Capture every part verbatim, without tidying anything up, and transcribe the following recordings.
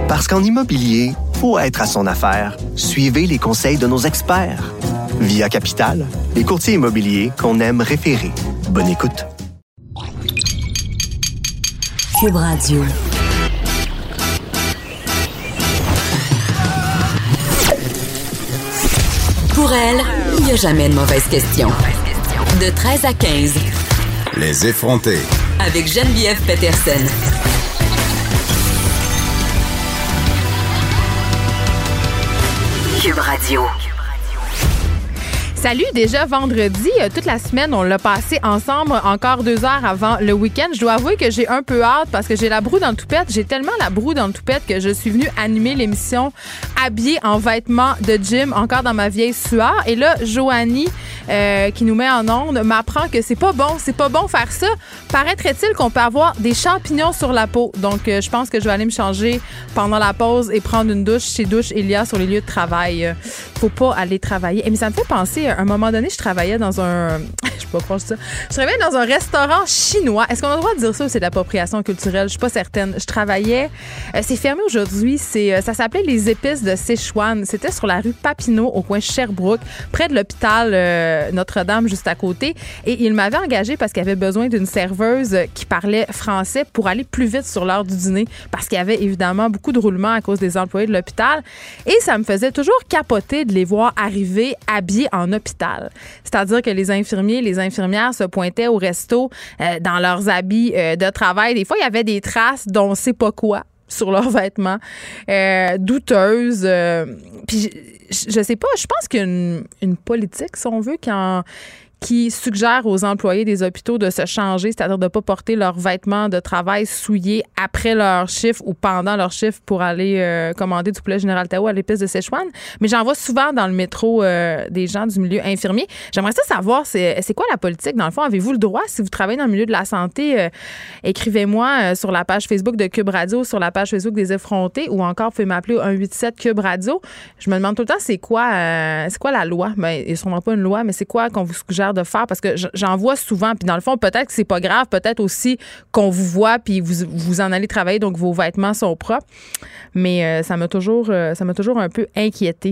Parce qu'en immobilier, faut être à son affaire. Suivez les conseils de nos experts. Via Capital, les courtiers immobiliers qu'on aime référer. Bonne écoute. Cube Radio. Pour elle, il n'y a jamais de mauvaise question. De treize à quinze. Les effrontés. Avec Geneviève Peterson. Cube Radio. Salut, déjà vendredi, euh, toute la semaine, on l'a passé ensemble encore deux heures avant le week-end. Je dois avouer que j'ai un peu hâte parce que j'ai la broue dans le toupette. J'ai tellement la broue dans le toupette que je suis venue animer l'émission habillée en vêtements de gym, encore dans ma vieille sueur. Et là, Joanie, euh, qui nous met en onde, m'apprend que c'est pas bon, c'est pas bon faire ça. Paraîtrait-il qu'on peut avoir des champignons sur la peau. Donc, euh, je pense que je vais aller me changer pendant la pause et prendre une douche chez Douche Elia sur les lieux de travail. Euh, faut pas aller travailler. Et mais ça me fait penser, à un moment donné, je travaillais dans un... je sais pas quoi je dis ça. Je travaillais dans un restaurant chinois. Est-ce qu'on a le droit de dire ça ou c'est de l'appropriation culturelle? Je suis pas certaine. Je travaillais... Euh, c'est fermé aujourd'hui. C'est, euh, ça s'appelait Les Épices de Sichuan. C'était sur la rue Papineau, au coin Sherbrooke, près de l'hôpital euh, Notre-Dame, juste à côté. Et il m'avait engagée parce qu'il avait besoin d'une serveuse qui parlait français pour aller plus vite sur l'heure du dîner parce qu'il y avait évidemment beaucoup de roulements à cause des employés de l'hôpital. Et ça me faisait toujours capoter de les voir arriver habillés en hôpital. C'est-à-dire que les infirmiers, les infirmières se pointaient au resto euh, dans leurs habits euh, de travail. Des fois, il y avait des traces d'on ne sait pas quoi sur leurs vêtements, euh, douteuses. Euh, puis, je, je sais pas, je pense qu'il y a une, une politique, si on veut, qui en... qui suggère aux employés des hôpitaux de se changer, c'est-à-dire de ne pas porter leurs vêtements de travail souillés après leur chiffre ou pendant leur chiffre pour aller euh, commander du poulet Général Tao à l'épice de Sichuan. Mais j'en vois souvent dans le métro euh, des gens du milieu infirmier. J'aimerais ça savoir, c'est, c'est quoi la politique? Dans le fond, avez-vous le droit, si vous travaillez dans le milieu de la santé, euh, écrivez-moi euh, sur la page Facebook de Cube Radio, sur la page Facebook des effrontés, ou encore, vous pouvez m'appeler au un huit sept Cube Radio. Je me demande tout le temps, c'est quoi, euh, c'est quoi la loi? Ben, il n'y a sûrement pas une loi, mais c'est quoi qu'on vous suggère de faire, parce que j'en vois souvent, puis dans le fond, peut-être que c'est pas grave, peut-être aussi qu'on vous voit puis vous, vous en allez travailler, donc vos vêtements sont propres, mais euh, ça m'a toujours euh, ça m'a toujours un peu inquiétée.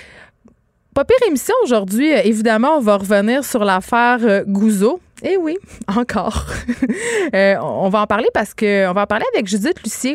Pas pire émission aujourd'hui, euh, évidemment, on va revenir sur l'affaire euh, Gouzeau. Eh oui, encore. euh, on va en parler parce que on va en parler avec Judith Lucier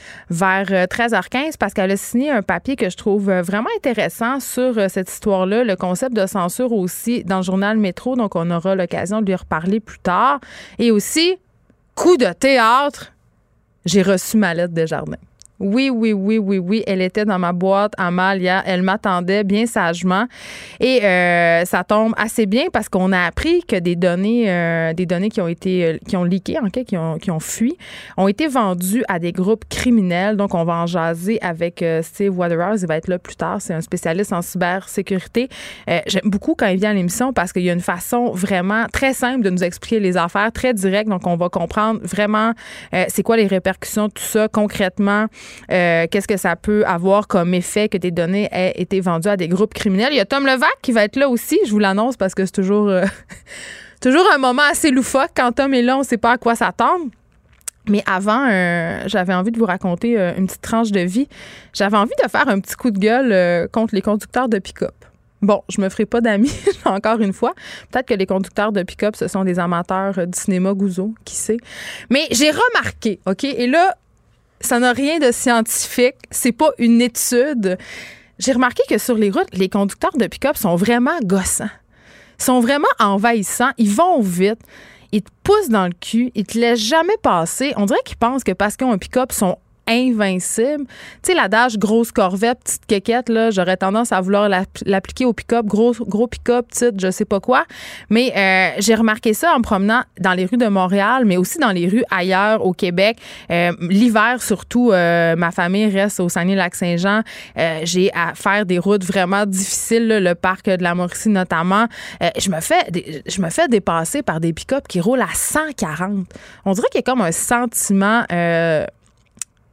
vers treize heures quinze parce qu'elle a signé un papier que je trouve vraiment intéressant sur cette histoire-là, le concept de censure aussi dans le journal Métro, donc on aura l'occasion de lui reparler plus tard. Et aussi, coup de théâtre, j'ai reçu ma lettre de Desjardins. Oui, oui, oui, oui, oui. Elle était dans ma boîte à mal hier. Elle m'attendait bien sagement. Et euh, ça tombe assez bien parce qu'on a appris que des données, euh, des données qui ont été, euh, qui ont leaké, en fait, qui ont, qui ont fui, ont été vendues à des groupes criminels. Donc, on va en jaser avec euh, Steve Waterhouse. Il va être là plus tard. C'est un spécialiste en cybersécurité. Euh, j'aime beaucoup quand il vient à l'émission parce qu'il y a une façon vraiment très simple de nous expliquer les affaires, très directe. Donc, on va comprendre vraiment euh, c'est quoi les répercussions de tout ça concrètement. Euh, qu'est-ce que ça peut avoir comme effet que des données aient été vendues à des groupes criminels. Il y a Tom Levac qui va être là aussi. Je vous l'annonce parce que c'est toujours, euh, toujours un moment assez loufoque. Quand Tom est là, on ne sait pas à quoi s'attendre. Mais avant, euh, j'avais envie de vous raconter euh, une petite tranche de vie. J'avais envie de faire un petit coup de gueule euh, contre les conducteurs de pick-up. Bon, je me ferai pas d'amis, encore une fois. Peut-être que les conducteurs de pick-up, ce sont des amateurs du cinéma Gouzeau, qui sait. Mais j'ai remarqué, OK? Et là, ça n'a rien de scientifique. C'est pas une étude. J'ai remarqué que sur les routes, les conducteurs de pick-up sont vraiment gossants. Ils sont vraiment envahissants. Ils vont vite. Ils te poussent dans le cul. Ils te laissent jamais passer. On dirait qu'ils pensent que parce qu'ils ont un pick-up, ils sont invincible. Tu sais, l'adage grosse corvette, petite quéquette, là, j'aurais tendance à vouloir l'appliquer au pick-up, gros, gros pick-up, petite, je sais pas quoi. Mais euh, j'ai remarqué ça en me promenant dans les rues de Montréal, mais aussi dans les rues ailleurs au Québec. Euh, l'hiver, surtout, euh, ma famille reste au Saguenay-Lac-Saint-Jean. Euh, j'ai à faire des routes vraiment difficiles, là, le parc de la Mauricie notamment. Euh, je me fais je me fais dépasser par des pick-up qui roulent à cent quarante. On dirait qu'il y a comme un sentiment... Euh,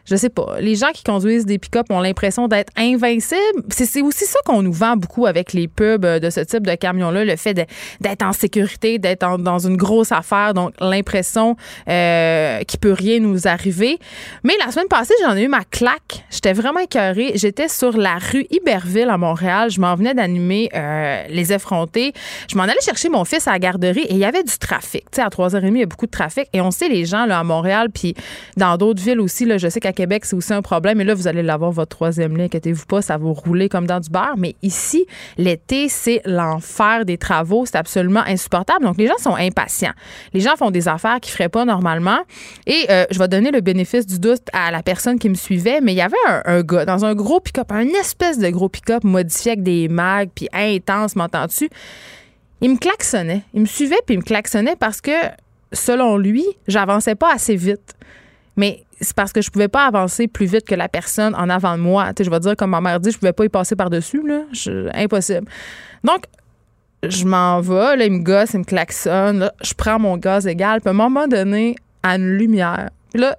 je sais pas, les gens qui conduisent des pick-up ont l'impression d'être invincibles. C'est, c'est aussi ça qu'on nous vend beaucoup avec les pubs de ce type de camion-là, le fait de, d'être en sécurité, d'être en, dans une grosse affaire, donc l'impression euh, qu'il peut rien nous arriver. Mais la semaine passée, j'en ai eu ma claque. J'étais vraiment écœurée. J'étais sur la rue Iberville à Montréal. Je m'en venais d'animer euh, Les Effrontés. Je m'en allais chercher mon fils à la garderie et il y avait du trafic. Tu sais, à trois heures trente, il y a beaucoup de trafic. Et on sait, les gens là, à Montréal, puis dans d'autres villes aussi, là, je sais qu'à Québec, c'est aussi un problème. Et là, vous allez l'avoir, votre troisième lien, inquiétez-vous pas, ça va rouler comme dans du beurre. Mais ici, l'été, c'est l'enfer des travaux. C'est absolument insupportable. Donc, les gens sont impatients. Les gens font des affaires qu'ils ne feraient pas normalement. Et euh, je vais donner le bénéfice du doute à la personne qui me suivait, mais il y avait un, un gars dans un gros pick-up, un espèce de gros pick-up modifié avec des mags, puis intense, m'entends-tu? Il me klaxonnait. Il me suivait, puis il me klaxonnait parce que, selon lui, j'avançais pas assez vite. Mais c'est parce que je pouvais pas avancer plus vite que la personne en avant de moi. Tu sais, je vais dire, comme ma mère dit, je pouvais pas y passer par-dessus, là. Je, impossible. Donc, je m'en vais, là, il me gosse, il me klaxonne, là, je prends mon gaz égal, puis à un moment donné, à une lumière, puis là,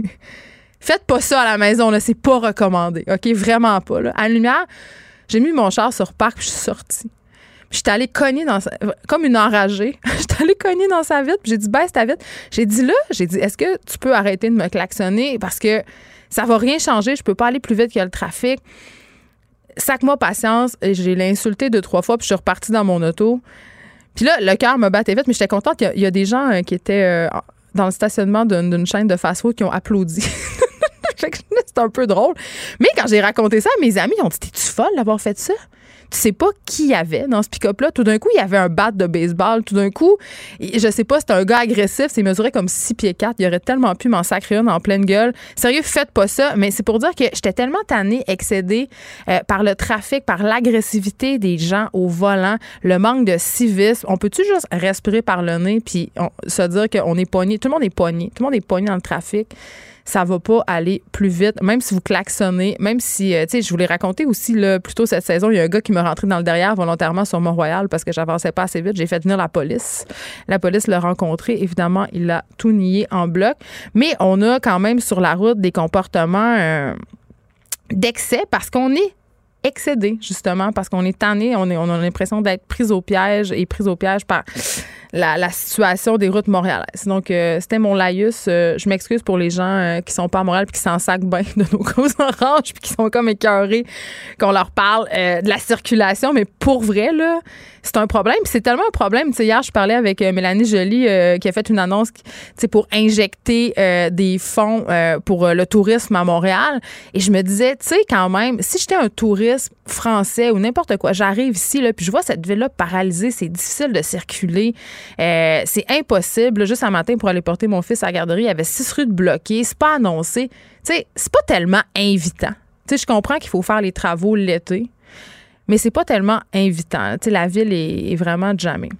faites pas ça à la maison, là, c'est pas recommandé, OK? Vraiment pas, là. À une lumière, j'ai mis mon char sur parc, puis je suis sortie. J'étais allée cogner dans sa... Comme une enragée. J'étais allée cogner dans sa vitre. Puis j'ai dit, baisse ta vitre. J'ai dit là, j'ai dit, est-ce que tu peux arrêter de me klaxonner? Parce que ça va rien changer. Je peux pas aller plus vite que le trafic. Sac-moi patience. Et j'ai l'insulté deux, trois fois. Puis je suis repartie dans mon auto. Puis là, le cœur me battait vite. Mais j'étais contente. Il y a, il y a des gens euh, qui étaient euh, dans le stationnement d'une, d'une chaîne de fast-food qui ont applaudi. C'est un peu drôle. Mais quand j'ai raconté ça à mes amis, ils ont dit, t'es-tu folle d'avoir fait ça? Tu sais pas qui il y avait dans ce pick-up-là. Tout d'un coup, il y avait un bat de baseball. Tout d'un coup, je sais pas, c'était un gars agressif. Il mesurait comme six pieds quatre. Il aurait tellement pu m'en sacrer une en pleine gueule. Sérieux, faites pas ça. Mais c'est pour dire que j'étais tellement tannée, excédée euh, par le trafic, par l'agressivité des gens au volant, le manque de civisme. On peut-tu juste respirer par le nez puis on, se dire qu'on est pogné? Tout le monde est pogné. Tout le monde est pogné dans le trafic. Ça va pas aller plus vite, même si vous klaxonnez, même si, euh, tu sais, je vous l'ai raconté aussi, là, plus tôt cette saison, il y a un gars qui m'a rentré dans le derrière volontairement sur Mont-Royal parce que j'avançais pas assez vite. J'ai fait venir la police. La police l'a rencontré. Évidemment, il a tout nié en bloc. Mais on a quand même sur la route des comportements euh, d'excès parce qu'on est excédé, justement, parce qu'on est tanné, on, est, on a l'impression d'être pris au piège et pris au piège par la, la situation des routes montréalaises. Donc, euh, c'était mon laïus. Euh, je m'excuse pour les gens euh, qui sont pas à Montréal puis qui s'en sacent bien de nos causes oranges puis qui sont comme écœurés qu'on leur parle euh, de la circulation. Mais pour vrai, là, c'est un problème. Puis c'est tellement un problème. Tu sais, hier, je parlais avec euh, Mélanie Joly euh, qui a fait une annonce tu sais, pour injecter euh, des fonds euh, pour euh, le tourisme à Montréal. Et je me disais, tu sais, quand même, si j'étais un touriste français ou n'importe quoi, j'arrive ici, là, puis je vois cette ville-là paralysée, c'est difficile de circuler. Euh, c'est impossible. Là, juste un matin, pour aller porter mon fils à la garderie, il y avait six rues de bloquées. C'est pas annoncé. Tu sais, c'est pas tellement invitant. Tu sais, je comprends qu'il faut faire les travaux l'été, mais c'est pas tellement invitant. Tu sais, la ville est, est vraiment jammée.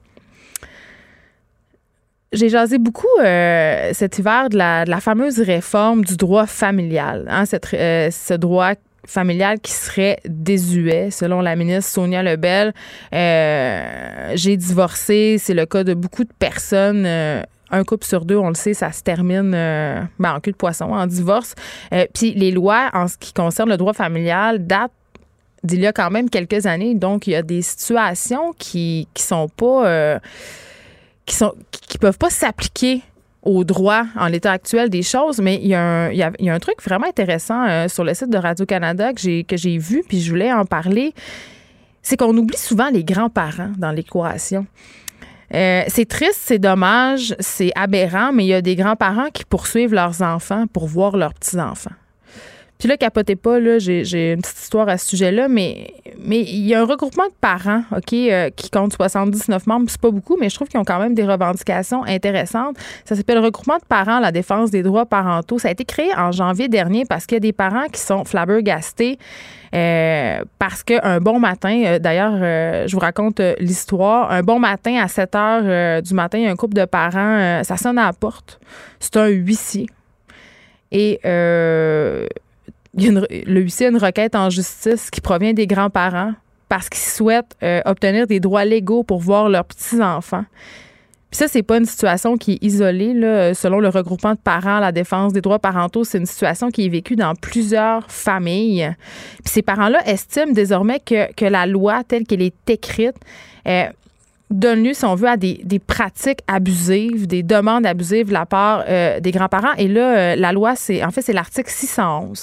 J'ai jasé beaucoup euh, cet hiver de la, de la fameuse réforme du droit familial. Hein, cette, euh, ce droit familial qui serait désuet, selon la ministre Sonia Lebel. Euh, j'ai divorcé, c'est le cas de beaucoup de personnes. Euh, un couple sur deux, on le sait, ça se termine euh, ben, en cul de poisson, en divorce. Euh, Puis les lois, en ce qui concerne le droit familial, datent d'il y a quand même quelques années. Donc, il y a des situations qui qui sont pas... Euh, qui sont qui peuvent pas s'appliquer au droit en l'état actuel des choses, mais il y a un, il y a, il y a un truc vraiment intéressant euh, sur le site de Radio-Canada que j'ai, que j'ai vu, puis je voulais en parler. C'est qu'on oublie souvent les grands-parents dans l'équation. Euh, c'est triste, c'est dommage, c'est aberrant, mais il y a des grands-parents qui poursuivent leurs enfants pour voir leurs petits-enfants. Puis là, capotez pas, là, j'ai, j'ai une petite histoire à ce sujet-là, mais mais il y a un regroupement de parents, OK, euh, qui compte soixante-dix-neuf membres. C'est pas beaucoup, mais je trouve qu'ils ont quand même des revendications intéressantes. Ça s'appelle Regroupement de parents, la défense des droits parentaux. Ça a été créé en janvier dernier parce qu'il y a des parents qui sont flabbergastés euh, parce qu'un bon matin, euh, d'ailleurs, euh, je vous raconte euh, l'histoire, un bon matin à sept heures euh, du matin, il y a un couple de parents, euh, ça sonne à la porte. C'est un huissier. Et... Euh, Il y a une, le huissier a une requête en justice qui provient des grands-parents parce qu'ils souhaitent euh, obtenir des droits légaux pour voir leurs petits-enfants. Puis ça, c'est pas une situation qui est isolée, là. Selon le regroupement de parents, la défense des droits parentaux, c'est une situation qui est vécue dans plusieurs familles. Puis ces parents-là estiment désormais que, que la loi telle qu'elle est écrite euh, donne lieu, si on veut, à des, des pratiques abusives, des demandes abusives de la part euh, des grands-parents. Et là, euh, la loi, c'est en fait, c'est l'article six cent onze.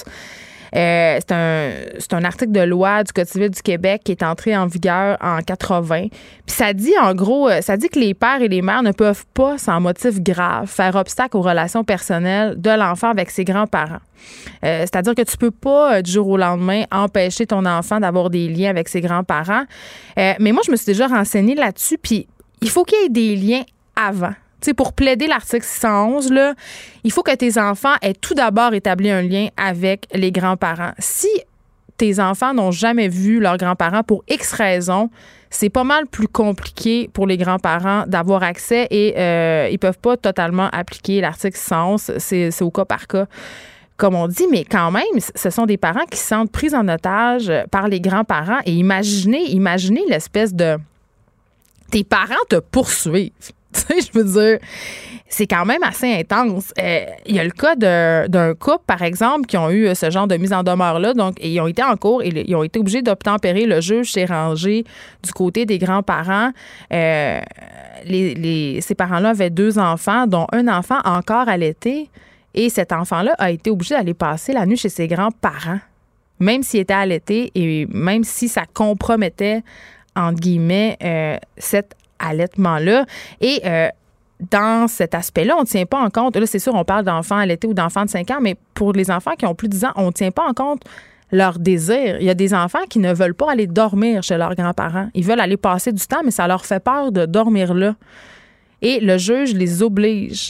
Euh, c'est, un, c'est un article de loi du Code civil du Québec qui est entré en vigueur en quatre-vingts. Puis ça dit, en gros, ça dit que les pères et les mères ne peuvent pas, sans motif grave, faire obstacle aux relations personnelles de l'enfant avec ses grands-parents. Euh, c'est-à-dire que tu peux pas, du jour au lendemain, empêcher ton enfant d'avoir des liens avec ses grands-parents. Euh, mais moi, je me suis déjà renseignée là-dessus, puis il faut qu'il y ait des liens avant. Tu sais, pour plaider l'article six cent onze, là, il faut que tes enfants aient tout d'abord établi un lien avec les grands-parents. Si tes enfants n'ont jamais vu leurs grands-parents pour X raisons, c'est pas mal plus compliqué pour les grands-parents d'avoir accès et euh, ils peuvent pas totalement appliquer l'article six cent onze. C'est, c'est au cas par cas, comme on dit, mais quand même, ce sont des parents qui se sentent pris en otage par les grands-parents. Et imaginez, imaginez l'espèce de... Tes parents te poursuivent. Tu sais, je veux dire, c'est quand même assez intense. Il euh, y a le cas de, d'un couple, par exemple, qui ont eu ce genre de mise en demeure-là. Donc, ils ont été en cours et ils ont été obligés d'obtempérer. Le juge s'est rangé du côté des grands-parents. Euh, les, les, ces parents-là avaient deux enfants, dont un enfant encore allaité. Et cet enfant-là a été obligé d'aller passer la nuit chez ses grands-parents, même s'il était allaité et même si ça compromettait, entre guillemets, euh, cet allaitement-là. Et euh, dans cet aspect-là, on ne tient pas en compte, là, c'est sûr, on parle d'enfants allaités ou d'enfants de cinq ans, mais pour les enfants qui ont plus de dix ans, on ne tient pas en compte leur désir. Il y a des enfants qui ne veulent pas aller dormir chez leurs grands-parents. Ils veulent aller passer du temps, mais ça leur fait peur de dormir là. Et le juge les oblige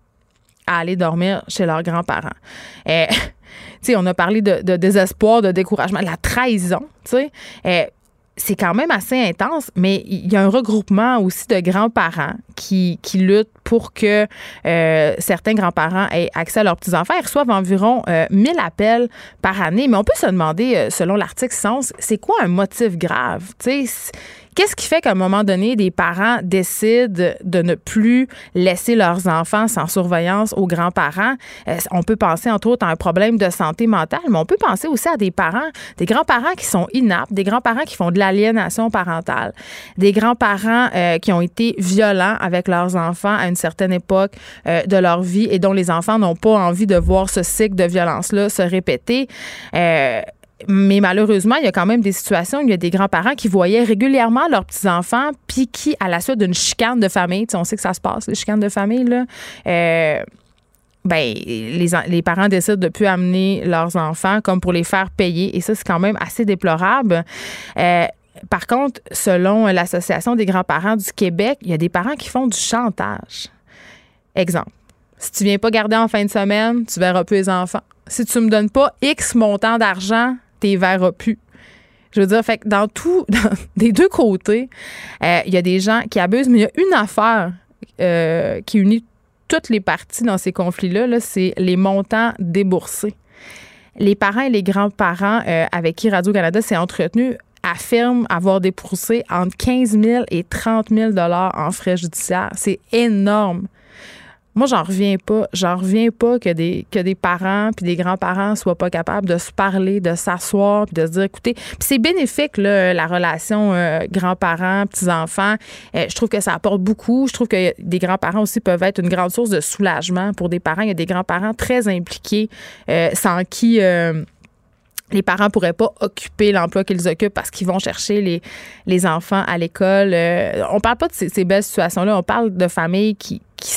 à aller dormir chez leurs grands-parents. Et, tu sais, on a parlé de, de désespoir, de découragement, de la trahison, tu sais. Et, c'est quand même assez intense, mais il y a un regroupement aussi de grands-parents qui, qui luttent pour que euh, certains grands-parents aient accès à leurs petits-enfants. Ils reçoivent environ euh, mille appels par année, mais on peut se demander, euh, selon l'article six cent onze, c'est quoi un motif grave? Tu sais, qu'est-ce qui fait qu'à un moment donné, des parents décident de ne plus laisser leurs enfants sans surveillance aux grands-parents? Euh, on peut penser, entre autres, à un problème de santé mentale, mais on peut penser aussi à des parents, des grands-parents qui sont inaptes, des grands-parents qui font de l'aliénation parentale, des grands-parents euh, qui ont été violents avec leurs enfants à une certaine époque euh, de leur vie et dont les enfants n'ont pas envie de voir ce cycle de violence-là se répéter. Euh, Mais malheureusement, il y a quand même des situations où il y a des grands-parents qui voyaient régulièrement leurs petits-enfants puis qui, à la suite d'une chicane de famille, tu sais, on sait que ça se passe, les chicanes de famille, là, euh, ben, les, les parents décident de ne plus amener leurs enfants comme pour les faire payer. Et ça, c'est quand même assez déplorable. Euh, par contre, selon l'Association des grands-parents du Québec, il y a des parents qui font du chantage. Exemple, si tu viens pas garder en fin de semaine, tu verras plus les enfants. Si tu me donnes pas X montant d'argent, tu les verras plus. Je veux dire, fait que dans tout, dans, des deux côtés, euh, il y a des gens qui abusent, mais il y a une affaire euh, qui unit toutes les parties dans ces conflits-là, là, c'est les montants déboursés. Les parents et les grands-parents euh, avec qui Radio-Canada s'est entretenu affirment avoir déboursé entre quinze mille et trente mille dollars en frais judiciaires. C'est énorme. Moi, j'en reviens pas. J'en reviens pas que des, que des parents puis des grands-parents soient pas capables de se parler, de s'asseoir puis de se dire, écoutez, puis c'est bénéfique, là, la relation euh, grands-parents, petits-enfants. Euh, je trouve que ça apporte beaucoup. Je trouve que des grands-parents aussi peuvent être une grande source de soulagement pour des parents. Il y a des grands-parents très impliqués, euh, sans qui... Euh, les parents pourraient pas occuper l'emploi qu'ils occupent parce qu'ils vont chercher les, les enfants à l'école. Euh, on parle pas de ces, ces belles situations-là. On parle de familles qui, qui,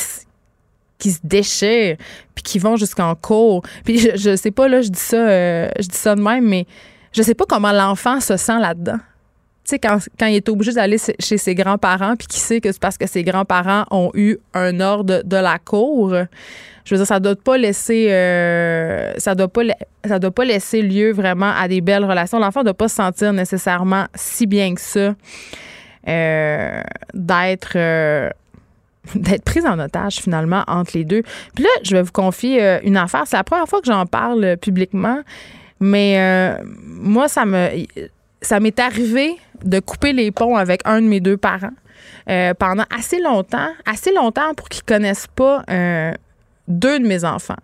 qui se déchirent puis qui vont jusqu'en cours. Puis je, je sais pas, là, je dis ça, euh, je dis ça de même, mais je sais pas comment l'enfant se sent là-dedans. Tu sais, quand, quand il est obligé d'aller chez ses grands-parents puis qu'il sait que c'est parce que ses grands-parents ont eu un ordre de, de la cour, je veux dire, ça doit pas laisser euh, ça doit pas ça doit pas laisser lieu vraiment à des belles relations. L'enfant doit pas se sentir nécessairement si bien que ça euh, d'être euh, d'être prise en otage finalement entre les deux. Puis là, je vais vous confier euh, une affaire. C'est la première fois que j'en parle publiquement, mais euh, moi, ça me ça m'est arrivé de couper les ponts avec un de mes deux parents euh, pendant assez longtemps, assez longtemps pour qu'ils connaissent pas euh, deux de mes enfants.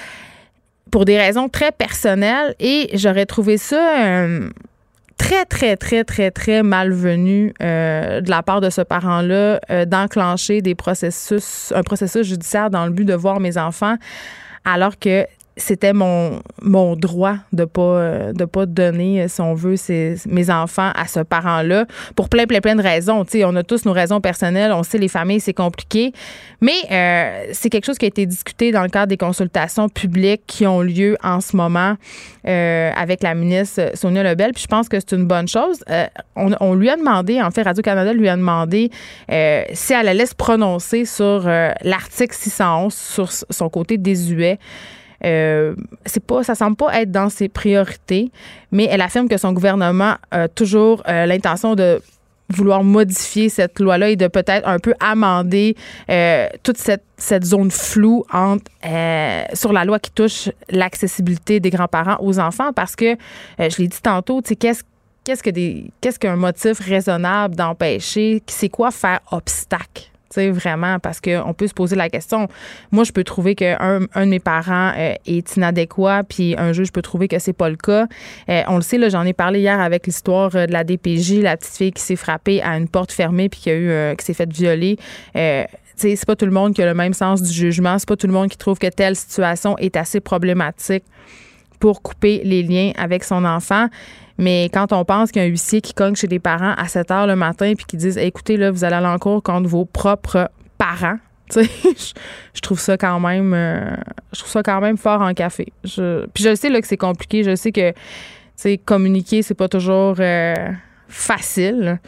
Pour des raisons très personnelles, et j'aurais trouvé ça euh, très, très, très, très, très malvenu euh, de la part de ce parent-là euh, d'enclencher des processus, un processus judiciaire dans le but de voir mes enfants, alors que c'était mon mon droit de pas de pas donner, si on veut, ses, mes enfants à ce parent-là pour plein plein plein de raisons. Tu sais, on a tous nos raisons personnelles. On sait, les familles, c'est compliqué, mais euh, c'est quelque chose qui a été discuté dans le cadre des consultations publiques qui ont lieu en ce moment euh, avec la ministre Sonia Lebel. Puis je pense que c'est une bonne chose. Euh, on, on lui a demandé, en fait, Radio-Canada lui a demandé euh, si elle allait se prononcer sur euh, l'article six cent onze, sur son côté désuet. Euh, c'est pas, ça semble pas être dans ses priorités, mais elle affirme que son gouvernement a toujours euh, l'intention de vouloir modifier cette loi-là et de peut-être un peu amender euh, toute cette, cette zone floue entre, euh, sur la loi qui touche l'accessibilité des grands-parents aux enfants, parce que, euh, je l'ai dit tantôt, tu sais, qu'est-ce qu'est-ce que des qu'est-ce qu'un motif raisonnable d'empêcher, c'est quoi faire obstacle? Tu sais, vraiment, parce qu'on peut se poser la question. Moi, je peux trouver qu'un un de mes parents euh, est inadéquat, puis un juge peut trouver que c'est pas le cas. Euh, on le sait, là, j'en ai parlé hier avec l'histoire de la D P J, la petite fille qui s'est frappée à une porte fermée puis qui a eu, euh, qui s'est faite violer. Euh, tu sais, c'est pas tout le monde qui a le même sens du jugement. C'est pas tout le monde qui trouve que telle situation est assez problématique pour couper les liens avec son enfant. Mais quand on pense qu'il y a un huissier qui cogne chez des parents à sept heures le matin puis qui disent hey, « Écoutez, là, vous allez aller en cours contre vos propres parents », tu sais, je, je trouve ça quand même euh, je trouve ça quand même fort en café. Je, puis je sais là, que c'est compliqué. Je sais que, tu sais, communiquer, c'est pas toujours euh, facile.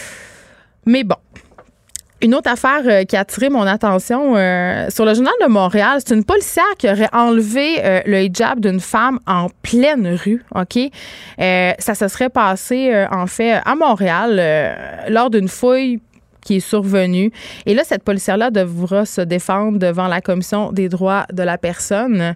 Mais bon. Une autre affaire euh, qui a attiré mon attention euh, sur le Journal de Montréal, c'est une policière qui aurait enlevé euh, le hijab d'une femme en pleine rue, OK? Euh, ça se serait passé, euh, en fait, à Montréal, euh, lors d'une fouille qui est survenue. Et là, cette policière-là devra se défendre devant la Commission des droits de la personne.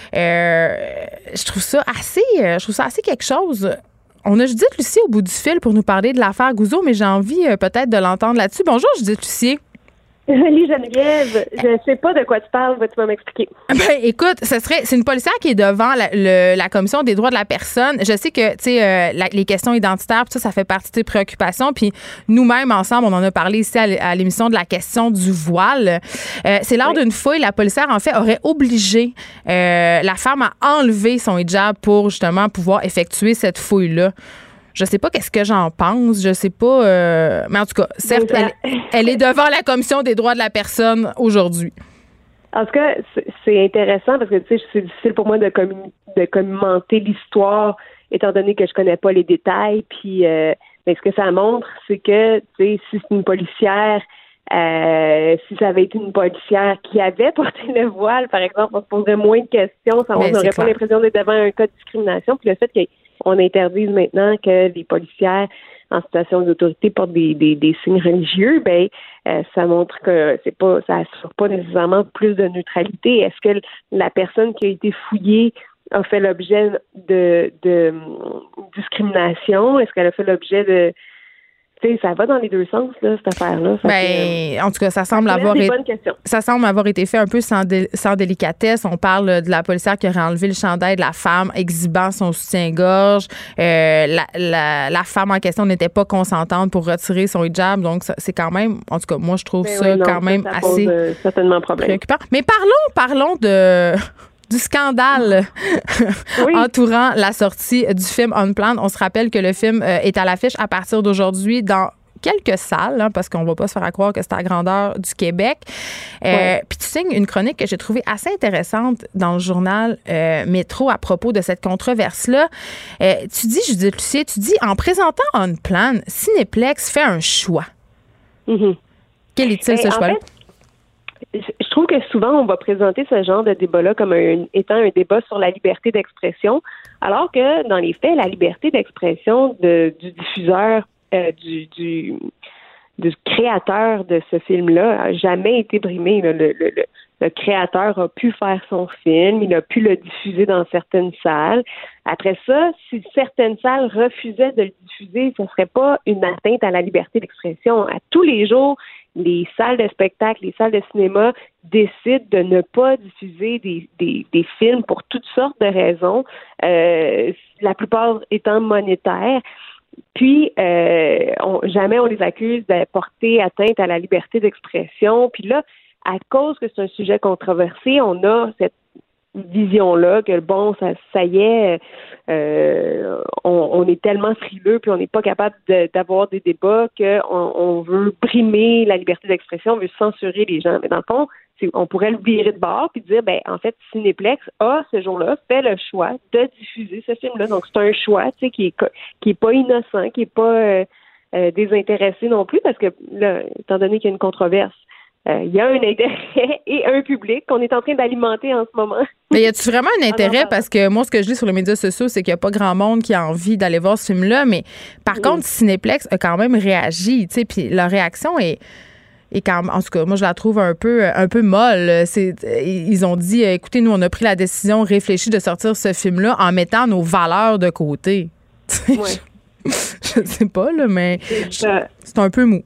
Euh, je trouve ça assez, je trouve ça assez quelque chose. On a Judith Lucier au bout du fil pour nous parler de l'affaire Gouzeau, mais j'ai envie euh, peut-être de l'entendre là-dessus. Bonjour, Judith Lucier. Salut Geneviève, je ne sais pas de quoi tu parles, vas-tu vas m'expliquer? Ben, écoute, ce serait, c'est une policière qui est devant la, le, la Commission des droits de la personne. Je sais que, tu sais, euh, la, les questions identitaires, ça, ça fait partie de tes préoccupations. Puis nous-mêmes, ensemble, on en a parlé ici à, à l'émission de la question du voile. Euh, c'est lors oui. d'une fouille, la policière, en fait, aurait obligé euh, la femme à enlever son hijab pour, justement, pouvoir effectuer cette fouille-là. Je sais pas qu'est-ce que j'en pense, je sais pas, euh, mais en tout cas, certes, elle, elle est devant la Commission des droits de la personne aujourd'hui. En tout cas, c'est intéressant parce que, tu sais, c'est difficile pour moi de, commun- de commenter l'histoire étant donné que je connais pas les détails. Puis, euh, mais ce que ça montre, c'est que, tu sais, si c'est une policière, euh, si ça avait été une policière qui avait porté le voile, par exemple, on se poserait moins de questions, ça, on n'aurait pas l'impression d'être devant un cas de discrimination. Puis le fait que on interdise maintenant que les policières en situation d'autorité portent des, des, des signes religieux, ben euh, ça montre que c'est pas, ça assure pas nécessairement plus de neutralité. Est-ce que la personne qui a été fouillée a fait l'objet de, de, de discrimination? Est-ce qu'elle a fait l'objet de... Tu sais, ça va dans les deux sens, là, cette affaire-là. Ben, que, en tout cas, ça semble avoir été, ça semble avoir été fait un peu sans, dé, sans délicatesse. On parle de la policière qui aurait enlevé le chandail de la femme, exhibant son soutien-gorge. Euh, la, la, la femme en question n'était pas consentante pour retirer son hijab. Donc, ça, c'est quand même, en tout cas, moi, je trouve ben ça oui, non, quand même ça assez pose, euh, certainement problème. préoccupant. Mais parlons, parlons de... du scandale oui. entourant la sortie du film Unplanned. On se rappelle que le film euh, est à l'affiche à partir d'aujourd'hui dans quelques salles, hein, parce qu'on va pas se faire à croire que c'est à la grandeur du Québec. Euh, ouais. Puis tu signes une chronique que j'ai trouvée assez intéressante dans le journal euh, Métro à propos de cette controverse-là. Euh, tu dis, Judith Lucier, tu dis, en présentant Unplanned, Cinéplex fait un choix. Mm-hmm. Quel est-il, ce choix-là? Je trouve que souvent, on va présenter ce genre de débat-là comme un, étant un débat sur la liberté d'expression, alors que, dans les faits, la liberté d'expression de, du diffuseur, euh, du, du, du créateur de ce film-là a jamais été brimée. Le, le, le, le créateur a pu faire son film, il a pu le diffuser dans certaines salles. Après ça, si certaines salles refusaient de le diffuser, ce ne serait pas une atteinte à la liberté d'expression. À tous les jours, les salles de spectacle, les salles de cinéma décident de ne pas diffuser des, des, des films pour toutes sortes de raisons, euh, la plupart étant monétaires. Puis, euh, on, jamais on les accuse de porter atteinte à la liberté d'expression. Puis là, à cause que c'est un sujet controversé, on a cette vision-là que, bon, ça, ça y est, euh, on, on est tellement frileux puis on n'est pas capable de, d'avoir des débats qu'on on veut brimer la liberté d'expression, on veut censurer les gens. Mais dans le fond, c'est, on pourrait le virer de bord puis dire, ben en fait, Cinéplex a, ce jour-là, fait le choix de diffuser ce film-là. Donc, c'est un choix, tu sais, qui est, qui est pas innocent, qui est pas euh, euh, désintéressé non plus, parce que, là, étant donné qu'il y a une controverse, Euh, il y a un intérêt et un public qu'on est en train d'alimenter en ce moment. Mais y a-tu vraiment un intérêt? Parce que moi, ce que je lis sur les médias sociaux, c'est qu'il n'y a pas grand monde qui a envie d'aller voir ce film-là. Mais par oui. contre, Cinéplex a quand même réagi, tu sais, puis leur réaction est... Et quand, en tout cas, moi, je la trouve un peu, un peu molle. C'est, ils ont dit, écoutez, nous, on a pris la décision réfléchie de sortir ce film-là en mettant nos valeurs de côté. Ouais. je, je sais pas, là, mais je, c'est un peu mou.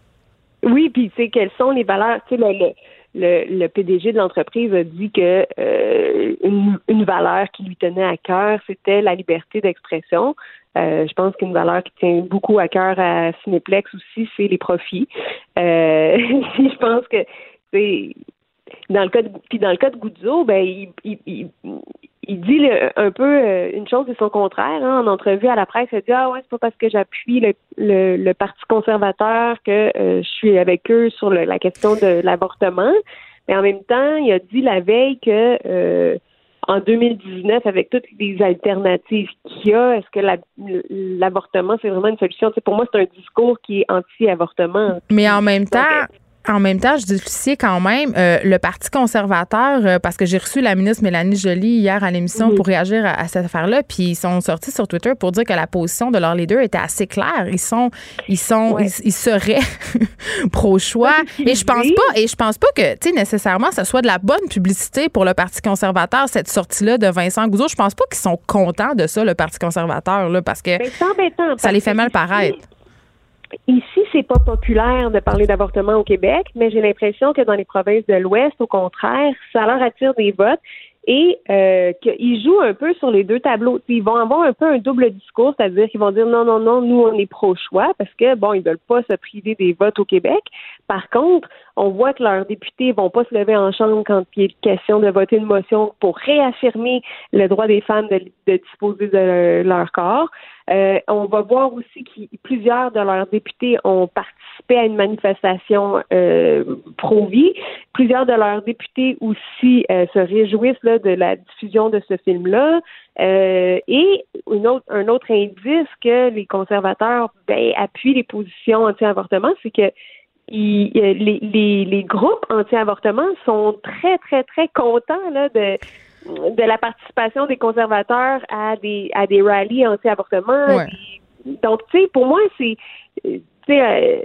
Oui, puis tu sais, quelles sont les valeurs? Tu sais, le, le, le, le P D G de l'entreprise a dit que euh, une, une valeur qui lui tenait à cœur, c'était la liberté d'expression. Euh, je pense qu'une valeur qui tient beaucoup à cœur à Cinéplex aussi, c'est les profits. Euh, je pense que c'est dans le cas de puis dans le cas de Guzzo, ben il, il, il, il dit le, un peu euh, une chose et son contraire. Hein, en entrevue à la presse, il a dit ah ouais, c'est pas parce que j'appuie le, le, le Parti conservateur que euh, je suis avec eux sur le, la question de l'avortement. Mais en même temps, il a dit la veille que euh, en deux mille dix-neuf, avec toutes les alternatives qu'il y a, est-ce que la, l'avortement, c'est vraiment une solution? Tu sais, pour moi, c'est un discours qui est anti-avortement. Mais en même temps... En même temps, je dissociais quand même euh, le Parti conservateur, euh, parce que j'ai reçu la ministre Mélanie Joly hier à l'émission mmh. pour réagir à, à cette affaire-là, puis ils sont sortis sur Twitter pour dire que la position de leur leader était assez claire. Ils sont, ils sont, ouais. ils, ils seraient pro-choix. Et je pense pas, et je pense pas que, tu sais, nécessairement, ce soit de la bonne publicité pour le Parti conservateur, cette sortie-là de Vincent Guzzo. Je pense pas qu'ils sont contents de ça, le Parti conservateur, là, parce que ben, ça les fait mal paraître. Ici, c'est pas populaire de parler d'avortement au Québec, mais j'ai l'impression que dans les provinces de l'Ouest, au contraire, ça leur attire des votes et euh, qu'ils jouent un peu sur les deux tableaux. Ils vont avoir un peu un double discours, c'est-à-dire qu'ils vont dire non, non, non, nous, on est pro-choix parce que, bon, ils veulent pas se priver des votes au Québec. Par contre, on voit que leurs députés vont pas se lever en chambre quand il est question de voter une motion pour réaffirmer le droit des femmes de, de disposer de leur corps. Euh, on va voir aussi que plusieurs de leurs députés ont participé à une manifestation euh, pro-vie. Plusieurs de leurs députés aussi euh, se réjouissent là, de la diffusion de ce film-là. Euh, et une autre, un autre indice que les conservateurs ben, appuient les positions anti-avortement, c'est que ils, les, les, les groupes anti-avortement sont très, très, très contents là, de... de la participation des conservateurs à des à des rallyes anti-avortement. Ouais. Des, donc, tu sais, pour moi, c'est... Tu sais, euh,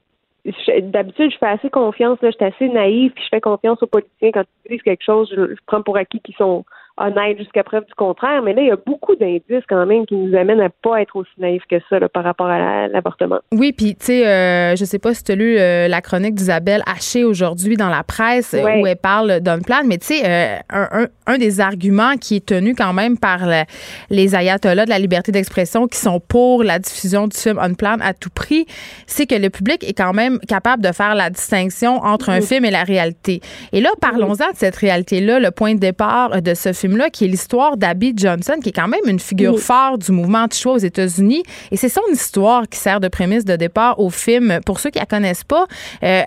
je, d'habitude, je fais assez confiance, là, je suis assez naïve, puis je fais confiance aux politiciens quand ils disent quelque chose, je, je prends pour acquis qu'ils sont honnêtes jusqu'à preuve du contraire, mais là, il y a beaucoup d'indices quand même qui nous amènent à pas être aussi naïfs que ça là, par rapport à la, l'avortement. Oui, puis tu sais, euh, je sais pas si tu as lu euh, la chronique d'Isabelle Haché aujourd'hui dans la presse ouais. où elle parle d'Unplanned, mais tu sais, euh, un, un, un des arguments qui est tenu quand même par la, les ayatollahs de la liberté d'expression qui sont pour la diffusion du film Unplanned à tout prix, c'est que le public est quand même capable de faire la distinction entre un mmh. film et la réalité. Et là, parlons-en de cette réalité-là, le point de départ de ce film là qui est l'histoire d'Abby Johnson, qui est quand même une figure oui. forte du mouvement anti-choix aux États-Unis. Et c'est son histoire qui sert de prémisse de départ au film. Pour ceux qui la connaissent pas, euh,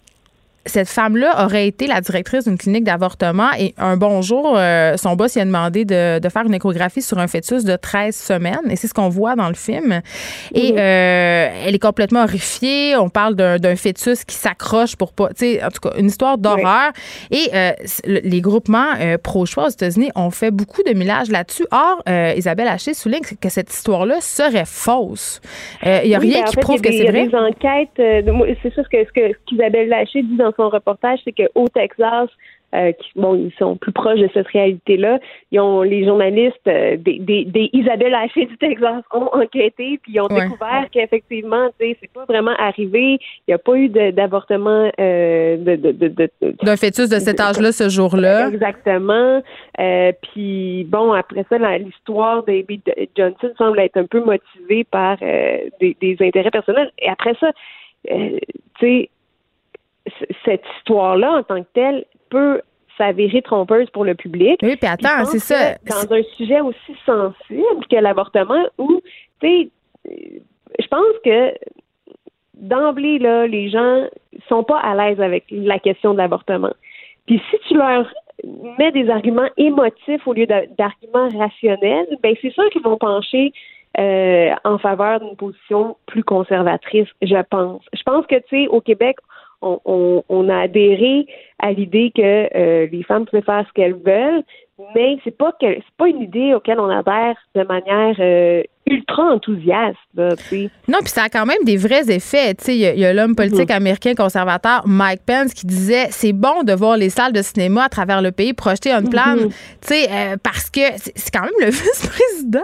cette femme-là aurait été la directrice d'une clinique d'avortement et un bon jour, euh, son boss lui a demandé de, de faire une échographie sur un fœtus de treize semaines et c'est ce qu'on voit dans le film. Et mmh. euh, elle est complètement horrifiée. On parle d'un, d'un fœtus qui s'accroche pour pas... Tu sais, en tout cas, une histoire d'horreur. Oui. Et euh, les groupements euh, pro-choix aux États-Unis ont fait beaucoup de millage là-dessus. Or, euh, Isabelle Haché souligne que cette histoire-là serait fausse. Il euh, n'y a oui, rien qui fait, prouve que c'est vrai. Il y a des enquêtes... Euh, c'est sûr ce que, ce que, ce qu'Isabelle Haché dit dans son reportage, c'est qu'au Texas, euh, qui, bon, ils sont plus proches de cette réalité-là. Ils ont les journalistes euh, des, des, des Isabelle Haché du Texas ont enquêté, puis ils ont ouais. découvert qu'effectivement, tu sais, c'est pas vraiment arrivé. Il n'y a pas eu de, d'avortement euh, de, de, de, de, de d'un fœtus de cet âge-là ce jour-là. Exactement. Euh, puis bon, après ça, la, l'histoire d'Abby Johnson semble être un peu motivée par euh, des, des intérêts personnels. Et après ça, euh, tu sais, c- cette histoire-là en tant que telle peut s'avérer trompeuse pour le public. Oui, puis attends, c'est ça. Dans un sujet aussi sensible que l'avortement, où, tu sais, je pense que d'emblée, là, les gens sont pas à l'aise avec la question de l'avortement. Puis si tu leur mets des arguments émotifs au lieu d'arguments rationnels, ben c'est sûr qu'ils vont pencher euh, en faveur d'une position plus conservatrice, je pense. Je pense que, tu sais, au Québec, on, on, on a adhéré à l'idée que euh, les femmes pouvaient faire ce qu'elles veulent, mais c'est pas que c'est pas une idée auquel on adhère de manière euh, ultra enthousiaste. Là, non, puis ça a quand même des vrais effets. Il y, y a l'homme politique mm-hmm. américain conservateur Mike Pence qui disait c'est bon de voir les salles de cinéma à travers le pays projeter une plan, mm-hmm. euh, parce que c'est, c'est quand même le vice-président.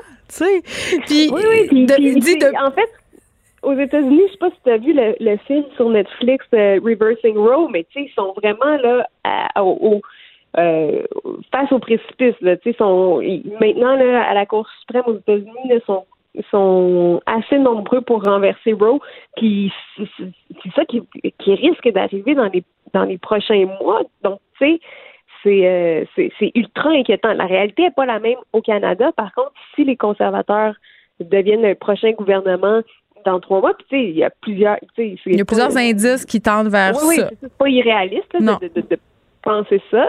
Puis, oui, oui. Puis, de, puis, dit de, en fait, aux États-Unis, je sais pas si tu as vu le, le film sur Netflix euh, Reversing Roe, mais tu sais, ils sont vraiment là à, au, au Euh, face au précipice, là, tu sais, sont maintenant là à la Cour suprême aux États-Unis, là, sont sont assez nombreux pour renverser Roe, puis c'est, c'est, c'est ça qui, qui risque d'arriver dans les dans les prochains mois. Donc, tu sais, c'est, euh, c'est c'est ultra inquiétant. La réalité est pas la même au Canada. Par contre, si les conservateurs deviennent le prochain gouvernement dans trois mois, puis tu sais, il y a plusieurs, tu sais, il y a plusieurs pas, indices qui tendent vers oui, ça. Oui, c'est pas irréaliste là, non. de, de, de penser ça,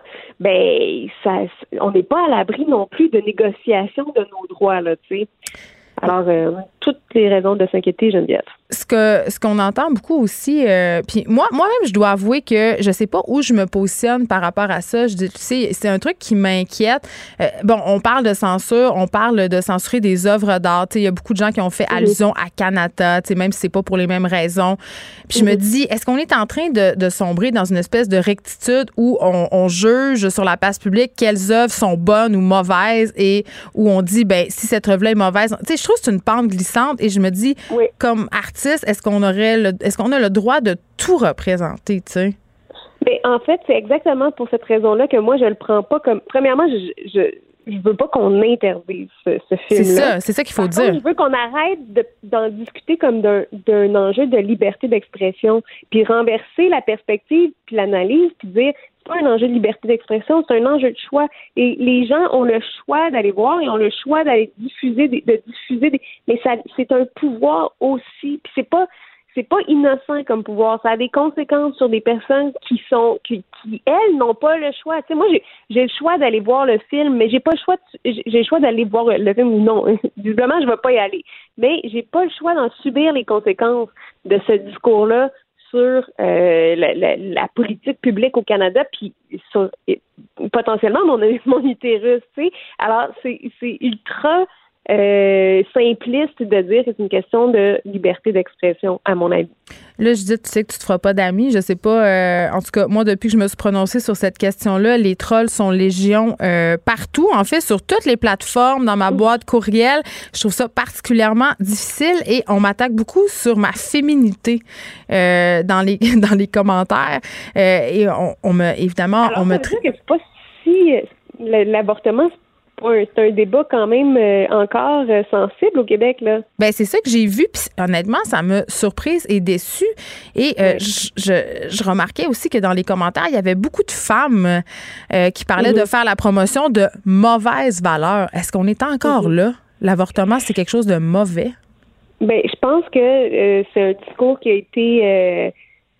ben ça, on n'est pas à l'abri non plus de négociation de nos droits, là, tu sais. Alors, euh, toutes les raisons de s'inquiéter, Geneviève. Ce que ce qu'on entend beaucoup aussi, euh, puis moi, moi-même, je dois avouer que je sais pas où je me positionne par rapport à ça. Je dis, tu sais, c'est un truc qui m'inquiète. Euh, bon, on parle de censure, on parle de censurer des œuvres d'art. Tu sais, il y a beaucoup de gens qui ont fait mmh. allusion à Kanata, tu sais, même si c'est pas pour les mêmes raisons. Puis mmh. je me dis, est-ce qu'on est en train de, de sombrer dans une espèce de rectitude où on, on juge sur la place publique quelles œuvres sont bonnes ou mauvaises et où on dit, ben si cette œuvre-là est mauvaise, tu sais, je trouve que c'est une pente glissante et je me dis, oui. comme artiste, est-ce qu'on aurait le, est-ce qu'on a le droit de tout représenter, tu sais? Mais en fait, c'est exactement pour cette raison-là que moi, je le prends pas comme... Premièrement, je je, je veux pas qu'on interdise ce, ce film-là. C'est ça, c'est ça qu'il faut Par dire. Contre, je veux qu'on arrête de, d'en discuter comme d'un, d'un enjeu de liberté d'expression, puis renverser la perspective, puis l'analyse, puis dire... C'est pas un enjeu de liberté d'expression, c'est un enjeu de choix. Et les gens ont le choix d'aller voir et ont le choix d'aller diffuser, des, de diffuser des, mais ça, c'est un pouvoir aussi. Puis c'est pas, c'est pas innocent comme pouvoir. Ça a des conséquences sur des personnes qui sont, qui, qui elles n'ont pas le choix. Tu sais, moi j'ai, j'ai le choix d'aller voir le film, mais j'ai pas le choix, de, j'ai le choix d'aller voir le film ou non. Visiblement, je vais pas y aller. Mais j'ai pas le choix d'en subir les conséquences de ce discours-là sur euh, la, la, la politique publique au Canada, puis sur et, potentiellement mon, mon utérus, tu sais. Alors, c'est, c'est ultra euh, simpliste de dire que c'est une question de liberté d'expression, à mon avis. Là, je dis, tu sais que tu te feras pas d'amis. Je sais pas. Euh, en tout cas, moi, depuis que je me suis prononcée sur cette question-là, les trolls sont légion euh, partout. En fait, sur toutes les plateformes, dans ma boîte courriel. Je trouve ça particulièrement difficile et on m'attaque beaucoup sur ma féminité euh, dans les dans les commentaires. Euh, et on, on me, évidemment, Alors, on me. Ça veut dire que c'est pas si l'avortement. C'est un débat quand même euh, encore euh, sensible au Québec, là. Ben c'est ça que j'ai vu, puis honnêtement, ça m'a surprise et déçue. Et euh, oui. je, je, je remarquais aussi que dans les commentaires, il y avait beaucoup de femmes euh, qui parlaient mm-hmm. de faire la promotion de mauvaises valeurs. Est-ce qu'on est encore mm-hmm. là? L'avortement, c'est quelque chose de mauvais? Ben, je pense que euh, c'est un discours qui a été... Euh,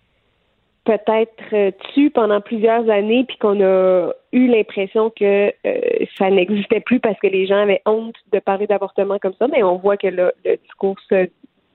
peut-être tu pendant plusieurs années, puis qu'on a eu l'impression que euh, ça n'existait plus parce que les gens avaient honte de parler d'avortement comme ça, mais on voit que le, le discours se,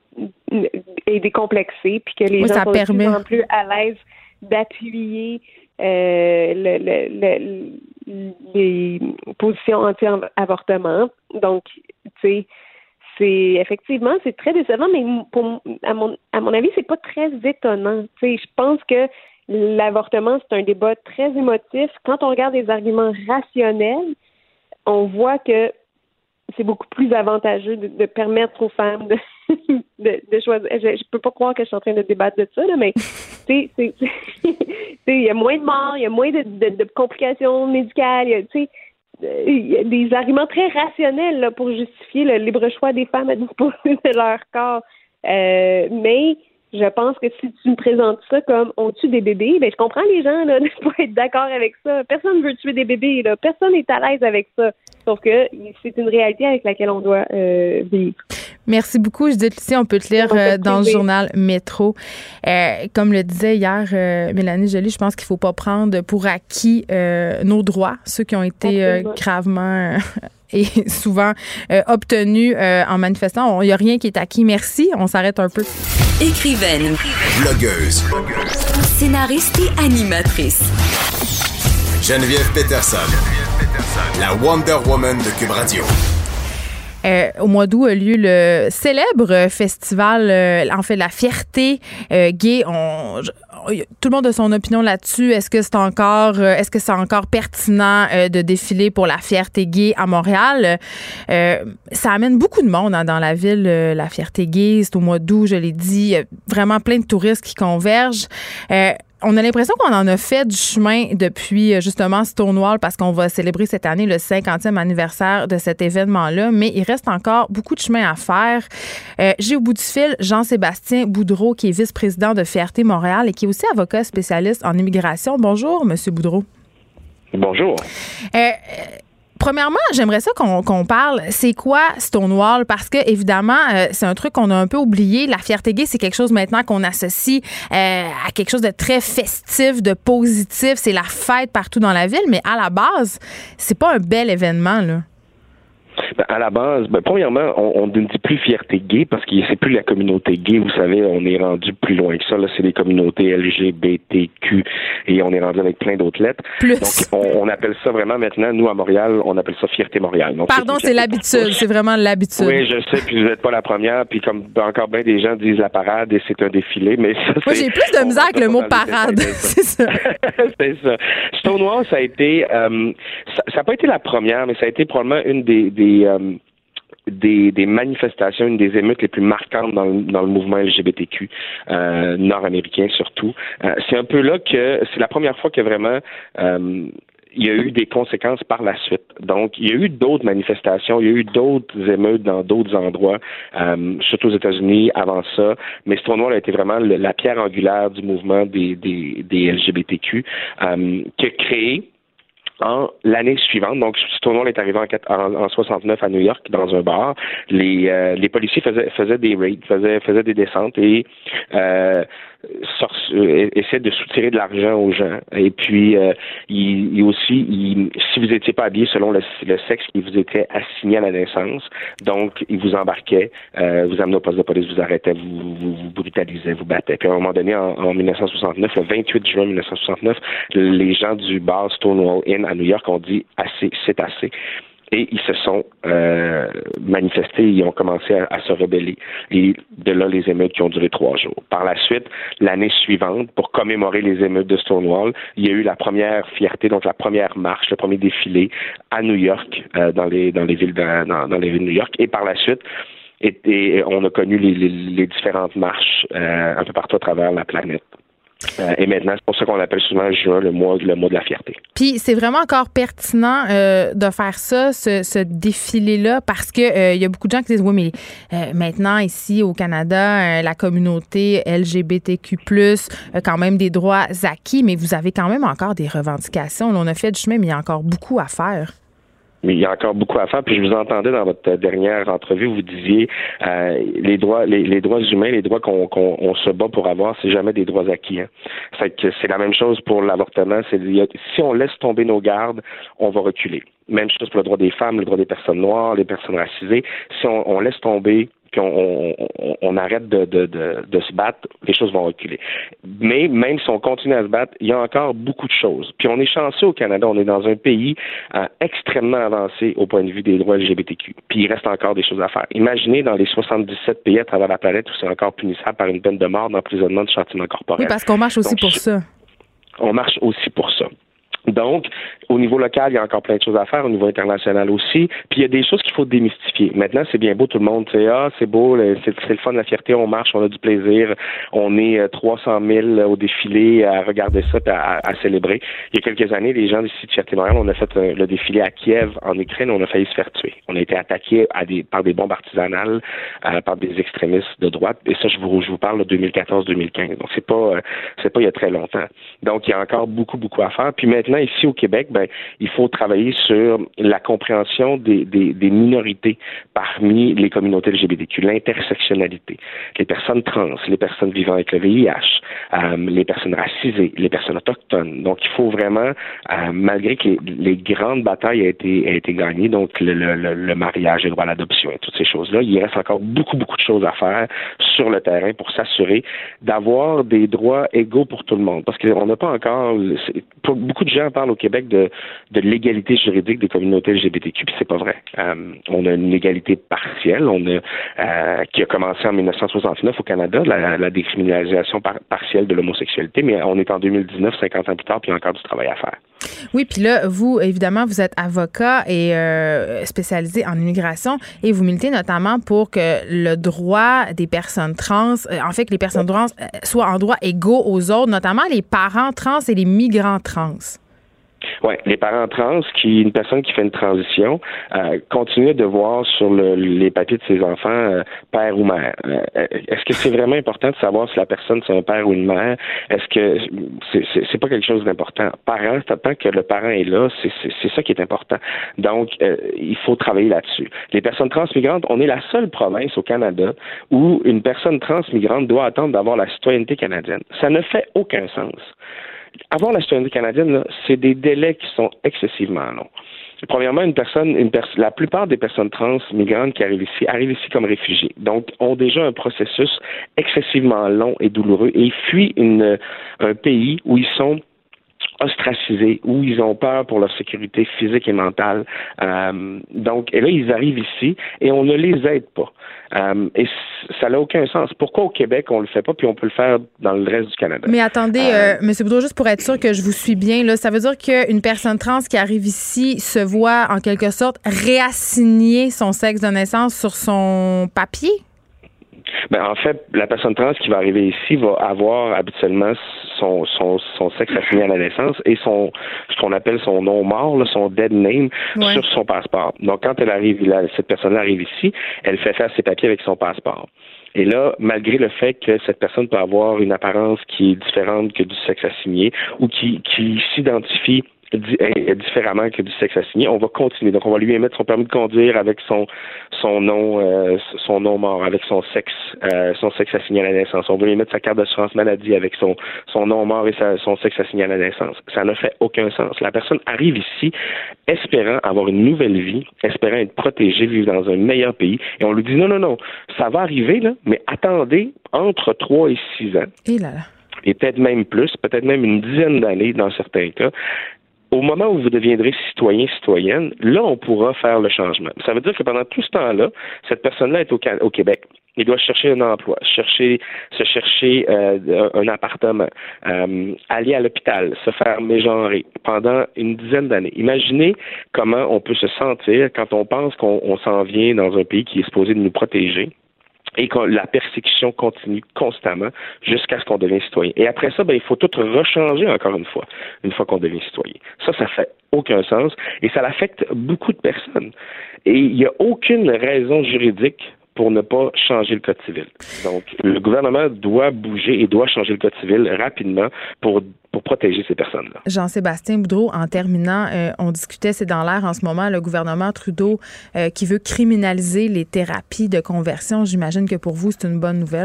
est décomplexé, puis que les oui, gens sont permet. de plus en plus à l'aise d'appuyer euh, le, le, le, les positions anti-avortement. Donc, tu sais, c'est effectivement, c'est très décevant, mais pour, à mon à mon avis, c'est pas très étonnant. Tu sais, je pense que l'avortement, c'est un débat très émotif. Quand on regarde les arguments rationnels, on voit que c'est beaucoup plus avantageux de, de permettre aux femmes de, de, de choisir. Je, je peux pas croire que je suis en train de débattre de ça, là, mais c'est, c'est, c'est, il y a moins de morts, il y a moins de, de, de complications médicales, il y a, tu sais, il y a des arguments très rationnels là, pour justifier le libre choix des femmes à disposer de leur corps. Euh, mais je pense que si tu me présentes ça comme on tue des bébés, ben je comprends les gens là, de ne pas être d'accord avec ça. Personne ne veut tuer des bébés, là. Personne n'est à l'aise avec ça. Sauf que c'est une réalité avec laquelle on doit euh, vivre. Merci beaucoup, Judith Lucie. On peut te lire euh, dans le journal Métro. Euh, comme le disait hier euh, Mélanie Joly, je pense qu'il ne faut pas prendre pour acquis euh, nos droits, ceux qui ont été euh, gravement... Euh, et souvent euh, obtenus euh, en manifestant. Il n'y a rien qui est acquis. Merci. On s'arrête un peu. Écrivaine. Blogueuse. Scénariste et animatrice. Geneviève Peterson. La Wonder Woman de Cube Radio. Euh, au mois d'août a lieu le célèbre festival, euh, en fait, la fierté euh, gay. On, on, tout le monde a son opinion là-dessus. Est-ce que c'est encore, euh, est-ce que c'est encore pertinent euh, de défiler pour la fierté gay à Montréal? Euh, ça amène beaucoup de monde hein, dans la ville, euh, la fierté gay. C'est au mois d'août, je l'ai dit. Il y a vraiment plein de touristes qui convergent. Euh, On a l'impression qu'on en a fait du chemin depuis justement Stonewall parce qu'on va célébrer cette année le cinquantième anniversaire de cet événement-là, mais il reste encore beaucoup de chemin à faire. Euh, j'ai au bout du fil Jean-Sébastien Boudreau, qui est vice-président de Fierté Montréal et qui est aussi avocat spécialiste en immigration. Bonjour, Monsieur Boudreau. Bonjour. Euh, Premièrement, j'aimerais ça qu'on, qu'on parle. C'est quoi Stonewall? Parce que, évidemment, euh, c'est un truc qu'on a un peu oublié. La fierté gay, c'est quelque chose maintenant qu'on associe euh, à quelque chose de très festif, de positif. C'est la fête partout dans la ville. Mais à la base, c'est pas un bel événement, là. Ben, à la base, ben, premièrement, on, on ne dit plus fierté gay parce que c'est plus la communauté gay. Vous savez, on est rendu plus loin que ça. Là, c'est les communautés L G B T Q et on est rendu avec plein d'autres lettres. Plus. Donc, on, on appelle ça vraiment maintenant, nous à Montréal, on appelle ça Fierté Montréal. Donc, Pardon, c'est, c'est l'habitude. C'est vraiment l'habitude. Oui, je sais. Puis vous n'êtes pas la première. Puis comme encore bien des gens disent la parade et c'est un défilé, mais ça, Moi, j'ai plus de misère avec le mot parade. C'est ça. C'est ça. Stonewall, ça a été, euh, ça n'a pas été la première, mais ça a été probablement une des, des Des, euh, des, des manifestations, une des émeutes les plus marquantes dans le, dans le mouvement L G B T Q euh, nord-américain surtout. Euh, c'est un peu là que c'est la première fois que vraiment euh, il y a eu des conséquences par la suite. Donc, il y a eu d'autres manifestations, il y a eu d'autres émeutes dans d'autres endroits, euh, surtout aux États-Unis avant ça, mais Stonewall a été vraiment le, la pierre angulaire du mouvement des, des, des L G B T Q euh, qui a créé en l'année suivante, donc Stonewall est arrivé en, en, en soixante-neuf à New York dans un bar. Les, euh, les policiers faisaient, faisaient des raids, faisaient, faisaient des descentes et euh, sort, euh, essayaient de soutirer de l'argent aux gens. Et puis, euh, il, il aussi, il, si vous n'étiez pas habillé selon le, le sexe qui vous était assigné à la naissance, donc ils vous embarquaient, euh, vous amenaient au poste de police, vous arrêtaient, vous, vous, vous brutalisaient, vous battaient. Puis à un moment donné, en, en dix-neuf cent soixante-neuf, le vingt-huit juin dix-neuf cent soixante-neuf, les gens du bar Stonewall Inn à New York ont dit assez, c'est assez. Et ils se sont euh, manifestés, ils ont commencé à, à se rebeller. Et de là, les émeutes qui ont duré trois jours. Par la suite, l'année suivante, pour commémorer les émeutes de Stonewall, il y a eu la première fierté, donc la première marche, le premier défilé à New York, euh, dans les dans les villes de, dans, dans les villes de New York. Et par la suite, et, et on a connu les, les, les différentes marches euh, un peu partout à travers la planète. Euh, et maintenant, c'est pour ça qu'on appelle souvent juin le mois, le mois de la fierté. Puis c'est vraiment encore pertinent euh, de faire ça, ce, ce défilé-là, parce que euh, il y a beaucoup de gens qui disent oui, mais euh, maintenant ici au Canada, euh, la communauté L G B T Q plus, a quand même des droits acquis, mais vous avez quand même encore des revendications. Là, on a fait du chemin, mais il y a encore beaucoup à faire. Mais il y a encore beaucoup à faire. Puis je vous entendais dans votre dernière entrevue, vous disiez euh, les droits, les, les droits humains, les droits qu'on, qu'on on se bat pour avoir, c'est jamais des droits acquis. Hein. C'est que c'est la même chose pour l'avortement. C'est si on laisse tomber nos gardes, on va reculer. Même chose pour le droit des femmes, le droit des personnes noires, les personnes racisées. Si on, on laisse tomber puis on, on, on arrête de, de, de, de se battre, les choses vont reculer. Mais même si on continue à se battre, il y a encore beaucoup de choses. Puis on est chanceux au Canada, on est dans un pays euh, extrêmement avancé au point de vue des droits L G B T Q. Puis il reste encore des choses à faire. Imaginez dans les soixante-dix-sept pays à travers la planète où c'est encore punissable par une peine de mort, d'emprisonnement, de châtiment corporel. Oui, parce qu'on marche aussi Donc, pour ça. On marche aussi pour ça. Donc, au niveau local, il y a encore plein de choses à faire, au niveau international aussi. Puis il y a des choses qu'il faut démystifier. Maintenant, c'est bien beau, tout le monde sait, ah, c'est beau, c'est, c'est le fun, la fierté, on marche, on a du plaisir. On est trois cent mille au défilé à regarder ça et à, à célébrer. Il y a quelques années, les gens d'ici de Fierté-Montréal, on a fait le défilé à Kiev, en Ukraine, on a failli se faire tuer. On a été attaqué à des, par des bombes artisanales, euh, par des extrémistes de droite. Et ça, je vous, je vous parle de deux mille quatorze deux mille quinze. Donc, c'est pas, euh, c'est pas il y a très longtemps. Donc, il y a encore beaucoup, beaucoup à faire. Puis maintenant, ici au Québec, ben, il faut travailler sur la compréhension des, des, des minorités parmi les communautés L G B T Q, l'intersectionnalité, les personnes trans, les personnes vivant avec le V I H, euh, les personnes racisées, les personnes autochtones. Donc, il faut vraiment, euh, malgré que les, les grandes batailles aient été, aient été gagnées, donc le, le, le mariage, le droit à l'adoption et toutes ces choses-là, il reste encore beaucoup, beaucoup de choses à faire sur le terrain pour s'assurer d'avoir des droits égaux pour tout le monde. Parce qu'on n'a pas encore... Pour beaucoup de gens parlent au Québec de, de l'égalité juridique des communautés L G B T Q, puis c'est pas vrai. Euh, on a une égalité partielle, on a euh, qui a commencé en dix-neuf cent soixante-neuf au Canada, la, la décriminalisation par, partielle de l'homosexualité, mais on est en deux mille dix-neuf, cinquante ans plus tard, puis il y a encore du travail à faire. Oui, puis là, vous, évidemment, vous êtes avocat et euh, spécialisé en immigration et vous militez notamment pour que le droit des personnes trans, euh, en fait, que les personnes trans euh, soient en droit égaux aux autres, notamment les parents trans et les migrants trans. Oui, les parents trans, qui une personne qui fait une transition, euh, continue de voir sur le, les papiers de ses enfants euh, père ou mère. Euh, est-ce que c'est vraiment important de savoir si la personne c'est un père ou une mère? Est-ce que c'est, c'est, c'est pas quelque chose d'important? Parent, tant que le parent est là, c'est, c'est, c'est ça qui est important. Donc, euh, il faut travailler là-dessus. Les personnes transmigrantes, on est la seule province au Canada où une personne transmigrante doit attendre d'avoir la citoyenneté canadienne. Ça ne fait aucun sens. Avoir la citoyenneté canadienne, là, c'est des délais qui sont excessivement longs. Premièrement, une personne, une pers- la plupart des personnes trans migrantes qui arrivent ici arrivent ici comme réfugiés. Donc, ont déjà un processus excessivement long et douloureux et ils fuient une, un pays où ils sont ostracisés, où ils ont peur pour leur sécurité physique et mentale. Euh, donc, et là, ils arrivent ici et on ne les aide pas. Euh, et c- ça n'a aucun sens. Pourquoi au Québec, on le fait pas, puis on peut le faire dans le reste du Canada? Mais attendez, euh, euh, M. Boudreau, juste pour être sûr que je vous suis bien, là, ça veut dire qu'une personne trans qui arrive ici se voit, en quelque sorte, réassigner son sexe de naissance sur son papier? Ben, en fait, la personne trans qui va arriver ici va avoir habituellement son, son, son sexe assigné à la naissance et son ce qu'on appelle son nom mort, là, son dead name, ouais, sur son passeport. Donc, quand elle arrive, là, cette personne-là arrive ici, elle fait faire ses papiers avec son passeport. Et là, malgré le fait que cette personne peut avoir une apparence qui est différente que du sexe assigné ou qui, qui s'identifie différemment que du sexe assigné, on va continuer. Donc, on va lui émettre son permis de conduire avec son son nom euh, son nom mort, avec son sexe euh, son sexe assigné à la naissance. On va lui émettre sa carte d'assurance maladie avec son son nom mort et sa, son sexe assigné à la naissance. Ça ne fait aucun sens. La personne arrive ici espérant avoir une nouvelle vie, espérant être protégée, vivre dans un meilleur pays, et on lui dit non, non, non, ça va arriver, là, mais attendez entre trois et six ans. Et là là. Et peut-être même plus, peut-être même une dizaine d'années dans certains cas. Au moment où vous deviendrez citoyen, citoyenne, là, on pourra faire le changement. Ça veut dire que pendant tout ce temps-là, cette personne-là est au, au Québec. Il doit chercher un emploi, chercher, se chercher euh, un appartement, euh, aller à l'hôpital, se faire mégenrer pendant une dizaine d'années. Imaginez comment on peut se sentir quand on pense qu'on on s'en vient dans un pays qui est supposé de nous protéger et que la persécution continue constamment jusqu'à ce qu'on devienne citoyen. Et après ça, ben, il faut tout rechanger encore une fois, une fois qu'on devient citoyen. Ça, ça fait aucun sens et ça affecte beaucoup de personnes. Et il n'y a aucune raison juridique pour ne pas changer le Code civil. Donc, le gouvernement doit bouger et doit changer le Code civil rapidement pour pour protéger ces personnes-là. Jean-Sébastien Boudreau, en terminant, euh, on discutait, c'est dans l'air en ce moment, le gouvernement Trudeau euh, qui veut criminaliser les thérapies de conversion. J'imagine que pour vous, c'est une bonne nouvelle.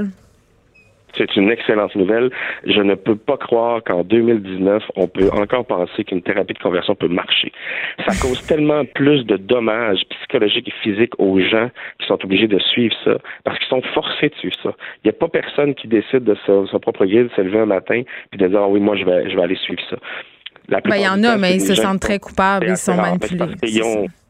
C'est une excellente nouvelle. Je ne peux pas croire qu'en deux mille dix-neuf, on peut encore penser qu'une thérapie de conversion peut marcher. Ça cause tellement plus de dommages psychologiques et physiques aux gens qui sont obligés de suivre ça, parce qu'ils sont forcés de suivre ça. Il n'y a pas personne qui décide de sa, sa propre grille, de se lever un matin et de dire « Ah oui, moi, je vais, je vais aller suivre ça ». Ben, il y en a, mais ils se sentent très coupables, ils sont manipulés. Ils ont,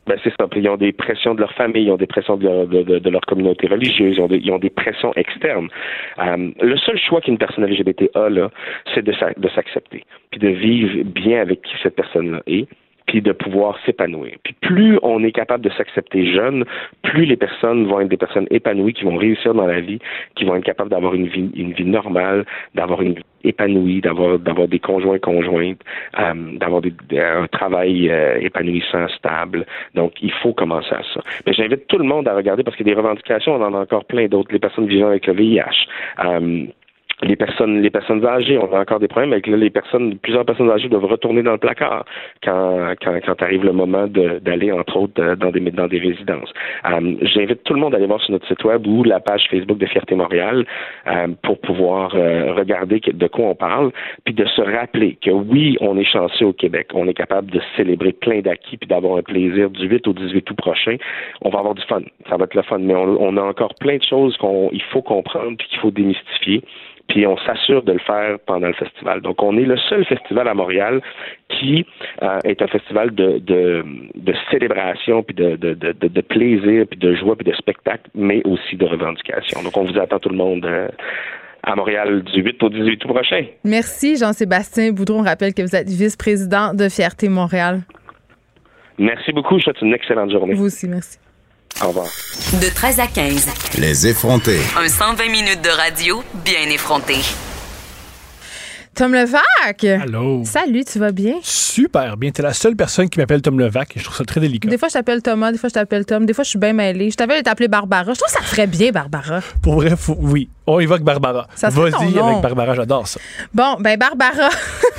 Ben c'est ça. Puis ils ont des pressions de leur famille, ils ont des pressions de leur, de, de, de leur communauté religieuse, ils ont des, ils ont des pressions externes. Euh, le seul choix qu'une personne L G B T a, là, c'est de, de s'accepter, puis de vivre bien avec qui cette personne-là est, puis de pouvoir s'épanouir. Puis plus on est capable de s'accepter jeune, plus les personnes vont être des personnes épanouies, qui vont réussir dans la vie, qui vont être capables d'avoir une vie, une vie normale, d'avoir une vie épanouie, d'avoir, d'avoir des conjoints conjointes, euh, d'avoir des, un travail euh, épanouissant, stable. Donc, il faut commencer à ça. Mais j'invite tout le monde à regarder, parce que des revendications, on en a encore plein d'autres. Les personnes vivant avec le V I H, euh, Les personnes, les personnes âgées, on a encore des problèmes avec là, les personnes, plusieurs personnes âgées doivent retourner dans le placard quand quand, quand arrive le moment de, d'aller entre autres dans des dans des résidences. Euh, j'invite tout le monde à aller voir sur notre site web ou la page Facebook de Fierté Montréal euh, pour pouvoir euh, regarder de quoi on parle, puis de se rappeler que oui, on est chanceux au Québec, on est capable de célébrer plein d'acquis puis d'avoir un plaisir du huit au dix-huit août prochain. On va avoir du fun, ça va être le fun, mais on, on a encore plein de choses qu'on il faut comprendre puis qu'il faut démystifier. Puis on s'assure de le faire pendant le festival. Donc, on est le seul festival à Montréal qui euh, est un festival de, de, de célébration, puis de, de, de, de plaisir, puis de joie, puis de spectacle, mais aussi de revendication. Donc, on vous attend tout le monde euh, à Montréal du huit au dix-huit août prochain. Merci, Jean-Sébastien Boudreau. On rappelle que vous êtes vice-président de Fierté Montréal. Merci beaucoup. Je vous souhaite une excellente journée. Vous aussi, merci. Au revoir. De treize à quinze. Les effrontés. Un cent vingt minutes de radio bien effronté. Tom Levac! Allô? Salut, tu vas bien? Super bien. T'es la seule personne qui m'appelle Tom Levac et je trouve ça très délicat. Des fois, je t'appelle Thomas, des fois, je t'appelle Tom, des fois, je suis bien mêlée. Je t'avais t'appeler Barbara. Je trouve que ça ferait bien, Barbara. Pour vrai, faut, oui. On y va avec Barbara. Ça serait ton Vas-y nom. avec Barbara, j'adore ça. Bon, ben Barbara.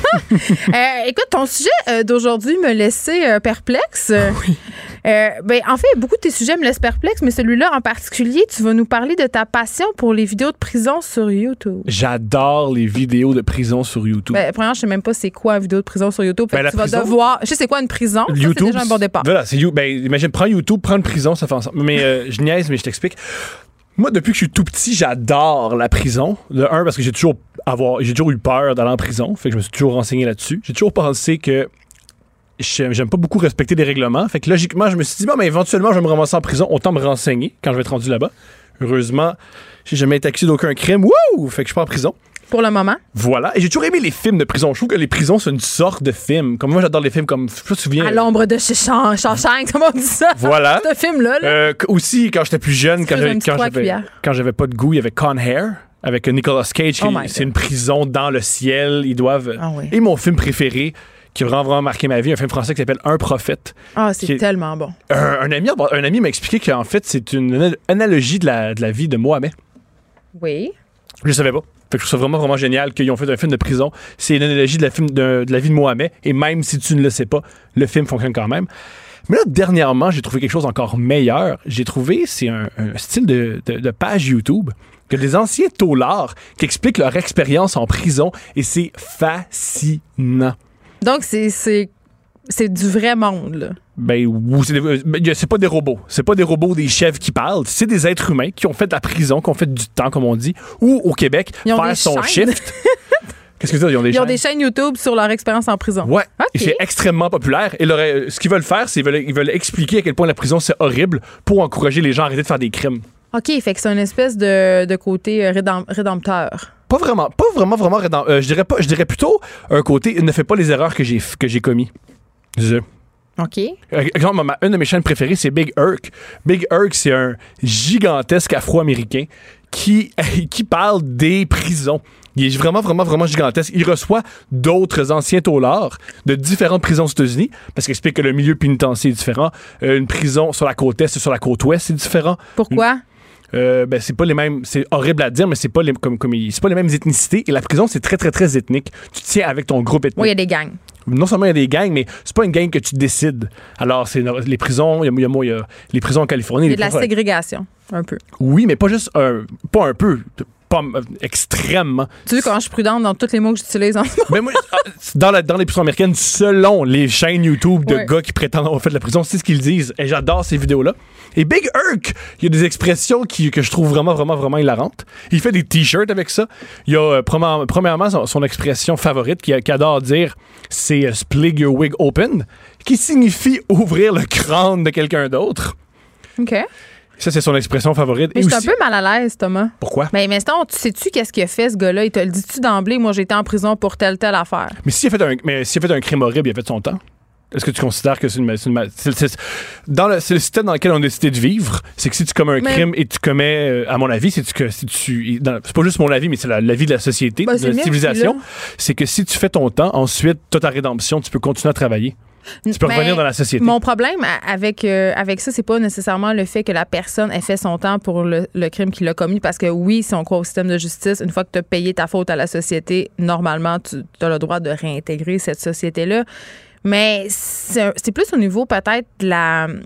euh, écoute, ton sujet euh, d'aujourd'hui me laissait euh, perplexe. Oui. Euh, ben, en fait, beaucoup de tes sujets me laissent perplexe, mais celui-là en particulier, tu vas nous parler de ta passion pour les vidéos de prison sur YouTube. J'adore les vidéos de prison sur YouTube. Ben, premièrement, je sais même pas c'est quoi une vidéo de prison sur YouTube. Fait Ben, que la tu vas prison, devoir. Je sais c'est quoi une prison. Ça, YouTube, c'est déjà un bon départ. Voilà, c'est you. Ben, imagine, prends YouTube, prends une prison, ça fait ensemble. Mais euh, je niaise, mais je t'explique. Moi, depuis que je suis tout petit, j'adore la prison. De un, parce que j'ai toujours avoir, j'ai toujours eu peur d'aller en prison. Fait que je me suis toujours renseigné là-dessus. J'ai toujours pensé que j'aime pas beaucoup respecter les règlements. Fait que logiquement, je me suis dit, bon, mais éventuellement, je vais me ramasser en prison. Autant me renseigner quand je vais être rendu là-bas. Heureusement, j'ai jamais été accusé d'aucun crime. Wouh! Fait que je suis pas en prison. Pour le moment. Voilà. Et j'ai toujours aimé les films de prison. Je trouve que les prisons, c'est une sorte de film. Comme moi, j'adore les films comme, je me souviens. À l'ombre de Shawshank, comment on dit ça? Voilà. Ce film-là. Là. Euh, aussi, quand j'étais plus jeune, quand j'avais, quand, j'avais, quand j'avais pas de goût, il y avait Con Air avec Nicolas Cage. Oh qui, c'est une prison dans le ciel. Ils doivent. Ah oui. Et mon film préféré, qui a vraiment, vraiment marqué ma vie, un film français qui s'appelle Un prophète. Ah, c'est est, tellement bon. Un, un, ami, un ami m'a expliqué qu'en fait, c'est une analogie de la, de la vie de Mohamed. Oui. Je savais pas. Fait que je trouve ça vraiment, vraiment génial qu'ils ont fait un film de prison. C'est une analogie de la, film de, de la vie de Mohamed. Et même si tu ne le sais pas, le film fonctionne quand même. Mais là, dernièrement, j'ai trouvé quelque chose encore meilleur. J'ai trouvé, c'est un, un style de, de, de page YouTube que des anciens taulards qui expliquent leur expérience en prison. Et c'est fascinant. Donc, c'est, c'est, c'est du vrai monde, là. Ben, c'est, des, c'est pas des robots. C'est pas des robots, des chefs qui parlent. C'est des êtres humains qui ont fait de la prison, qui ont fait du temps, comme on dit, ou au Québec, faire son chaînes. shift. Qu'est-ce que tu veux dire? Ils ont des Ils chaînes. ont des chaînes YouTube sur leur expérience en prison. Ouais. Okay. Et c'est extrêmement populaire. Et leur, ce qu'ils veulent faire, c'est qu'ils veulent, ils veulent expliquer à quel point la prison, c'est horrible pour encourager les gens à arrêter de faire des crimes. OK, fait que c'est une espèce de, de côté rédem- rédempteur. Pas vraiment, pas vraiment, vraiment rédempteur. Euh, je dirais pas, je dirais plutôt un côté, ne fais pas les erreurs que j'ai, que j'ai commis. Je. OK. Exemple, ma, une de mes chaînes préférées, c'est Big Herc. Big Herc, c'est un gigantesque Afro-Américain qui, qui parle des prisons. Il est vraiment, vraiment, vraiment gigantesque. Il reçoit d'autres anciens taulards de différentes prisons aux États-Unis parce qu'il explique que le milieu pénitentiaire est différent. Euh, une prison sur la côte est et sur la côte ouest, c'est différent. Pourquoi? Une, Euh, ben c'est pas les mêmes, c'est horrible à dire, mais c'est pas les comme, comme c'est pas les mêmes ethnicités. Et la prison, c'est très très très ethnique. Tu tiens avec ton groupe ethnique. Oui, il y a des gangs. Non seulement il y a des gangs, mais c'est pas une gang que tu décides. Alors c'est les prisons, il y a, il y a les prisons en Californie. Il y a de la prisons, ségrégation, un peu. Oui, mais pas juste un, pas un peu. pas euh, extrêmement. Tu sais comment je suis prudente dans tous les mots que j'utilise en ce moment. Mais moi, dans, la, dans les prisons américaines, selon les chaînes YouTube de ouais. gars qui prétendent avoir fait de la prison, c'est ce qu'ils disent. Et j'adore ces vidéos-là. Et Big Herc, il y a des expressions qui, que je trouve vraiment, vraiment, vraiment hilarantes. Il fait des t-shirts avec ça. Il y a, euh, premièrement, premièrement son, son expression favorite qu'il qu adore dire, c'est euh, split your wig open, qui signifie ouvrir le crâne de quelqu'un d'autre. OK. Ça, c'est son expression favorite. Mais Et je suis aussi... un peu mal à l'aise, Thomas. Pourquoi? Mais, mais sinon, tu sais-tu qu'est-ce qu'il a fait, ce gars-là? Il te le dit-tu d'emblée? Moi, j'ai été en prison pour telle, telle affaire. Mais s'il a fait un, mais s'il a fait un crime horrible, il a fait son temps. Est-ce que tu considères que c'est une... C'est, une, c'est, c'est, dans le, c'est le système dans lequel on a décidé de vivre. C'est que si tu commets un mais... crime et tu commets... Euh, à mon avis, c'est que si tu... Dans, c'est pas juste mon avis, mais c'est la, l'avis de la société, ben, de la civilisation. C'est que si tu fais ton temps, ensuite, tu as ta rédemption, tu peux continuer à travailler. Tu peux mais revenir dans la société. Mon problème avec, euh, avec ça, c'est pas nécessairement le fait que la personne ait fait son temps pour le, le crime qu'il a commis. Parce que oui, si on croit au système de justice, une fois que tu as payé ta faute à la société, normalement, tu as le droit de réintégrer cette société-là. Mais c'est, c'est plus au niveau peut-être de la, de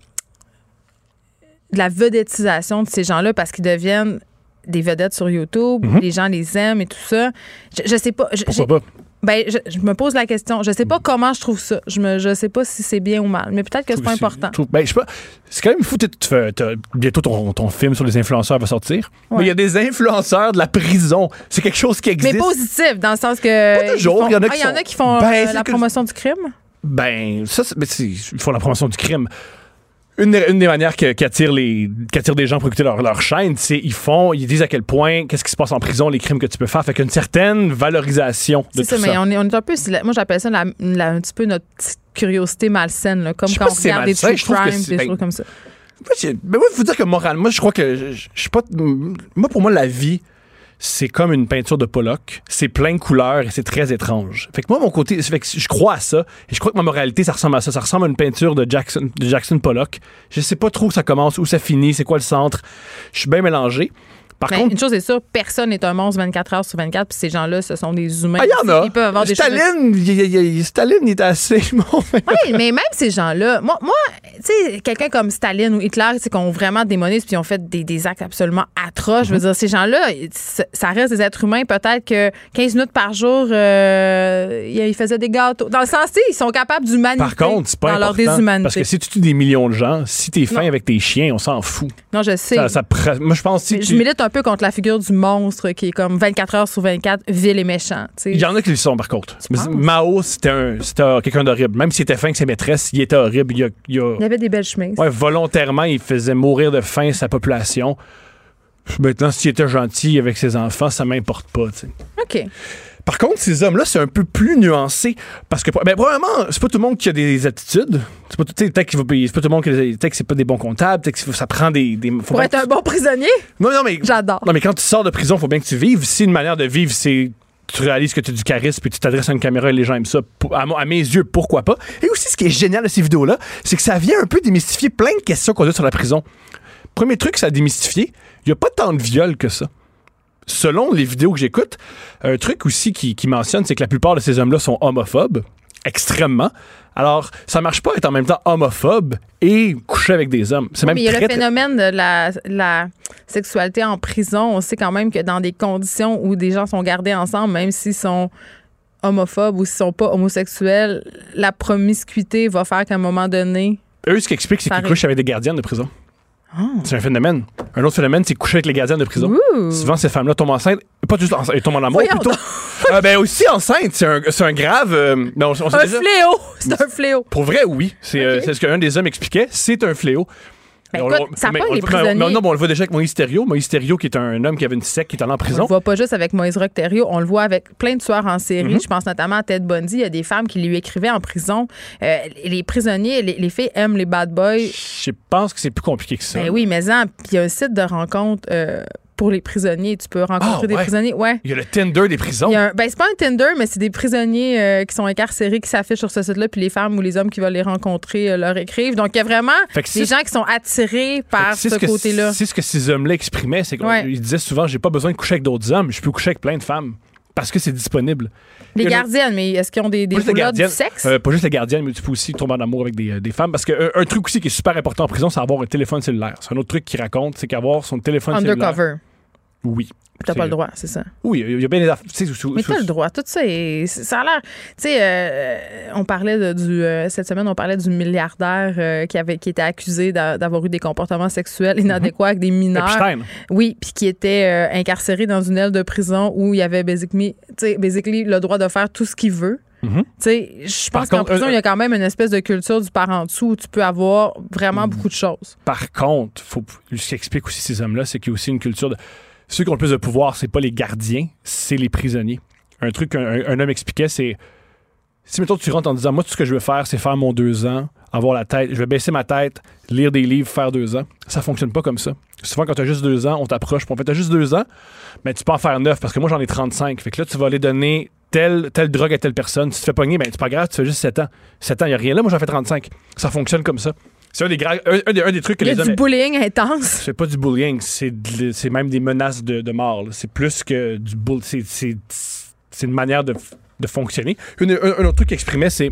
la vedettisation de ces gens-là parce qu'ils deviennent des vedettes sur YouTube. Mm-hmm. Les gens les aiment et tout ça. Je, je sais pas. Je, Pourquoi pas? Ben, je, je me pose la question. Je sais pas comment je trouve ça. Je me, je sais pas si c'est bien ou mal. Mais peut-être que c'est pas important. Trouve, ben, je sais pas. C'est quand même fou. T'as, t'as, bientôt, ton, ton film sur les influenceurs va sortir. Ouais. Mais il y a des influenceurs de la prison. C'est quelque chose qui existe. Mais positif, dans le sens que. Pas toujours. Il y en a qui, ah, y en a qui font ben, euh, la promotion que... du crime. Ben, ça, c'est, ben, c'est, ils font la promotion du crime. Une, une des manières que, qui, attire les, qui attire des gens pour écouter leur, leur chaîne, c'est ils font, ils disent à quel point, qu'est-ce qui se passe en prison, les crimes que tu peux faire. Fait qu'une certaine valorisation de c'est tout ça. ça. Mais on est, on est un peu, moi j'appelle ça la, la, un petit peu notre petite curiosité malsaine, là, comme quand on regarde des true crime, des ben, choses comme ça. Ben moi, il faut dire que moralement, je crois que je, je, je suis pas. Moi, pour moi, la vie, c'est comme une peinture de Pollock. C'est plein de couleurs et c'est très étrange. Fait que moi, mon côté, fait que je crois à ça. Et je crois que ma moralité, ça ressemble à ça. Ça ressemble à une peinture de Jackson, de Jackson Pollock. Je sais pas trop où ça commence, où ça finit, c'est quoi le centre. Je suis bien mélangé. Par ben, contre, une chose est sûre, personne n'est un monstre vingt-quatre heures sur vingt-quatre, puis ces gens-là, ce sont des humains. Ah, il y en a. Ils peuvent avoir des Staline, il, il, il, Staline, il était assez bon. Oui, mais même ces gens-là, moi, moi tu sais, quelqu'un comme Staline ou Hitler, c'est qu'on vraiment démonisé puis ils ont fait des, des actes absolument atroces. Mm-hmm. Je veux dire, ces gens-là, ça reste des êtres humains. Peut-être que quinze minutes par jour, euh, ils faisaient des gâteaux. Dans le sens, tu sais, ils sont capables d'humanité. Par contre, c'est pas dans important. Leur déshumanité. Parce que si tu tues des millions de gens, si t'es fin non. avec tes chiens, on s'en fout. Non, je sais. Ça, ça, moi, je pense. Si tu... Je milite un peu contre la figure du monstre qui est comme vingt-quatre heures sur vingt-quatre, vil et méchant. T'sais. Il y en a qui le sont, par contre. Mao, c'était, un, c'était quelqu'un d'horrible. Même s'il était fin avec ses maîtresses, il était horrible. Il, a, il, a, il avait des belles chemises. Ouais, volontairement, il faisait mourir de faim sa population. Maintenant, s'il était gentil avec ses enfants, ça m'importe pas. T'sais. OK. Par contre, ces hommes-là, c'est un peu plus nuancé. Parce que, ben, probablement, c'est pas tout le monde qui a des attitudes. C'est pas, peut-être qu'il va, c'est pas tout le monde qui a, peut-être que c'est pas des bons comptables. Peut-être que ça prend des. des faut Pour être un bon prisonnier? Non, non, mais. J'adore. Non, mais quand tu sors de prison, il faut bien que tu vives. Si une manière de vivre, c'est. Tu réalises que tu as du charisme et tu t'adresses à une caméra et les gens aiment ça. À, à mes yeux, pourquoi pas? Et aussi, ce qui est génial de ces vidéos-là, c'est que ça vient un peu démystifier plein de questions qu'on a sur la prison. Premier truc, ça a démystifié, il n'y a pas tant de viols que ça. Selon les vidéos que j'écoute, un truc aussi qui, qui mentionne, c'est que la plupart de ces hommes-là sont homophobes, extrêmement. Alors, ça marche pas être en même temps homophobe et coucher avec des hommes. C'est oui, même mais il y a très, le phénomène de la, la sexualité en prison. On sait quand même que dans des conditions où des gens sont gardés ensemble, même s'ils sont homophobes ou s'ils sont pas homosexuels, la promiscuité va faire qu'à un moment donné... Eux, ce qu'ils expliquent, c'est qu'ils couchent avec des gardiennes de prison. Oh. C'est un phénomène. Un autre phénomène, c'est coucher avec les gardiennes de prison. Ouh. Souvent, ces femmes-là tombent enceintes. Pas juste enceintes, elles tombent en amour, plutôt. euh, ben aussi enceintes. C'est un, c'est un grave... Euh, non, on, on un déjà... fléau. C'est un fléau. Pour vrai, oui. C'est, okay. euh, c'est ce qu'un des hommes expliquait. C'est un fléau. Ben écoute, on, ça mais, pas on, les prisonniers. Mais, non, bon, on le voit déjà avec Moïse Thériault. Moïse Thériault, qui est un homme qui avait une secte, qui est allé en prison. On le voit pas juste avec Moïse Thériault, on le voit avec plein de tueurs en série. Mm-hmm. Je pense notamment à Ted Bundy. Il y a des femmes qui lui écrivaient en prison. Euh, les prisonniers, les, les filles aiment les bad boys. Je pense que c'est plus compliqué que ça. Ben oui, mais il y a un site de rencontre... Euh, pour les prisonniers. Tu peux rencontrer ah, ouais. des prisonniers. Ouais. Il y a le Tinder des prisons. Il y a un, ben, c'est pas un Tinder, mais c'est des prisonniers euh, qui sont incarcérés qui s'affichent sur ce site-là, puis les femmes ou les hommes qui veulent les rencontrer euh, leur écrivent. Donc, il y a vraiment des gens qui sont attirés par ce, ce côté-là. C'est ce que ces hommes-là exprimaient. C'est qu'ils ouais. disaient souvent, j'ai pas besoin de coucher avec d'autres hommes, je peux coucher avec plein de femmes. Parce que c'est disponible. Les gardiennes, mais est-ce qu'ils ont des, des boulottes du sexe? Euh, pas juste les gardiennes, mais tu peux aussi tomber en amour avec des, des femmes. Parce qu'un un truc aussi qui est super important en prison, c'est avoir un téléphone cellulaire. C'est un autre truc qui raconte, c'est qu'avoir son téléphone Undercover. cellulaire. Oui. T'as pas le droit, c'est ça. Oui, il y a bien des affaires. Mais t'as le droit, tout ça. Est, ça a l'air. Tu sais, euh, on parlait de, du. Euh, cette semaine, on parlait du milliardaire euh, qui, avait, qui était accusé d'a, d'avoir eu des comportements sexuels inadéquats mm-hmm. avec des mineurs. Epstein. Oui, puis qui était euh, incarcéré dans une aile de prison où il avait basically, basically le droit de faire tout ce qu'il veut. Mm-hmm. Tu sais, je pense qu'en prison, il y a quand même une espèce de culture du par en dessous où tu peux avoir vraiment mm-hmm. beaucoup de choses. Par contre, faut, ce qui explique aussi ces hommes-là, c'est qu'il y a aussi une culture de. Ceux qui ont le plus de pouvoir, c'est pas les gardiens, c'est les prisonniers. Un truc qu'un un homme expliquait, c'est si, mettons, tu rentres en disant, moi, tout ce que je veux faire, c'est faire mon deux ans, avoir la tête, je vais baisser ma tête, lire des livres, faire deux ans. Ça fonctionne pas comme ça. Souvent, quand tu as juste deux ans, on t'approche, puis on fait, t'as juste deux ans, mais tu peux en faire neuf, parce que moi, j'en ai trente-cinq. Fait que là, tu vas aller donner telle, telle drogue à telle personne. Si tu te fais pogner, ben, c'est pas grave, tu fais juste sept ans. sept ans, il n'y a rien là, moi, j'en fais trente-cinq. Ça fonctionne comme ça. C'est un des, gra- un, un, des, un des trucs que les hommes... Il y a du bullying intense. C'est pas du bullying, c'est, de, c'est même des menaces de, de mort. Là. C'est plus que du bullying. C'est, c'est, c'est une manière de, de fonctionner. Un, un, un autre truc qu'il exprimait, c'est...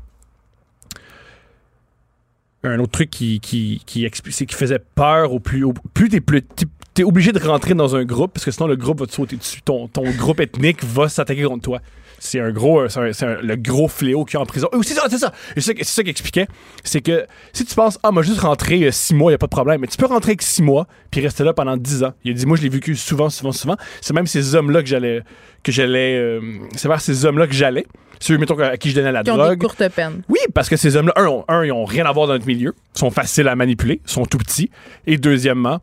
Un autre truc qui, qui, qui, qui, c'est qui faisait peur au plus... Au, plus t'es plus... T'es, t'es obligé de rentrer dans un groupe, parce que sinon le groupe va te sauter dessus. Ton, ton groupe ethnique va s'attaquer contre toi. C'est un gros, c'est, un, c'est un, le gros fléau qu'il y a en prison. Oh, c'est ça, c'est ça. Et c'est, c'est ça qu'il expliquait. C'est que si tu penses, ah, moi, juste rentrer euh, six mois, il n'y a pas de problème. Mais tu peux rentrer avec six mois, puis rester là pendant dix ans. Il a dit, moi, je l'ai vécu souvent, souvent, souvent. C'est même ces hommes-là que j'allais, que j'allais, euh, c'est vers ces hommes-là que j'allais. Ceux, mettons, à qui je donnais la qui drogue. Qui ont des courtes peines. Oui, parce que ces hommes-là, un, ont, un, ils ont rien à voir dans notre milieu, sont faciles à manipuler, sont tout petits. Et deuxièmement,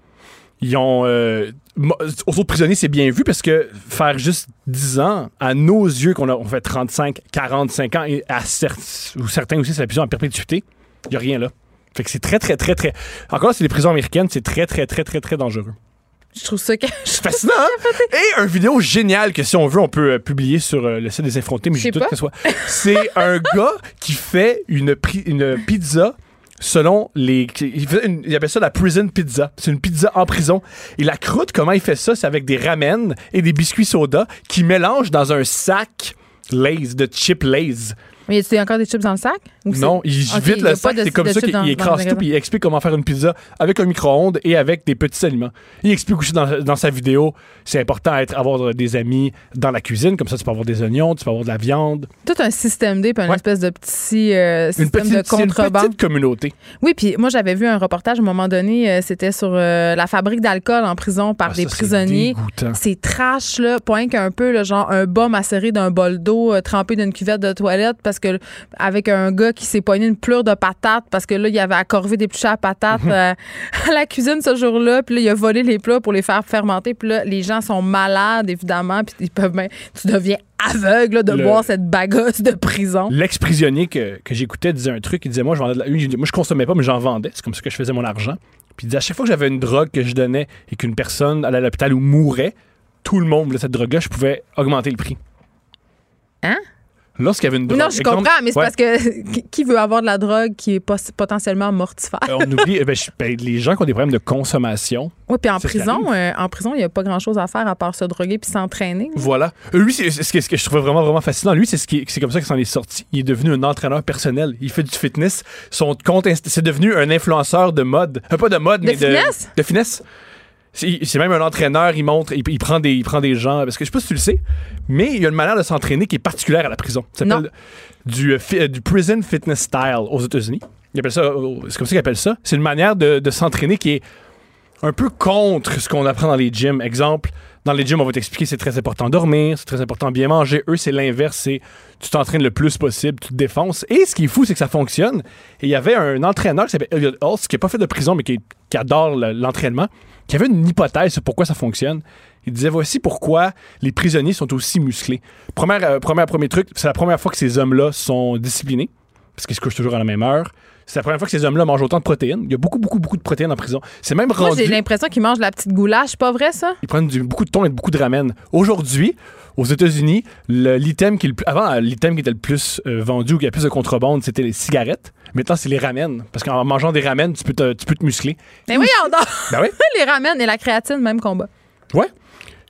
ils ont... Euh, aux autres prisonniers, c'est bien vu parce que faire juste dix ans, à nos yeux, qu'on a, on fait trente-cinq, quarante-cinq ans, et à certes, ou certains aussi, c'est la prison en perpétuité, il n'y a rien là. Fait que c'est très, très, très, très... Encore, c'est les prisons américaines, c'est très, très, très, très, très dangereux. Je trouve ça... C'est fascinant, hein? Et une vidéo géniale que, si on veut, on peut euh, publier sur euh, le site des Effrontés, mais je doute que ce soit... C'est un gars qui fait une, pri- une pizza... Selon les... Il, faisait une, il appelle ça la prison pizza. C'est une pizza en prison. Et la croûte, comment il fait ça? C'est avec des ramen et des biscuits soda qu'il mélange dans un sac Lay's, de chips Lay's. Mais y a encore des chips dans le sac? Ou non, il okay, vide le sac. C'est comme ça qu'il dans, écrase tout, puis il explique comment faire une pizza avec un micro-ondes et avec des petits aliments. Il explique aussi dans, dans sa vidéo, c'est important d'être, avoir des amis dans la cuisine, comme ça tu peux avoir des oignons, tu peux avoir de la viande. Tout un système D, puis une ouais. espèce de petit euh, système une petite, de contrebande. C'est une petite communauté. Oui, puis moi j'avais vu un reportage à un moment donné, euh, c'était sur euh, la fabrique d'alcool en prison par ah, des ça, prisonniers. C'est, c'est trash, là, point qu'un peu, là, genre un bas macéré d'un bol d'eau euh, trempé d'une cuvette de toilette, parce que avec un gars qui s'est poigné une pleure de patates parce que là, il avait accorvé des pluchés à patates mm-hmm. euh, à la cuisine ce jour-là. Puis là, il a volé les plats pour les faire fermenter. Puis là, les gens sont malades, évidemment. Puis ils peuvent même... Tu deviens aveugle là, de Le... boire cette bagasse de prison. L'ex-prisonnier que, que j'écoutais disait un truc. Il disait, moi, je vendais de la... moi, je consommais pas, mais j'en vendais. C'est comme ça que je faisais mon argent. Puis il disait, à chaque fois que j'avais une drogue que je donnais et qu'une personne allait à l'hôpital ou mourait, tout le monde voulait cette drogue-là, je pouvais augmenter le prix. Hein? Lorsqu'il y avait une drogue. Non, je comprends, exemple, mais c'est ouais. parce que qui veut avoir de la drogue qui est pot- potentiellement mortifère? Euh, on oublie ben, je, ben, les gens qui ont des problèmes de consommation. Oui, puis en prison, euh, en prison, il n'y a pas grand-chose à faire à part se droguer puis s'entraîner. Voilà. Euh, lui, c'est, c'est ce, que, ce que je trouvais vraiment, vraiment fascinant. Lui, c'est, ce qui, c'est comme ça qu'il s'en est sorti. Il est devenu un entraîneur personnel. Il fait du fitness. Son compte, c'est devenu un influenceur de mode. Euh, pas de mode, de mais finesse? de, de finesse. C'est, c'est même un entraîneur, il montre, il, il, prend des, il prend des gens, parce que je sais pas si tu le sais, mais il y a une manière de s'entraîner qui est particulière à la prison. Ça s'appelle du, euh, du Prison Fitness Style aux États-Unis. Ils appellent ça, c'est comme ça qu'ils appellent ça. C'est une manière de, de s'entraîner qui est un peu contre ce qu'on apprend dans les gyms. Exemple, dans les gyms, on va t'expliquer c'est très important de dormir, c'est très important de bien manger. Eux, c'est l'inverse, c'est tu t'entraînes le plus possible, tu te défonces. Et ce qui est fou, c'est que ça fonctionne. Et il y avait un entraîneur qui s'appelle Elliot Hulse, qui n'a pas fait de prison, mais qui, qui adore le, l'entraînement, qui avait une hypothèse sur pourquoi ça fonctionne. Il disait, voici pourquoi les prisonniers sont aussi musclés. Première, euh, première, premier truc, c'est la première fois que ces hommes-là sont disciplinés, parce qu'ils se couchent toujours à la même heure. C'est la première fois que ces hommes-là mangent autant de protéines. Il y a beaucoup, beaucoup, beaucoup de protéines en prison. C'est même rendu... Moi, j'ai l'impression qu'ils mangent la petite goulash. C'est pas vrai, ça? Ils prennent du, beaucoup de thon et beaucoup de ramen. Aujourd'hui, aux États-Unis, le, l'item qui est le plus... Avant, l'item qui était le plus euh, vendu ou qui avait plus de contrebande, c'était les cigarettes. Maintenant, c'est les ramen. Parce qu'en mangeant des ramen, tu peux te, tu peux te muscler. Mais oui, on dort! Ben oui. Les ramen et la créatine, même combat. Ouais.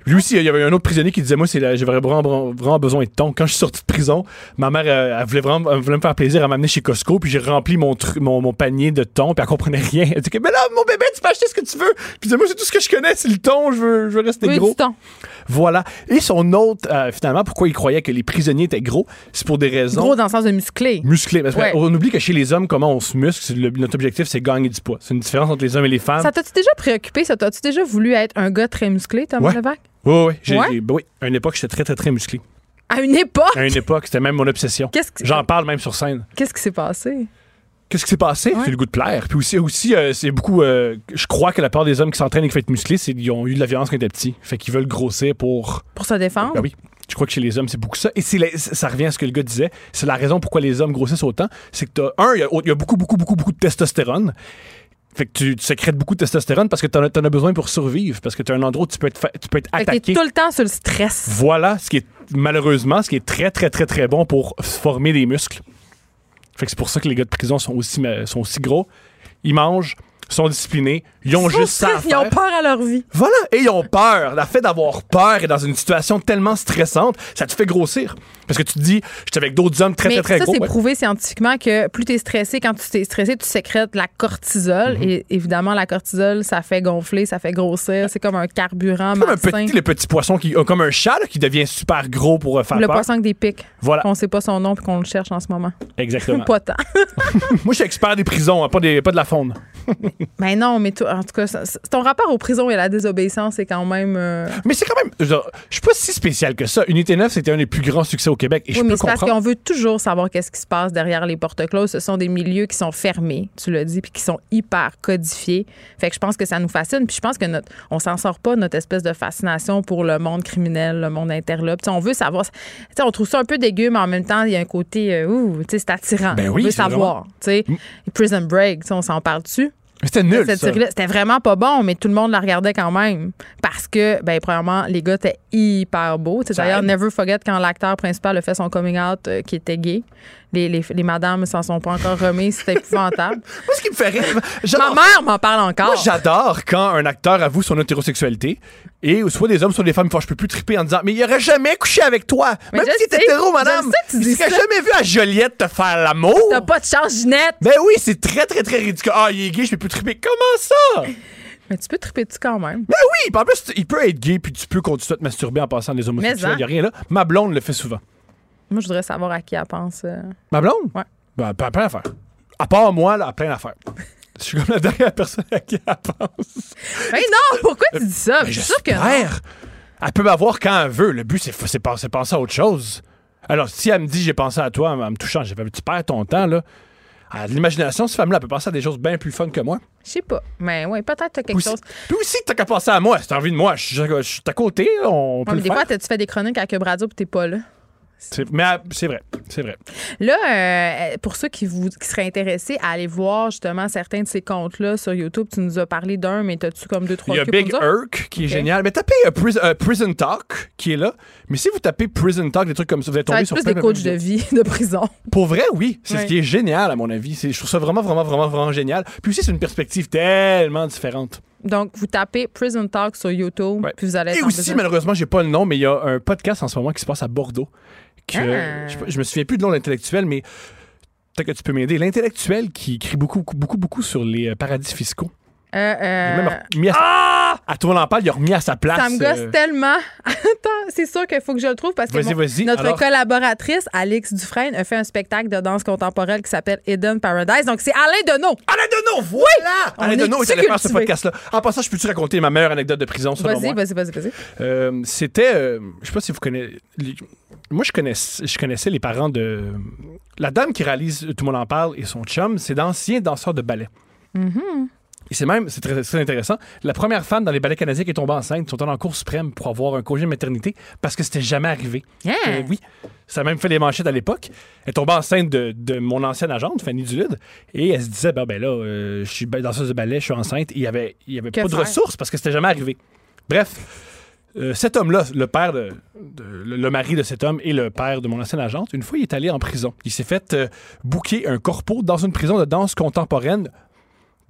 Lui aussi, il y avait un autre prisonnier qui disait, moi, c'est la, j'ai vraiment, vraiment besoin de thon. Quand je suis sorti de prison, ma mère, elle, elle voulait vraiment, elle voulait me faire plaisir à m'amener chez Costco, puis j'ai rempli mon, tr- mon, mon panier de thon, puis elle comprenait rien. Elle dit, mais là, mon bébé, tu peux acheter ce que tu veux. Puis disait, moi, c'est tout ce que je connais, c'est le thon, je veux, je veux rester oui, gros. Du thon. Voilà. Et son autre, euh, finalement, pourquoi il croyait que les prisonniers étaient gros, c'est pour des raisons. Gros dans le sens de musclé. Musclé. Parce Ouais. on oublie que chez les hommes, comment on se muscle, c'est le, notre objectif, c'est gagner du poids. C'est une différence entre les hommes et les femmes. Ça t'a-tu déjà préoccupé? Ça t'a-tu déjà voulu être un gars très musclé, Thomas Ouais. Levac? Oui, oui. J'ai, Ouais? j'ai- ben oui. À une époque, j'étais très, très, très musclé. À une époque? À une époque, c'était même mon obsession. Qu'est-ce que- J'en parle même sur scène. Qu'est-ce qui s'est passé? Qu'est-ce qui s'est passé? Ouais. C'est le goût de plaire. Puis aussi, aussi euh, c'est beaucoup. euh, je crois que la part des hommes qui s'entraînent et qui font être musclés, c'est qu'ils ont eu de la violence quand ils étaient petits. Fait qu'ils veulent grossir pour. Pour se défendre? Ben oui. Je crois que chez les hommes, c'est beaucoup ça. Et c'est la- ça revient à ce que le gars disait. C'est la raison pourquoi les hommes grossissent autant. C'est que t'as, un, il y a, il y a beaucoup, beaucoup, beaucoup, beaucoup de testostérone. Fait que tu, tu sécrètes beaucoup de testostérone parce que t'en as, t'en as besoin pour survivre. Parce que t'as un endroit où tu peux être, fa- tu peux être Fait que attaqué. t'es tout le temps sur le stress. Voilà ce qui est, malheureusement, ce qui est très, très, très, très bon pour former des muscles. Fait que c'est pour ça que les gars de prison sont aussi, ma- sont aussi gros. Ils mangent, sont disciplinés, ils ont Ils sont juste ça à stress, Ils ont faire. peur à leur vie. Voilà, et ils ont peur. Le fait d'avoir peur et dans une situation tellement stressante, ça te fait grossir. Parce que tu te dis, j'étais avec d'autres hommes très, Mais très, très ça, gros. c'est Ouais. prouvé scientifiquement que plus t'es stressé, quand tu t'es stressé, tu sécrètes la cortisol. Mm-hmm. Et évidemment, la cortisol, ça fait gonfler, ça fait grossir. C'est comme un carburant Comme un malsain. petit, le petit poisson, qui, euh, comme un chat là, qui devient super gros pour euh, faire Le peur. poisson avec des pics. Voilà, On sait pas son nom puis qu'on le cherche en ce moment. exactement. Pas tant. Moi, je suis expert des prisons, hein, pas, des, pas de la faune. Mais non, mais toi, en tout cas, ça- c'est- ton rapport aux prisons et à la désobéissance est quand même. euh, Mais c'est quand même. Je je suis pas si spécial que ça. Unité neuf, c'était un des plus grands succès au Québec. Et je Oui, mais peux c'est parce comprendre. qu'on veut toujours savoir qu'est-ce qui se passe derrière les portes closes. Ce sont des milieux qui sont fermés, tu l'as dit, puis qui sont hyper codifiés. Fait que je pense que ça nous fascine. Puis je pense que notre, on s'en sort pas notre espèce de fascination pour le monde criminel, le monde interlope. Tu sais, on veut savoir. Tu sais, on trouve ça un peu dégueu, mais en même temps, il y a un côté, euh, ouh, tu sais, c'est attirant. Ben on oui, veut c'est savoir. Tu sais, Prison Break, tu sais, on s'en parle dessus. Mais c'était nul. Cette Ça. série-là, c'était vraiment pas bon, mais tout le monde la regardait quand même. Parce que, ben, premièrement, les gars étaient hyper beaux. Tu sais, Ça D'ailleurs, aide. Never Forget quand l'acteur principal a fait son coming out euh, qui était gay. Les, les, les madames s'en sont pas encore remises. C'était épouvantable. Moi, ce qui me fait rire. Ma j'adore- mère m'en parle encore. Moi, j'adore quand un acteur avoue son hétérosexualité et soit des hommes, soit des femmes, je peux plus triper en disant mais il aurait jamais couché avec toi. Mais Même je si t'es sais, hétéro, je madame. sais que tu Il dis serait ça. jamais vu à Joliette te faire l'amour. T'as pas de chance, Ginette. Ben oui, c'est très, très, très ridicule. Ah, il est gay, je peux plus triper. Comment ça? Mais tu peux triper dessus quand même. Ben oui, puis en plus, il peut être gay puis tu peux continuer à te masturber en passant des homosexuels. Mais, hein. Il y a rien là. Ma blonde le fait souvent. Moi, je voudrais savoir à qui elle pense. euh. Ma blonde? Ouais. Ben, plein plein d'affaires. À part moi, là, plein d'affaires. Je suis comme la dernière personne à qui elle pense. Mais non, pourquoi tu dis ça? Ben, Je suis sûre que non. j'espère. Elle peut m'avoir quand elle veut. Le but, c'est, c'est, pas- c'est penser à autre chose. Alors, si elle me dit j'ai pensé à toi en me touchant, j'ai fait, tu perds ton temps, là. Elle a de l'imagination, cette femme-là, elle peut penser à des choses bien plus fun que moi. Je sais pas. Mais oui, peut-être t'as quelque Puis aussi, chose. puis aussi, t'as qu'à penser à moi. Si t'as envie de moi, je suis, je suis à côté, là, on peut Ouais, mais le des faire. fois, t'as- tu fais des chroniques avec Cube Radio puis t'es pas là. C'est- mais euh, c'est vrai, c'est vrai. Là, euh, pour ceux qui, vous, qui seraient intéressés à aller voir justement certains de ces comptes-là sur YouTube, tu nous as parlé d'un, mais t'as-tu comme deux, trois Il y a trucs Big pour nous autres? Irk qui est Ok. génial. Mais tapez euh, Pris- euh, Prison Talk qui est là. Mais si vous tapez Prison Talk, des trucs comme ça, vous allez Ça va tomber être sur plus plein, des plein, coachs plein de vidéos. vie de prison. Pour vrai, oui. C'est Ouais. ce qui est génial, à mon avis. C'est, je trouve ça vraiment, vraiment, vraiment, vraiment génial. Puis aussi, c'est une perspective tellement différente. Donc, vous tapez Prison Talk sur YouTube, Ouais. puis vous allez être Et en aussi, besoin. malheureusement, j'ai pas le nom, mais il y a un podcast en ce moment qui se passe à Bordeaux. Que, Ah. je, je me souviens plus de nom de l'intellectuel, mais peut-être que tu peux m'aider. L'intellectuel qui écrit beaucoup, beaucoup, beaucoup sur les euh, paradis fiscaux. Euh, euh, Il a même remis à, sa- à tout le monde en parle, il a remis à sa place. Ça me gosse euh, tellement. Attends, c'est sûr qu'il faut que je le trouve parce que Vas-y, mon- vas-y. notre Alors- collaboratrice, Alix Dufresne, a fait un spectacle de danse contemporaine qui s'appelle Hidden Paradise. Donc, c'est Alain Deneau. Alain Deneau, voilà! On Alain est Deneau est allé faire ce cultivé. podcast-là. En passant, je peux-tu raconter ma meilleure anecdote de prison, selon Vas-y, moi? vas-y, vas-y, vas-y. Euh, c'était, euh, je sais pas si vous connaissez, les- moi je connaissais, je connaissais les parents de la dame qui réalise Tout le monde en parle et son chum, c'est d'anciens danseurs de ballet. Mm-hmm. Et c'est même, c'est très, très intéressant, la première femme dans les ballets canadiens qui est tombée enceinte, ils sont allés en cour suprême pour avoir un congé de maternité parce que c'était jamais arrivé. Yeah. Euh, oui, ça a même fait les manchettes à l'époque. Elle est tombée enceinte de, de mon ancienne agente, Fanny Dulude, et elle se disait, ben, ben là, euh, je suis danseuse de ballet, je suis enceinte. Et il y avait, il y avait Que pas de faire? ressources parce que c'était jamais arrivé. Bref, euh, cet homme-là, le père de, de- le, le mari de cet homme et le père de mon ancienne agente, une fois, il est allé en prison. Il s'est fait euh, booker un corpo dans une prison de danse contemporaine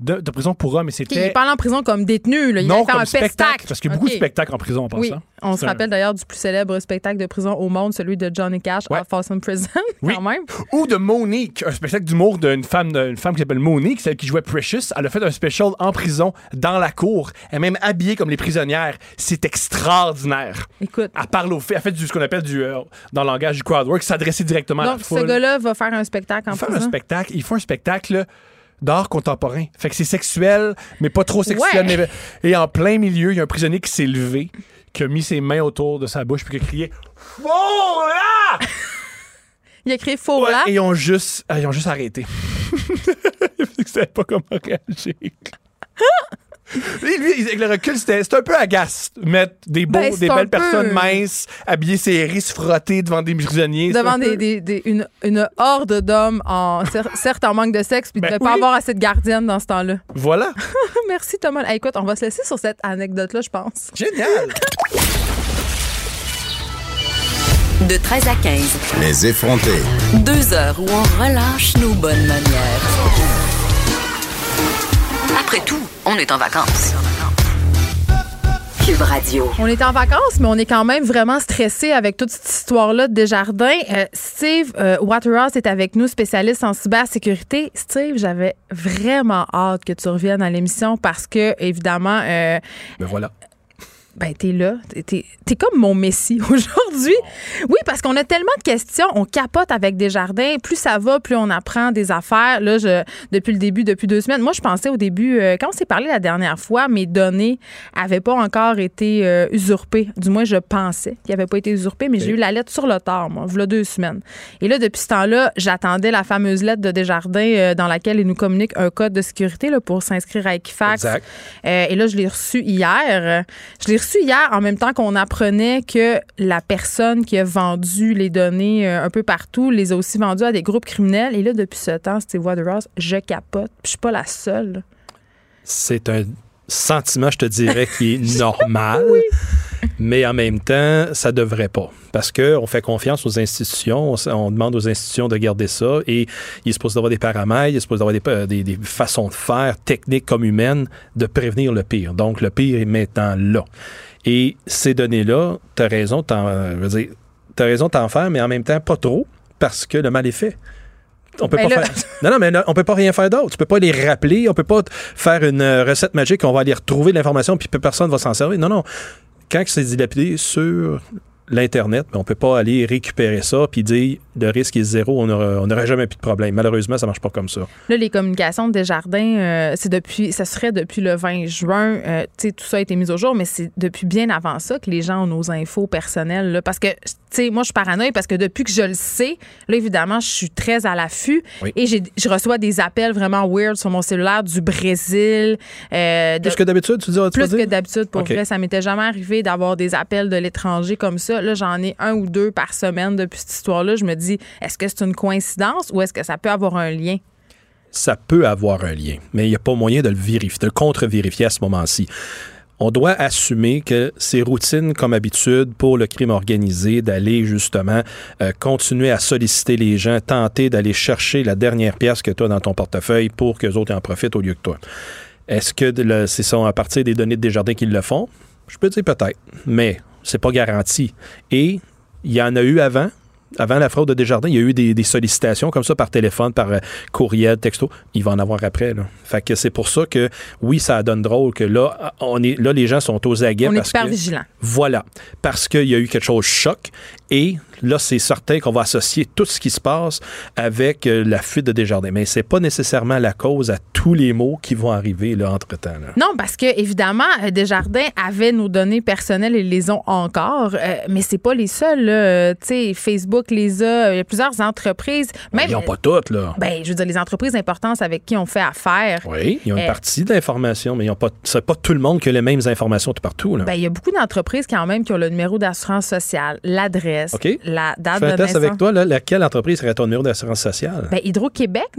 de, de prison pour hommes. Et c'était... Il parle en prison comme détenu. Là. Il non, va faire comme un spectacle. spectacle. Parce qu'il y a okay. beaucoup de spectacles en prison en passant. Oui. On C'est se rappelle un... d'ailleurs du plus célèbre spectacle de prison au monde, celui de Johnny Cash ouais. à Folsom Prison, oui. quand même. Ou de Monique, un spectacle d'humour d'une femme, d'une femme qui s'appelle Monique, celle qui jouait Precious. Elle a fait un special en prison, dans la cour. Elle est même habillée comme les prisonnières. C'est extraordinaire. Écoute. Elle parle aux filles. Elle fait du, ce qu'on appelle du, euh, dans le langage du crowd work, s'adresser directement Donc, à la foule. Donc, ce gars-là va faire un spectacle en il prison. Faire un spectacle, il fait un spectacle d'art contemporain. Fait que c'est sexuel, mais pas trop sexuel. Ouais. Mais... Et en plein milieu, il y a un prisonnier qui s'est levé, qui a mis ses mains autour de sa bouche puis qui a crié « Faux là! » Il a crié « Faux là! » Et ils ont juste, ils ont juste arrêté. Ils ne savaient pas comment réagir. Et lui, avec le recul, c'était, c'était un peu agace. Mettre des, beaux, ben, des belles peu... personnes minces, habillées serrées, se frotter devant des prisonniers. Devant des, peu... des, des, une, une horde d'hommes, en, certes en manque de sexe, puis ben, il ne devait oui. pas avoir assez de gardiennes dans ce temps-là. Voilà. Merci Thomas. Hey, écoute, on va se laisser sur cette anecdote-là, je pense. Génial. De treize à quinze. Les effrontés. Deux heures où on relâche nos bonnes manières. Après tout, on est en vacances. Cube Radio. On est en vacances, mais on est quand même vraiment stressé avec toute cette histoire-là de Desjardins. Euh, Steve euh, Waterhouse est avec nous, spécialiste en cybersécurité. Steve, j'avais vraiment hâte que tu reviennes à l'émission parce que, évidemment... Euh, ben voilà. Ben, t'es là. T'es, t'es, t'es comme mon messie aujourd'hui. Oui, parce qu'on a tellement de questions. On capote avec Desjardins. Plus ça va, plus on apprend des affaires. Là, je, depuis le début, depuis deux semaines, moi, je pensais au début, euh, quand on s'est parlé la dernière fois, mes données n'avaient pas encore été euh, usurpées. Du moins, je pensais qu'ils n'avaient pas été usurpées, mais okay. j'ai eu la lettre sur le tard, moi, voilà deux semaines. Et là, depuis ce temps-là, j'attendais la fameuse lettre de Desjardins euh, dans laquelle ils nous communiquent un code de sécurité là, pour s'inscrire à Equifax. Exact. Euh, et là, je l'ai reçu hier. Je l'ai reçu hier en même temps qu'on apprenait que la personne qui a vendu les données euh, un peu partout les a aussi vendues à des groupes criminels. Et là, depuis ce temps, Steve Waterhouse, je capote. Puis je suis pas la seule. C'est un sentiment, je te dirais, qui est normal. Oui. Mais en même temps, ça devrait pas. Parce qu'on fait confiance aux institutions, on, on demande aux institutions de garder ça et il est supposé avoir des paramètres, il est supposé avoir des, des, des façons de faire, techniques comme humaines, de prévenir le pire. Donc, le pire est maintenant là. Et ces données-là, tu as raison, t'en, je veux dire, t'as raison de t'en faire, mais en même temps, pas trop, parce que le mal est fait. On peut ben pas là... faire... Non, non, mais là, on peut pas rien faire d'autre. Tu peux pas les rappeler, on peut pas faire une recette magique, on va aller retrouver l'information puis personne va s'en servir. Non, non. Quand c'est dilapidé sur l'Internet, on ne peut pas aller récupérer ça puis dire le risque est zéro, on n'aurait jamais plus de problème. Malheureusement, ça ne marche pas comme ça. Là, les communications de Desjardins, euh, c'est depuis, ça serait depuis le vingt juin. Euh, tout ça a été mis au jour, mais c'est depuis bien avant ça que les gens ont nos infos personnelles. Là, parce que, tu sais, moi, je suis paranoïe parce que depuis que je le sais, là, évidemment, je suis très à l'affût oui. et j'ai, je reçois des appels vraiment weird sur mon cellulaire du Brésil. Euh, de, plus que d'habitude, tu dis? Tu plus dire? que d'habitude, pour okay. vrai. Ça m'était jamais arrivé d'avoir des appels de l'étranger comme ça. Là, j'en ai un ou deux par semaine depuis cette histoire-là. Je me dis, est-ce que c'est une coïncidence ou est-ce que ça peut avoir un lien? Ça peut avoir un lien, mais il n'y a pas moyen de le vérifier, de le contre-vérifier à ce moment-ci. On doit assumer que c'est routine comme habitude pour le crime organisé d'aller justement euh, continuer à solliciter les gens, tenter d'aller chercher la dernière pièce que tu as dans ton portefeuille pour qu'eux autres en profitent au lieu que toi. Est-ce que le, c'est ça à partir des données de Desjardins qu'ils le font? Je peux dire peut-être, mais c'est pas garanti. Et il y en a eu avant. Avant la fraude de Desjardins, il y a eu des, des sollicitations comme ça par téléphone, par euh, courriel, texto. Il va en avoir après. Là. Fait que c'est pour ça que, oui, ça donne drôle que là, on est, là les gens sont aux aguets. On parce est hyper que, vigilants. Voilà. Parce qu'il y a eu quelque chose de choc. Et là, c'est certain qu'on va associer tout ce qui se passe avec euh, la fuite de Desjardins. Mais c'est pas nécessairement la cause à tous les maux qui vont arriver là, entre-temps. Là. Non, parce que évidemment, Desjardins avait nos données personnelles et les ont encore. Euh, mais c'est pas les seuls. Euh, tu sais, Facebook les a. Il y a plusieurs entreprises. Même, ils n'ont pas toutes, là. Ben, je veux dire, les entreprises importantes avec qui on fait affaire. Oui, ils ont une euh, partie de l'information, mais ils ont pas, c'est pas tout le monde qui a les mêmes informations tout partout. Là. Ben, il y a beaucoup d'entreprises quand même qui ont le numéro d'assurance sociale, l'adresse, okay. la date je fais de un test naissance. Avec toi, là, laquelle entreprise serait ton numéro d'assurance sociale? Ben, Hydro-Québec, non?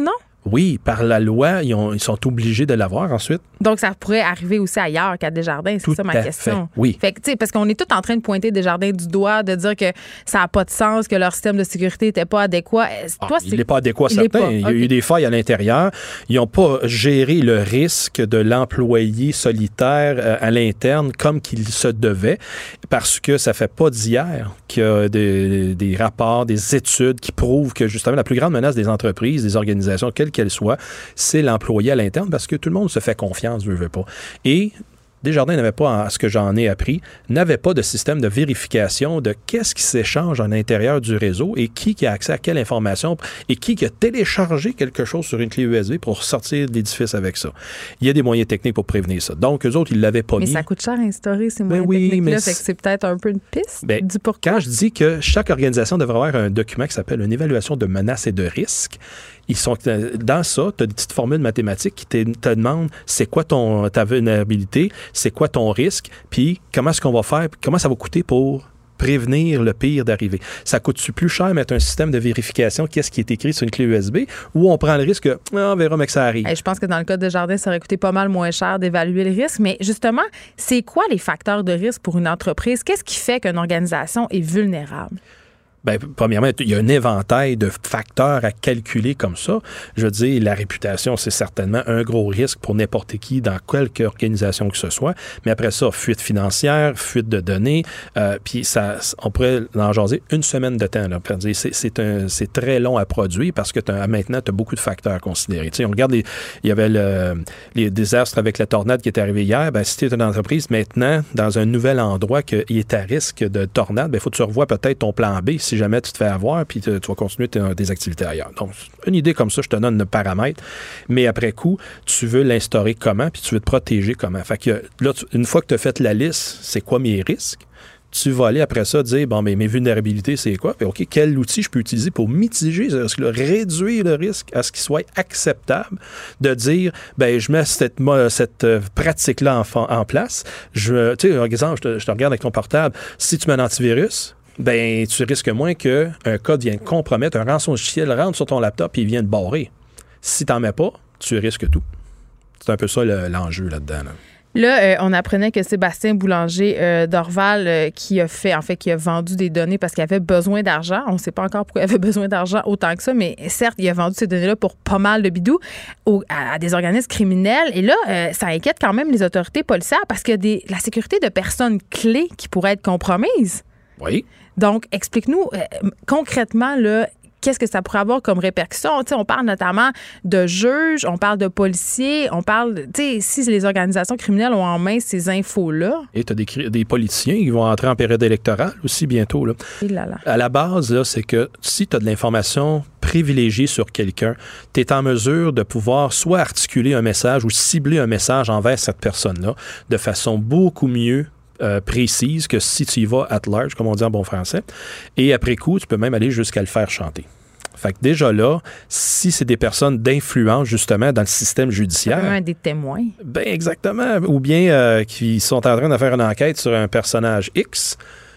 Oui, par la loi, ils, ont, ils sont obligés de l'avoir ensuite. Donc, ça pourrait arriver aussi ailleurs qu'à Desjardins, c'est Tout ça ma à question. Fait, oui. Fait que, tu sais, parce qu'on est tous en train de pointer Desjardins du doigt, de dire que ça n'a pas de sens, que leur système de sécurité n'était pas adéquat. Ah, Toi, il n'est pas adéquat, il certain. pas. Il y a Okay. eu des failles à l'intérieur. Ils n'ont pas géré le risque de l'employé solitaire euh, à l'interne comme qu'il se devait, parce que ça fait pas d'hier qu'il y a des, des rapports, des études qui prouvent que, justement, la plus grande menace des entreprises, des organisations, quelles qu'elles soient, c'est l'employé à l'interne parce que tout le monde se fait confiance, veut, veut pas. Et Desjardins n'avait pas, à ce que j'en ai appris, n'avait pas de système de vérification de qu'est-ce qui s'échange à l'intérieur du réseau et qui, qui a accès à quelle information et qui, qui a téléchargé quelque chose sur une clé U S B pour sortir de l'édifice avec ça. Il y a des moyens techniques pour prévenir ça. Donc, eux autres, ils ne l'avaient pas mais mis. Mais ça coûte cher à instaurer ces moyens oui, techniques-là, mais fait que c'est peut-être un peu une piste ben, du pourquoi. Quand je dis que chaque organisation devrait avoir un document qui s'appelle une évaluation de menaces et de risques, ils sont dans ça, tu as des petites formules mathématiques qui te, te demandent c'est quoi ton, ta vulnérabilité, c'est quoi ton risque, puis comment est-ce qu'on va faire, comment ça va coûter pour prévenir le pire d'arriver. Ça coûte-tu plus cher mettre un système de vérification qu'est-ce qui est écrit sur une clé U S B ou on prend le risque que ah, on verra mais que ça arrive. Hey, je pense que dans le cas de Desjardins, ça aurait coûté pas mal moins cher d'évaluer le risque, mais justement, c'est quoi les facteurs de risque pour une entreprise? Qu'est-ce qui fait qu'une organisation est vulnérable? Bien, premièrement, il y a un éventail de facteurs à calculer comme ça. Je veux dire, la réputation, c'est certainement un gros risque pour n'importe qui dans quelque organisation que ce soit. Mais après ça, fuite financière, fuite de données, euh, puis ça, on pourrait en jaser une semaine de temps. Là, pour dire, c'est, c'est, un, c'est très long à produire parce que t'as, maintenant, tu as beaucoup de facteurs à considérer. Tu sais, on regarde, les, il y avait le, les désastres avec la tornade qui est arrivée hier. Bien, si tu es une entreprise maintenant, dans un nouvel endroit qui est à risque de tornade, il faut que tu revoies peut-être ton plan B si jamais tu te fais avoir, puis tu vas continuer tes, tes activités ailleurs. Donc, une idée comme ça, je te donne le paramètre, mais après coup, tu veux l'instaurer comment, puis tu veux te protéger comment. Fait que là, tu, une fois que tu as fait la liste, c'est quoi mes risques? Tu vas aller après ça dire, bon, mais mes vulnérabilités, c'est quoi? Puis, OK, quel outil je peux utiliser pour mitiger ce risque-là, réduire le risque à ce qu'il soit acceptable de dire, ben je mets cette, cette pratique-là en, en place. Je, tu sais, par exemple, je te, je te regarde avec ton portable, si tu mets un antivirus, ben tu risques moins qu'un code vienne compromettre, un rançongiciel rentre sur ton laptop et il vient te barrer. Si tu n'en mets pas, tu risques tout. C'est un peu ça le, l'enjeu là-dedans. Là. Là, euh, on apprenait que Sébastien Boulanger euh, d'Orval, euh, qui a fait, en fait, qui a vendu des données parce qu'il avait besoin d'argent. On ne sait pas encore pourquoi il avait besoin d'argent autant que ça, mais certes, il a vendu ces données-là pour pas mal de bidous au, à, à des organismes criminels. Et là, euh, ça inquiète quand même les autorités policières parce qu'il y a des, la sécurité de personnes clés qui pourraient être compromises. Oui. Donc, explique-nous euh, concrètement, là, qu'est-ce que ça pourrait avoir comme répercussion? T'sais, on parle notamment de juges, on parle de policiers, on parle, tu sais, si les organisations criminelles ont en main ces infos-là. Et tu as des, des politiciens qui vont entrer en période électorale aussi bientôt. Là. Et là, là. À la base, là, c'est que si tu as de l'information privilégiée sur quelqu'un, tu es en mesure de pouvoir soit articuler un message ou cibler un message envers cette personne-là de façon beaucoup mieux Euh, précise que si tu y vas at large, comme on dit en bon français. Et après coup, tu peux même aller jusqu'à le faire chanter. Fait que déjà là, si c'est des personnes d'influence, justement, dans le système judiciaire... Même des témoins. Ben exactement. Ou bien euh, qui sont en train de faire une enquête sur un personnage X...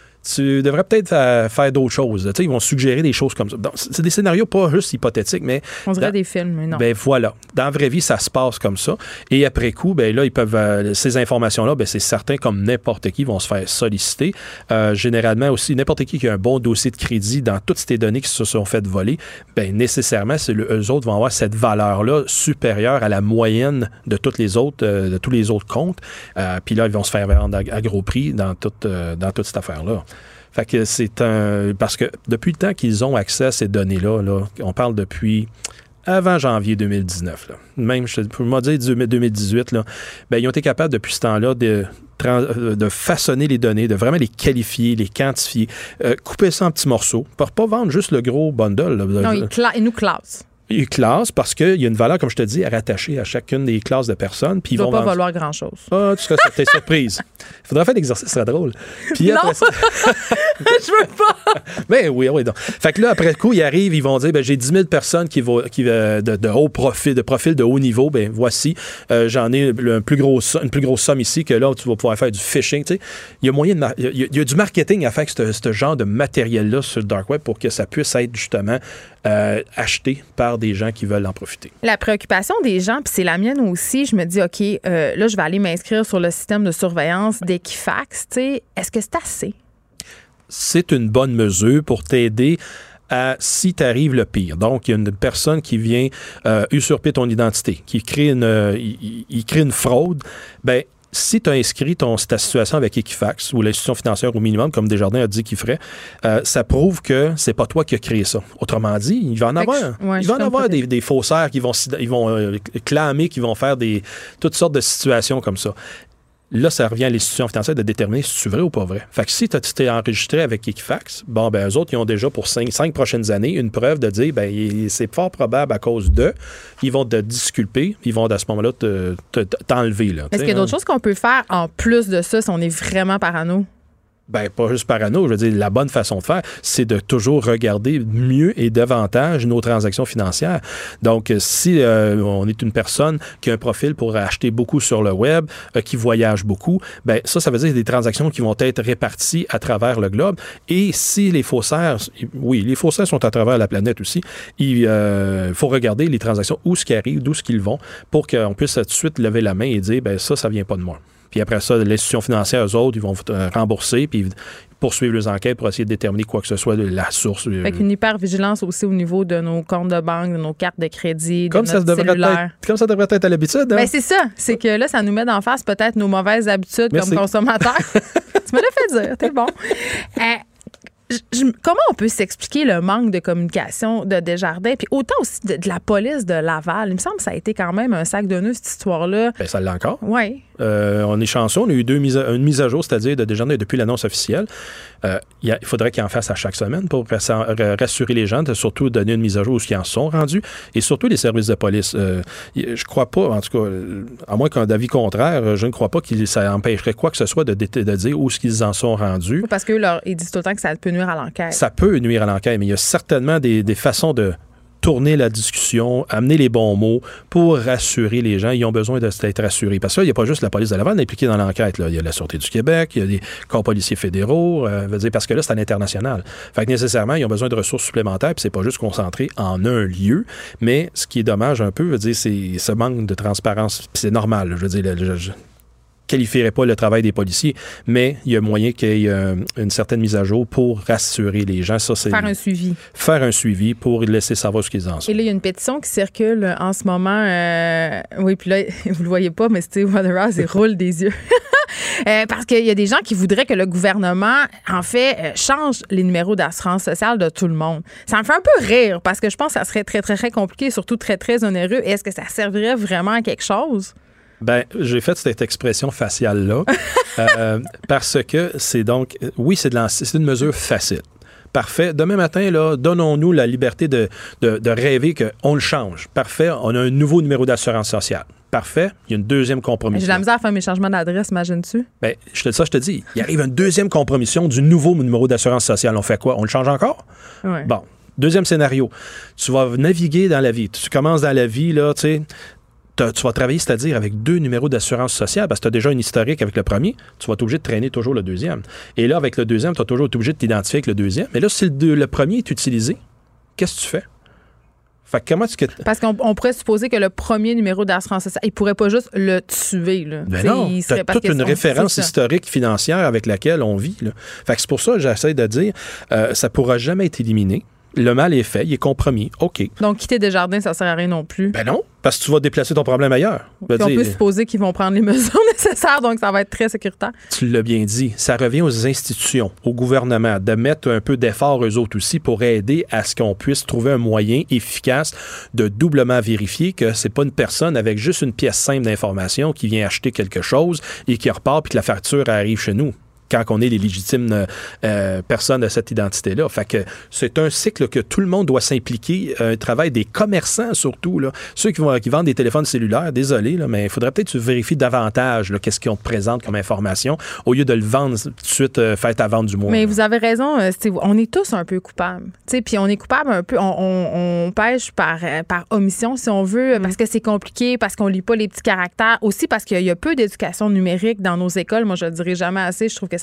tu devrais peut-être faire, faire d'autres choses. Tu sais, ils vont suggérer des choses comme ça. Donc, c'est des scénarios pas juste hypothétiques, mais... On dirait dans, des films, mais non. Ben voilà. Dans la vraie vie, ça se passe comme ça. Et après coup, ben là, ils peuvent... Euh, ces informations-là, ben c'est certain, comme n'importe qui, vont se faire solliciter. Euh, généralement aussi, n'importe qui qui a un bon dossier de crédit dans toutes ces données qui se sont faites voler, ben nécessairement, c'est le, eux autres vont avoir cette valeur-là supérieure à la moyenne de toutes les autres, euh, de tous les autres comptes. Euh, Puis là, ils vont se faire vendre à, à gros prix dans toute, euh, dans toute cette affaire-là. Fait que c'est un... Parce que depuis le temps qu'ils ont accès à ces données-là, là, on parle depuis avant janvier deux mille dix-neuf, là. Même, je peux me dire deux mille dix-huit, là, ben, ils ont été capables depuis ce temps-là de, de façonner les données, de vraiment les qualifier, les quantifier, euh, couper ça en petits morceaux, pour pas vendre juste le gros bundle. Là. Non, ils, cla- ils nous classent. Ils classent parce qu'il y a une valeur, comme je te dis, à rattacher à chacune des classes de personnes. Puis ils ne vont va pas vendre... valoir grand-chose. Ah, tu serais t'es surprise. Il faudrait faire l'exercice, ce serait drôle. Puis non! après ça... Je veux pas! Ben oui, oui. Donc. Fait que là, après le coup, ils arrivent, ils vont dire, ben j'ai dix mille personnes qui vont, qui, de, de haut profil, de profil de haut niveau. Ben voici, euh, j'en ai un plus gros, une plus grosse somme ici que là, tu vas pouvoir faire du phishing. Tu sais. Il y a moyen de mar- il, y a, il y a du marketing à faire avec ce genre de matériel-là sur le dark web pour que ça puisse être justement euh, acheté par par des gens qui veulent en profiter. La préoccupation des gens, puis c'est la mienne aussi, je me dis, OK, euh, là, je vais aller m'inscrire sur le système de surveillance d'Equifax. Tu sais, est-ce que c'est assez? C'est une bonne mesure pour t'aider à si t'arrive le pire. Donc, il y a une personne qui vient euh, usurper ton identité, qui crée une, euh, il, il crée une fraude, ben si tu as inscrit ton, ta situation avec Equifax ou l'institution financière au minimum, comme Desjardins a dit qu'il ferait, euh, ça prouve que c'est pas toi qui as créé ça. Autrement dit, il va en avoir, je, ouais, il va en avoir des, des faussaires qui vont, ils vont euh, clamer, qui vont faire des, toutes sortes de situations comme ça. Là, ça revient à l'institution financière de déterminer si c'est vrai ou pas vrai. Fait que si tu t'es enregistré avec Equifax, bon, ben eux autres, ils ont déjà pour cinq, cinq prochaines années une preuve de dire, ben c'est fort probable à cause de, ils vont te disculper, ils vont à ce moment-là te, te, t'enlever. Là. Est-ce qu'il y a d'autres choses qu'on peut faire en plus de ça si on est vraiment parano? Ben, pas juste parano. Je veux dire, la bonne façon de faire, c'est de toujours regarder mieux et davantage nos transactions financières. Donc, si euh, on est une personne qui a un profil pour acheter beaucoup sur le web, euh, qui voyage beaucoup, ben ça, ça veut dire des transactions qui vont être réparties à travers le globe. Et si les faussaires, oui, les faussaires sont à travers la planète aussi, il euh, faut regarder les transactions, où ce qui arrive, d'où ce qu'ils vont, pour qu'on puisse tout de suite lever la main et dire, ben ça, ça vient pas de moi. Puis après ça, l'institution financière, eux autres, ils vont rembourser puis poursuivre les enquêtes pour essayer de déterminer quoi que ce soit de la source. Fait qu'une hypervigilance aussi au niveau de nos comptes de banque, de nos cartes de crédit, comme de ça notre cellulaire. Être, comme ça devrait être à l'habitude. Hein? Ben c'est ça. C'est que là, ça nous met d'en face peut-être nos mauvaises habitudes Merci. comme consommateurs. Tu me l'as fait dire, t'es bon. Euh, Je, je, comment on peut s'expliquer le manque de communication de Desjardins, puis autant aussi de, de la police de Laval? Il me semble que ça a été quand même un sac de nœuds, cette histoire-là. Bien, ça l'est encore. Oui. Euh, on est chanceux. On a eu deux mises à, une mise à jour, c'est-à-dire de Desjardins depuis l'annonce officielle. Euh, il, y a, il faudrait qu'ils en fassent à chaque semaine pour rassurer les gens, de surtout donner une mise à jour où ils en sont rendus, et surtout les services de police. Euh, je crois pas, en tout cas, à moins qu'un avis contraire, je ne crois pas que ça empêcherait quoi que ce soit de, de, de dire où est-ce qu'ils en sont rendus. Parce qu'ils disent tout le temps que ça peut nuire à l'enquête. Ça peut nuire à l'enquête, mais il y a certainement des, des façons de tourner la discussion, amener les bons mots pour rassurer les gens. Ils ont besoin d'être rassurés. Parce que là, il n'y a pas juste la police de Laval impliquée dans l'enquête. Là. Il y a la Sûreté du Québec, il y a des corps policiers fédéraux, euh, veut dire, parce que là, c'est à l'international. Fait que nécessairement, ils ont besoin de ressources supplémentaires, puis c'est pas juste concentré en un lieu. Mais ce qui est dommage un peu, veut dire, c'est ce manque de transparence. Puis c'est normal. Je veux dire, le, le, je, qualifierait pas le travail des policiers, mais il y a moyen qu'il y ait euh, une certaine mise à jour pour rassurer les gens. Ça, c'est faire un suivi. Faire un suivi pour laisser savoir ce qu'ils en sont. Et là, il y a une pétition qui circule en ce moment. Euh, oui, puis là, vous le voyez pas, mais Steve Waterhouse, il roule des yeux. Euh, parce qu'il y a des gens qui voudraient que le gouvernement, en fait, euh, change les numéros d'assurance sociale de tout le monde. Ça me fait un peu rire parce que je pense que ça serait très, très, très compliqué et surtout très, très onéreux. Est-ce que ça servirait vraiment à quelque chose? Ben, j'ai fait cette expression faciale-là euh, parce que c'est donc, oui, c'est, de la, c'est une mesure facile. Parfait. Demain matin, là, donnons-nous la liberté de, de, de rêver qu'on le change. Parfait. On a un nouveau numéro d'assurance sociale. Parfait. Il y a une deuxième compromission. J'ai de la misère à faire mes changements d'adresse, imagines-tu? Bien, je te, ça, je te dis. Il arrive une deuxième compromission du nouveau numéro d'assurance sociale. On fait quoi? On le change encore? Oui. Bon. Deuxième scénario. Tu vas naviguer dans la vie. Tu commences dans la vie, là, tu sais. Tu vas travailler, c'est-à-dire avec deux numéros d'assurance sociale, parce que tu as déjà un historique avec le premier, tu vas être obligé de traîner toujours le deuxième. Et là, avec le deuxième, tu vas toujours être obligé de t'identifier avec le deuxième. Mais là, si le, le premier est utilisé, qu'est-ce que tu fais? Fait que comment tu... Parce qu'on on pourrait supposer que le premier numéro d'assurance sociale, il pourrait pas juste le tuer. Là. Ben non, tu as toute une référence historique financière avec laquelle on vit. Là. Fait que c'est pour ça que j'essaie de dire, euh, ça pourra jamais être éliminé. Le mal est fait, il est compromis, OK. Donc, quitter Desjardins, ça ne sert à rien non plus. Ben non, parce que tu vas déplacer ton problème ailleurs. Puis on peut supposer qu'ils vont prendre les mesures nécessaires, donc ça va être très sécuritaire. Tu l'as bien dit, ça revient aux institutions, au gouvernement, de mettre un peu d'effort eux autres aussi pour aider à ce qu'on puisse trouver un moyen efficace de doublement vérifier que c'est pas une personne avec juste une pièce simple d'information qui vient acheter quelque chose et qui repart puis que la facture arrive chez nous. Quand on est les légitimes euh, personnes de cette identité-là. Fait que c'est un cycle que tout le monde doit s'impliquer, un travail des commerçants surtout, là. Ceux qui, vont, qui vendent des téléphones cellulaires, désolé, là, mais il faudrait peut-être que tu vérifies davantage là, qu'est-ce qu'on te présente comme information au lieu de le vendre tout de suite, euh, fait à vendre du mois. Mais là. Vous avez raison, Steve, on est tous un peu coupables. Puis on est coupable un peu, on, on, on pêche par, par omission, si on veut, mm. parce que c'est compliqué, parce qu'on lit pas les petits caractères, aussi parce qu'il y a peu d'éducation numérique dans nos écoles. Moi, je le dirai jamais assez, je trouve que ça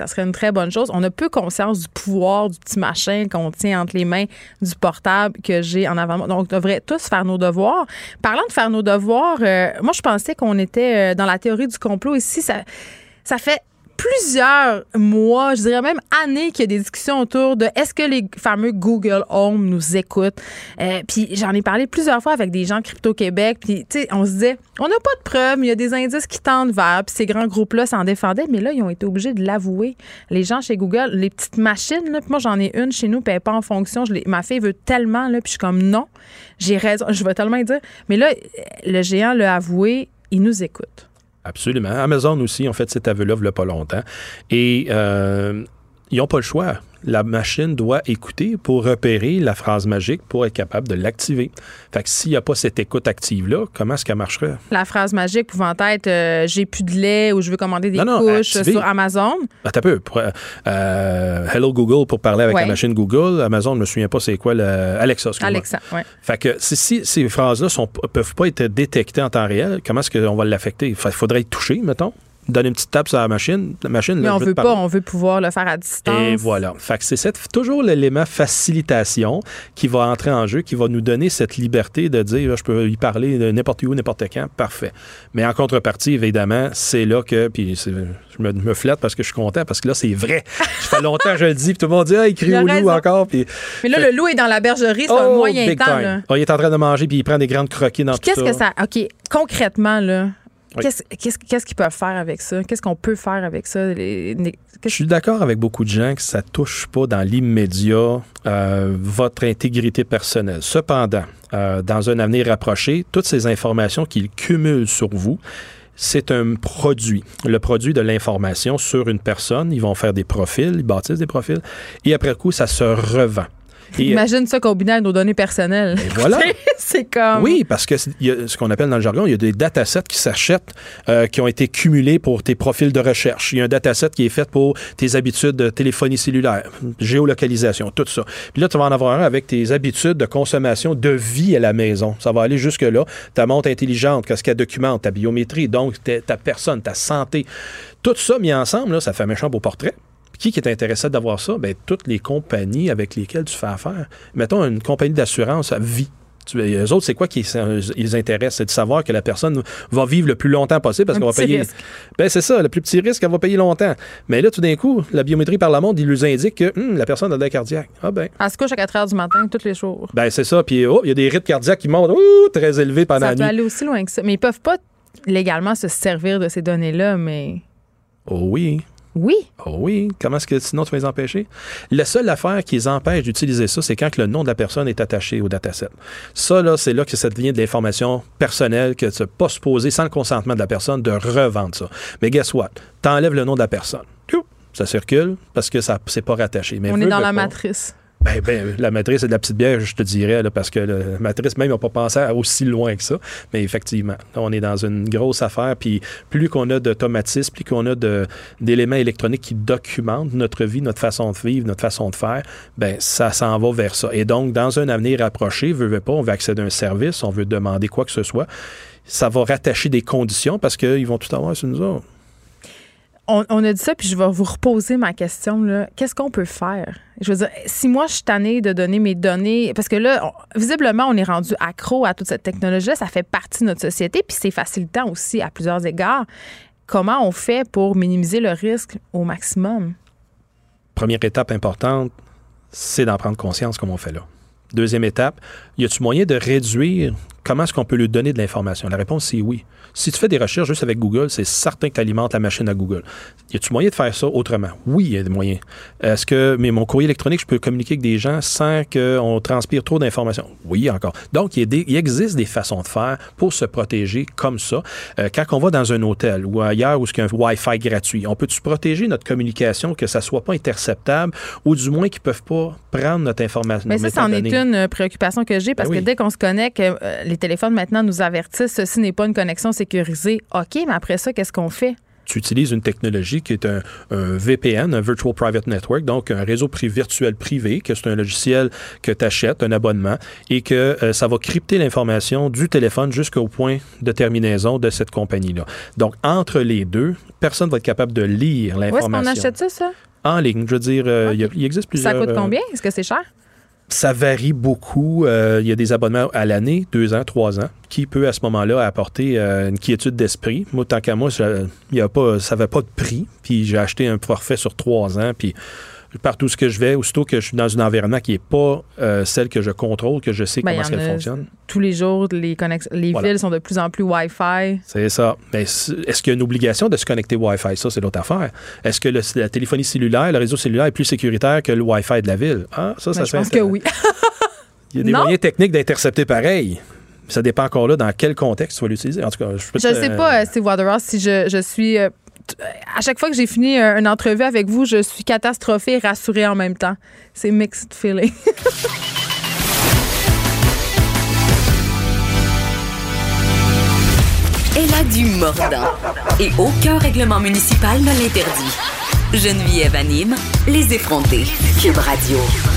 ça serait une très bonne chose. On a peu conscience du pouvoir du petit machin qu'on tient entre les mains du portable que j'ai en avant. Donc, on devrait tous faire nos devoirs. Parlant de faire nos devoirs, euh, moi, je pensais qu'on était euh, dans la théorie du complot ici. Ça, ça fait plusieurs mois, je dirais même années qu'il y a des discussions autour de est-ce que les fameux Google Home nous écoutent. Euh, puis j'en ai parlé plusieurs fois avec des gens de Crypto-Québec. Puis, tu sais, on se disait, on n'a pas de preuves, mais il y a des indices qui tendent vers. Puis ces grands groupes-là s'en défendaient. Mais là, ils ont été obligés de l'avouer. Les gens chez Google, les petites machines, là, puis moi, j'en ai une chez nous, puis elle n'est pas en fonction. Je ma fille veut tellement, là, puis je suis comme non, j'ai raison. Je vais tellement dire. Mais là, le géant l'a avoué, il nous écoute. Absolument. Amazon aussi ont fait cet aveu-là il n'y a pas longtemps. Et euh, ils n'ont pas le choix. La machine doit écouter pour repérer la phrase magique pour être capable de l'activer. Fait que s'il n'y a pas cette écoute active-là, comment est-ce qu'elle marcherait? La phrase magique pouvant être euh, « j'ai plus de lait » ou « je veux commander des non, non, couches activer. Sur Amazon ». Attends un peu. Pour, euh, Hello Google pour parler avec ouais. la machine Google. Amazon, je ne me souviens pas c'est quoi. Le, Alexa, excuse-moi. Alexa, oui. Fait que si, si ces phrases-là ne peuvent pas être détectées en temps réel, comment est-ce qu'on va l'affecter? Il faudrait être touché, mettons. Donner une petite tape sur la machine. La machine Mais là, on veut pas, on veut pouvoir le faire à distance. Et voilà. Fait que c'est cette, toujours l'élément facilitation qui va entrer en jeu, qui va nous donner cette liberté de dire je peux y parler de n'importe où, n'importe quand. Parfait. Mais en contrepartie, évidemment, c'est là que. Puis c'est, je me, me flatte parce que je suis content, parce que là, c'est vrai. Ça fait longtemps que je le dis, puis tout le monde dit ah, il crie au loup encore. Puis, mais là, fait, le loup est dans la bergerie, c'est oh, un moyen temps. Là. Oh, il est en train de manger, puis il prend des grandes croquis dans puis tout qu'est-ce ça. Qu'est-ce que ça. OK, concrètement, là. Oui. Qu'est-ce, qu'est-ce, qu'est-ce qu'ils peuvent faire avec ça? Qu'est-ce qu'on peut faire avec ça? Les, les, je suis d'accord avec beaucoup de gens que ça ne touche pas dans l'immédiat euh, votre intégrité personnelle. Cependant, euh, dans un avenir rapproché, toutes ces informations qu'ils cumulent sur vous, c'est un produit, le produit de l'information sur une personne. Ils vont faire des profils, ils bâtissent des profils, et après coup, ça se revend. Et imagine ça combiné avec nos données personnelles. Et voilà. C'est comme... Oui, parce que il y a ce qu'on appelle dans le jargon, il y a des datasets qui s'achètent, euh, qui ont été cumulés pour tes profils de recherche. Il y a un dataset qui est fait pour tes habitudes de téléphonie cellulaire, géolocalisation, tout ça. Puis là, tu vas en avoir un avec tes habitudes de consommation de vie à la maison. Ça va aller jusque-là. Ta montre intelligente, qu'est-ce qu'elle documente, ta biométrie, donc ta personne, ta santé. Tout ça mis ensemble, là, ça fait un méchant beau portrait. Qui, qui est intéressé d'avoir ça? Bien, toutes les compagnies avec lesquelles tu fais affaire. Mettons une compagnie d'assurance à vie. Tu, eux autres, c'est quoi qui les intéresse? C'est de savoir que la personne va vivre le plus longtemps possible parce un qu'on va payer. Ben, c'est ça, le plus petit risque, elle va payer longtemps. Mais là, tout d'un coup, la biométrie par la montre, il nous indique que hum, la personne a de la cardiaque. Ah ben. Elle se couche à quatre heures du matin tous les jours. Ben, c'est ça. Puis, oh, il y a des rythmes cardiaques qui montent oh, très élevés pendant la nuit. Ça peut aller aussi loin que ça. Mais ils peuvent pas légalement se servir de ces données-là, mais. Oh oui. Oui. Oh oui. Comment est-ce que sinon tu vas les empêcher? La seule affaire qui les empêche d'utiliser ça, c'est quand le nom de la personne est attaché au dataset. Ça, là, c'est là que ça devient de l'information personnelle, que tu n'es pas supposé, sans le consentement de la personne, de revendre ça. Mais guess what? T'enlèves le nom de la personne. Ça circule parce que ça c'est pas rattaché. Mais on est dans la pas. matrice. Ben, ben, la matrice, c'est de la petite bière, je te dirais, là, parce que la matrice, même, ils n'ont pas pensé à aussi loin que ça. Mais effectivement, là, on est dans une grosse affaire. Puis plus qu'on a d'automatisme, plus qu'on a de, d'éléments électroniques qui documentent notre vie, notre façon de vivre, notre façon de faire, ben ça s'en va vers ça. Et donc, dans un avenir approché, veut, veut pas, on veut accéder à un service, on veut demander quoi que ce soit. Ça va rattacher des conditions parce qu'ils vont tout avoir sur nous autres. On, on a dit ça, puis je vais vous reposer ma question. Là. Qu'est-ce qu'on peut faire? Je veux dire, si moi, je suis tannée de donner mes données, parce que là, on, visiblement, on est rendu accro à toute cette technologie-là, ça fait partie de notre société, puis c'est facilitant aussi à plusieurs égards. Comment on fait pour minimiser le risque au maximum? Première étape importante, c'est d'en prendre conscience comme on fait là. Deuxième étape, y a-t-il moyen de réduire comment est-ce qu'on peut lui donner de l'information? La réponse, c'est oui. Si tu fais des recherches juste avec Google, c'est certain que tu alimentes la machine à Google. Y a-t-il moyen de faire ça autrement? Oui, il y a des moyens. Est-ce que mais mon courrier électronique, je peux communiquer avec des gens sans qu'on transpire trop d'informations? Oui, encore. Donc, il, y a des, il existe des façons de faire pour se protéger comme ça. Euh, quand on va dans un hôtel ou ailleurs où il y a un Wi-Fi gratuit, on peut-tu protéger notre communication, que ça ne soit pas interceptable ou du moins qu'ils ne peuvent pas prendre notre information? Mais ça, c'en est une préoccupation que j'ai parce ben oui. que dès qu'on se connecte, euh, les téléphones maintenant nous avertissent ceci n'est pas une connexion sécurisée. OK, mais après ça, qu'est-ce qu'on fait? Tu tu utilises une technologie qui est un, un V P N, un Virtual Private Network, donc un réseau pri- virtuel privé, que c'est un logiciel que tu achètes, un abonnement, et que euh, ça va crypter l'information du téléphone jusqu'au point de terminaison de cette compagnie-là. Donc, entre les deux, personne ne va être capable de lire l'information. Où est-ce qu'on achète ça, ça? En ligne, je veux dire, euh, Okay. il, y a, il existe plusieurs... Ça coûte euh, combien? Est-ce que c'est cher? Ça varie beaucoup. Euh, il y a des abonnements à l'année, deux ans, trois ans, qui peut à ce moment-là apporter euh, une quiétude d'esprit. Moi, tant qu'à moi, ça n'avait pas de prix. Puis j'ai acheté un forfait sur trois ans. Puis partout ce que je vais, aussitôt que je suis dans un environnement qui n'est pas euh, celle que je contrôle, que je sais Ben, comment est-ce qu'elle a, fonctionne. Tous les jours, les, connex- les Voilà. villes sont de plus en plus Wi-Fi. C'est ça. Mais est-ce qu'il y a une obligation de se connecter Wi-Fi? Ça, c'est l'autre affaire. Est-ce que le, la téléphonie cellulaire, le réseau cellulaire est plus sécuritaire que le Wi-Fi de la ville? Ah, ça, Ben, ça je serait pense que intéressant. oui. Il y a des Non. moyens techniques d'intercepter pareil. Ça dépend encore là dans quel contexte tu vas l'utiliser. En tout cas, je peux Je te- ne sais pas, euh, Steve Waterhouse, si je, je suis... euh, t- à chaque fois que j'ai fini euh, une entrevue avec vous, je suis catastrophée et rassurée en même temps. C'est mixed feeling. Elle a du mordant. Et aucun règlement municipal ne l'interdit. Geneviève anime Les effrontés. Cube Radio.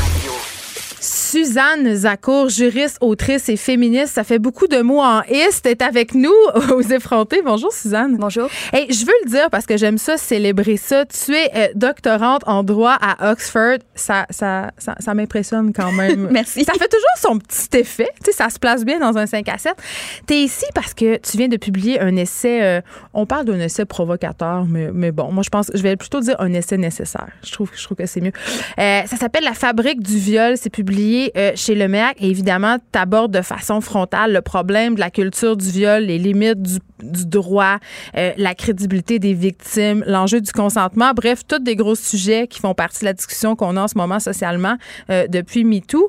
Suzanne Zakour, juriste, autrice et féministe, ça fait beaucoup de mots en ist, est avec nous aux effrontés. Bonjour Suzanne. Bonjour. Hey, je veux le dire parce que j'aime ça, célébrer ça. Tu es euh, doctorante en droit à Oxford. Ça, ça, ça, ça m'impressionne quand même. Merci. Ça fait toujours son petit effet. Tu sais, ça se place bien dans un cinq à sept. Tu es ici parce que tu viens de publier un essai. Euh, on parle d'un essai provocateur, mais, mais bon, moi, je pense, je vais plutôt dire un essai nécessaire. Je trouve, je trouve que c'est mieux. Euh, ça s'appelle La fabrique du viol. C'est publié euh, chez Le Merc. Et évidemment, tu abordes de façon frontale le problème de la culture du viol, les limites du, du droit, euh, la crédibilité des victimes, l'enjeu du consentement. Bref, tous des gros sujets qui font partie de la discussion qu'on a en ce moment socialement euh, depuis MeToo.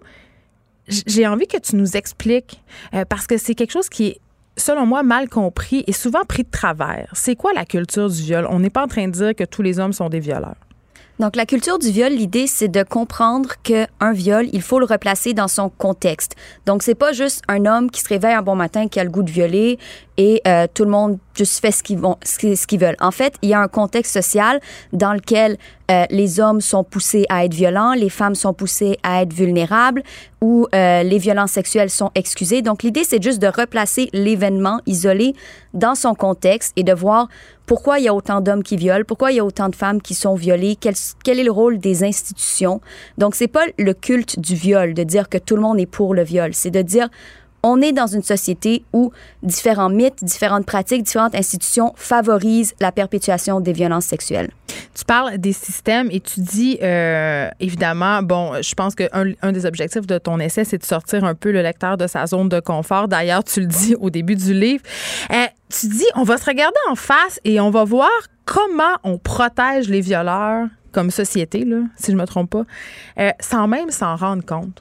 J'ai envie que tu nous expliques, euh, parce que c'est quelque chose qui est, selon moi, mal compris et souvent pris de travers. C'est quoi la culture du viol? On n'est pas en train de dire que tous les hommes sont des violeurs. Donc, la culture du viol, l'idée, c'est de comprendre qu'un viol, il faut le replacer dans son contexte. Donc, c'est pas juste un homme qui se réveille un bon matin qui a le goût de violer et euh, tout le monde juste fait ce qu'ils vont, ce qu'ils veulent. En fait, il y a un contexte social dans lequel euh, les hommes sont poussés à être violents, les femmes sont poussées à être vulnérables, où euh, les violences sexuelles sont excusées. Donc, l'idée, c'est juste de replacer l'événement isolé dans son contexte et de voir pourquoi il y a autant d'hommes qui violent, pourquoi il y a autant de femmes qui sont violées, quel, quel est le rôle des institutions. Donc, c'est pas le culte du viol, de dire que tout le monde est pour le viol. C'est de dire, on est dans une société où différents mythes, différentes pratiques, différentes institutions favorisent la perpétuation des violences sexuelles. Tu parles des systèmes et tu dis, euh, évidemment, bon, je pense qu'un un des objectifs de ton essai, c'est de sortir un peu le lecteur de sa zone de confort. D'ailleurs, tu le dis au début du livre. Euh, tu dis, on va se regarder en face et on va voir comment on protège les violeurs comme société, là, si je ne me trompe pas, euh, sans même s'en rendre compte.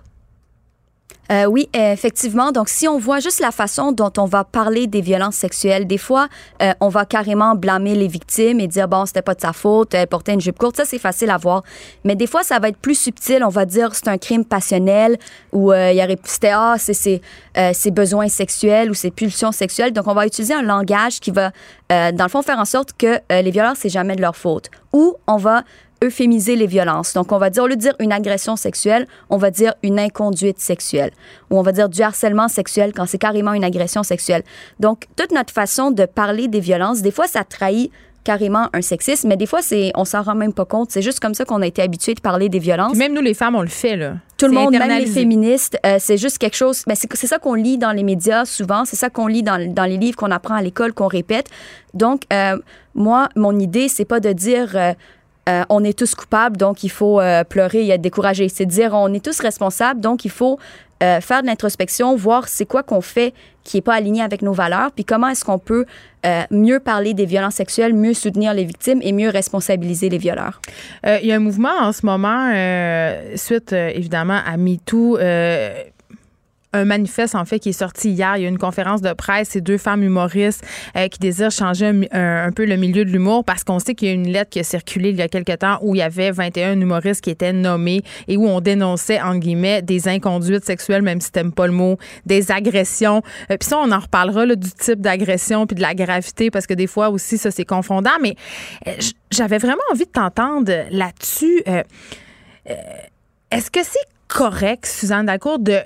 Euh, oui, effectivement. Donc, si on voit juste la façon dont on va parler des violences sexuelles, des fois, euh, on va carrément blâmer les victimes et dire, bon, c'était pas de sa faute, elle portait une jupe courte. Ça, c'est facile à voir. Mais des fois, ça va être plus subtil. On va dire, c'est un crime passionnel ou euh, il y aurait, c'était, ah, c'est ses, euh, ses besoins sexuels ou ses pulsions sexuelles. Donc, on va utiliser un langage qui va, euh, dans le fond, faire en sorte que euh, les violences, c'est jamais de leur faute. Ou on va euphémiser les violences. Donc, on va dire, au lieu de dire une agression sexuelle, on va dire une inconduite sexuelle. Ou on va dire du harcèlement sexuel quand c'est carrément une agression sexuelle. Donc, toute notre façon de parler des violences, des fois, ça trahit carrément un sexisme, mais des fois, c'est, on s'en rend même pas compte. C'est juste comme ça qu'on a été habitués de parler des violences. Puis même nous, les femmes, on le fait, là. Tout le C'est monde, même les internalisé. féministes, euh, c'est juste quelque chose... Ben c'est, c'est ça qu'on lit dans les médias souvent, c'est ça qu'on lit dans, dans les livres qu'on apprend à l'école, qu'on répète. Donc, euh, moi, mon idée, c'est pas de dire... Euh, Euh, on est tous coupables, donc il faut euh, pleurer et être découragé. C'est de dire on est tous responsables, donc il faut euh, faire de l'introspection, voir c'est quoi qu'on fait qui n'est pas aligné avec nos valeurs, puis comment est-ce qu'on peut euh, mieux parler des violences sexuelles, mieux soutenir les victimes et mieux responsabiliser les violeurs. Euh, il y a un mouvement en ce moment, euh, suite euh, évidemment à MeToo, euh, un manifeste, en fait, qui est sorti hier. Il y a une conférence de presse. C'est deux femmes humoristes euh, qui désirent changer un, un, un peu le milieu de l'humour parce qu'on sait qu'il y a une lettre qui a circulé il y a quelques temps où il y avait vingt et un humoristes qui étaient nommés et où on dénonçait, en guillemets, des inconduites sexuelles, même si t'aimes pas le mot, des agressions. Euh, puis ça, on en reparlera là, du type d'agression puis de la gravité parce que des fois aussi, ça, c'est confondant. Mais euh, j'avais vraiment envie de t'entendre là-dessus. Euh, euh, est-ce que c'est correct, Suzanne Dacour, de,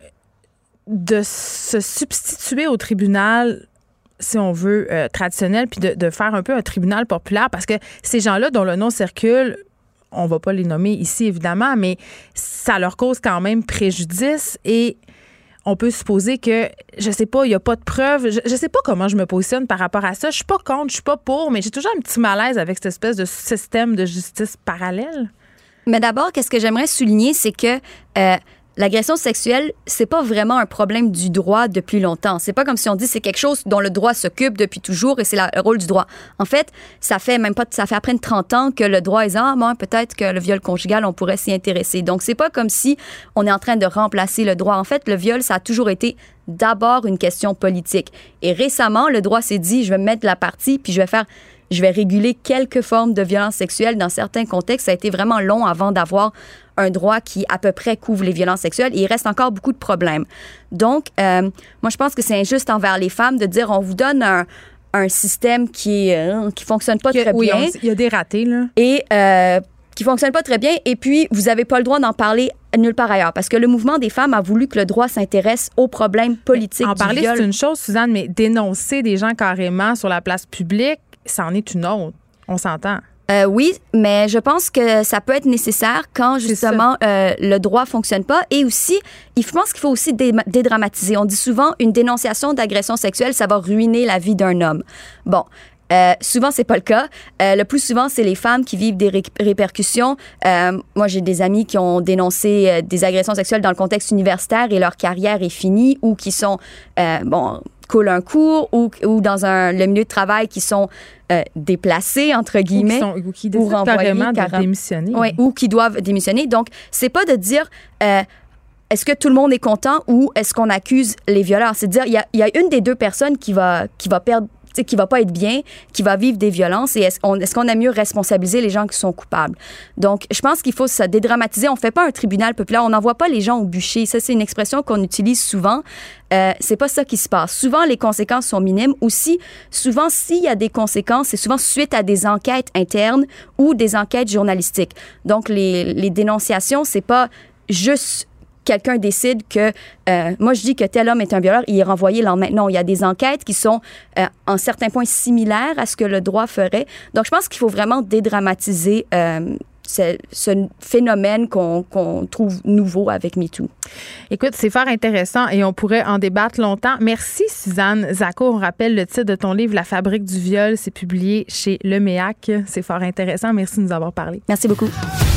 de se substituer au tribunal, si on veut, euh, traditionnel, puis de, de faire un peu un tribunal populaire? Parce que ces gens-là dont le nom circule, on va pas les nommer ici, évidemment, mais ça leur cause quand même préjudice et on peut supposer que, je sais pas, il y a pas de preuves. Je, je sais pas comment je me positionne par rapport à ça. Je suis pas contre, je suis pas pour, mais j'ai toujours un petit malaise avec cette espèce de système de justice parallèle. Mais d'abord, qu'est-ce que j'aimerais souligner, c'est que euh, l'agression sexuelle, c'est pas vraiment un problème du droit depuis longtemps. C'est pas comme si on dit c'est quelque chose dont le droit s'occupe depuis toujours et c'est la, le rôle du droit. En fait, ça fait même pas, ça fait à peine trente ans que le droit est ah, bon, peut-être que le viol conjugal, on pourrait s'y intéresser. Donc, c'est pas comme si on est en train de remplacer le droit. En fait, le viol, ça a toujours été d'abord une question politique. Et récemment, le droit s'est dit, je vais me mettre de la partie puis je vais faire je vais réguler quelques formes de violence sexuelle dans certains contextes. Ça a été vraiment long avant d'avoir un droit qui, à peu près, couvre les violences sexuelles. Et il reste encore beaucoup de problèmes. Donc, euh, moi, je pense que c'est injuste envers les femmes de dire on vous donne un, un système qui euh, qui fonctionne pas que, très oui, bien. Il y a des ratés, là. Et euh, qui fonctionne pas très bien. Et puis, vous n'avez pas le droit d'en parler nulle part ailleurs. Parce que le mouvement des femmes a voulu que le droit s'intéresse aux problèmes politiques en du parler, viol. C'est une chose, Suzanne, mais dénoncer des gens carrément sur la place publique, c'en est une autre. On s'entend. Euh, oui, mais je pense que ça peut être nécessaire quand, justement, euh, le droit fonctionne pas. Et aussi, je pense qu'il faut aussi dé- dédramatiser. On dit souvent, une dénonciation d'agression sexuelle, ça va ruiner la vie d'un homme. Bon. Euh, souvent, c'est pas le cas. Euh, le plus souvent, c'est les femmes qui vivent des ré- répercussions. Euh, moi, j'ai des amis qui ont dénoncé euh, des agressions sexuelles dans le contexte universitaire et leur carrière est finie ou qui sont, euh, bon, coulent un cours ou, ou dans un, le milieu de travail qui sont euh, déplacés, entre guillemets. Ou qui, sont, ou qui décident carrément de démissionner. Oui, ou qui doivent démissionner. Donc, c'est pas de dire... Euh, est-ce que tout le monde est content ou est-ce qu'on accuse les violeurs? C'est de dire, il y a, y a une des deux personnes qui va, qui va perdre, qui va pas être bien, qui va vivre des violences et est-ce qu'on, est-ce qu'on aime mieux responsabiliser les gens qui sont coupables? Donc, je pense qu'il faut se dédramatiser. On fait pas un tribunal populaire, on n'envoie pas les gens au bûcher. Ça, c'est une expression qu'on utilise souvent. Euh, c'est pas ça qui se passe. Souvent, les conséquences sont minimes. Aussi, souvent, s'il y a des conséquences, c'est souvent suite à des enquêtes internes ou des enquêtes journalistiques. Donc, les, les dénonciations, c'est pas juste quelqu'un décide que, euh, moi je dis que tel homme est un violeur, il est renvoyé le lendemain. Non, il y a des enquêtes qui sont euh, en certains points similaires à ce que le droit ferait. Donc je pense qu'il faut vraiment dédramatiser euh, ce, ce phénomène qu'on, qu'on trouve nouveau avec MeToo. Écoute, c'est fort intéressant et on pourrait en débattre longtemps. Merci Suzanne Zakour. On rappelle le titre de ton livre, La fabrique du viol. C'est publié chez Le Méac. C'est fort intéressant. Merci de nous avoir parlé. Merci beaucoup.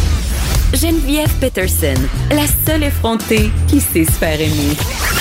Geneviève Peterson, la seule effrontée qui sait se faire aimer.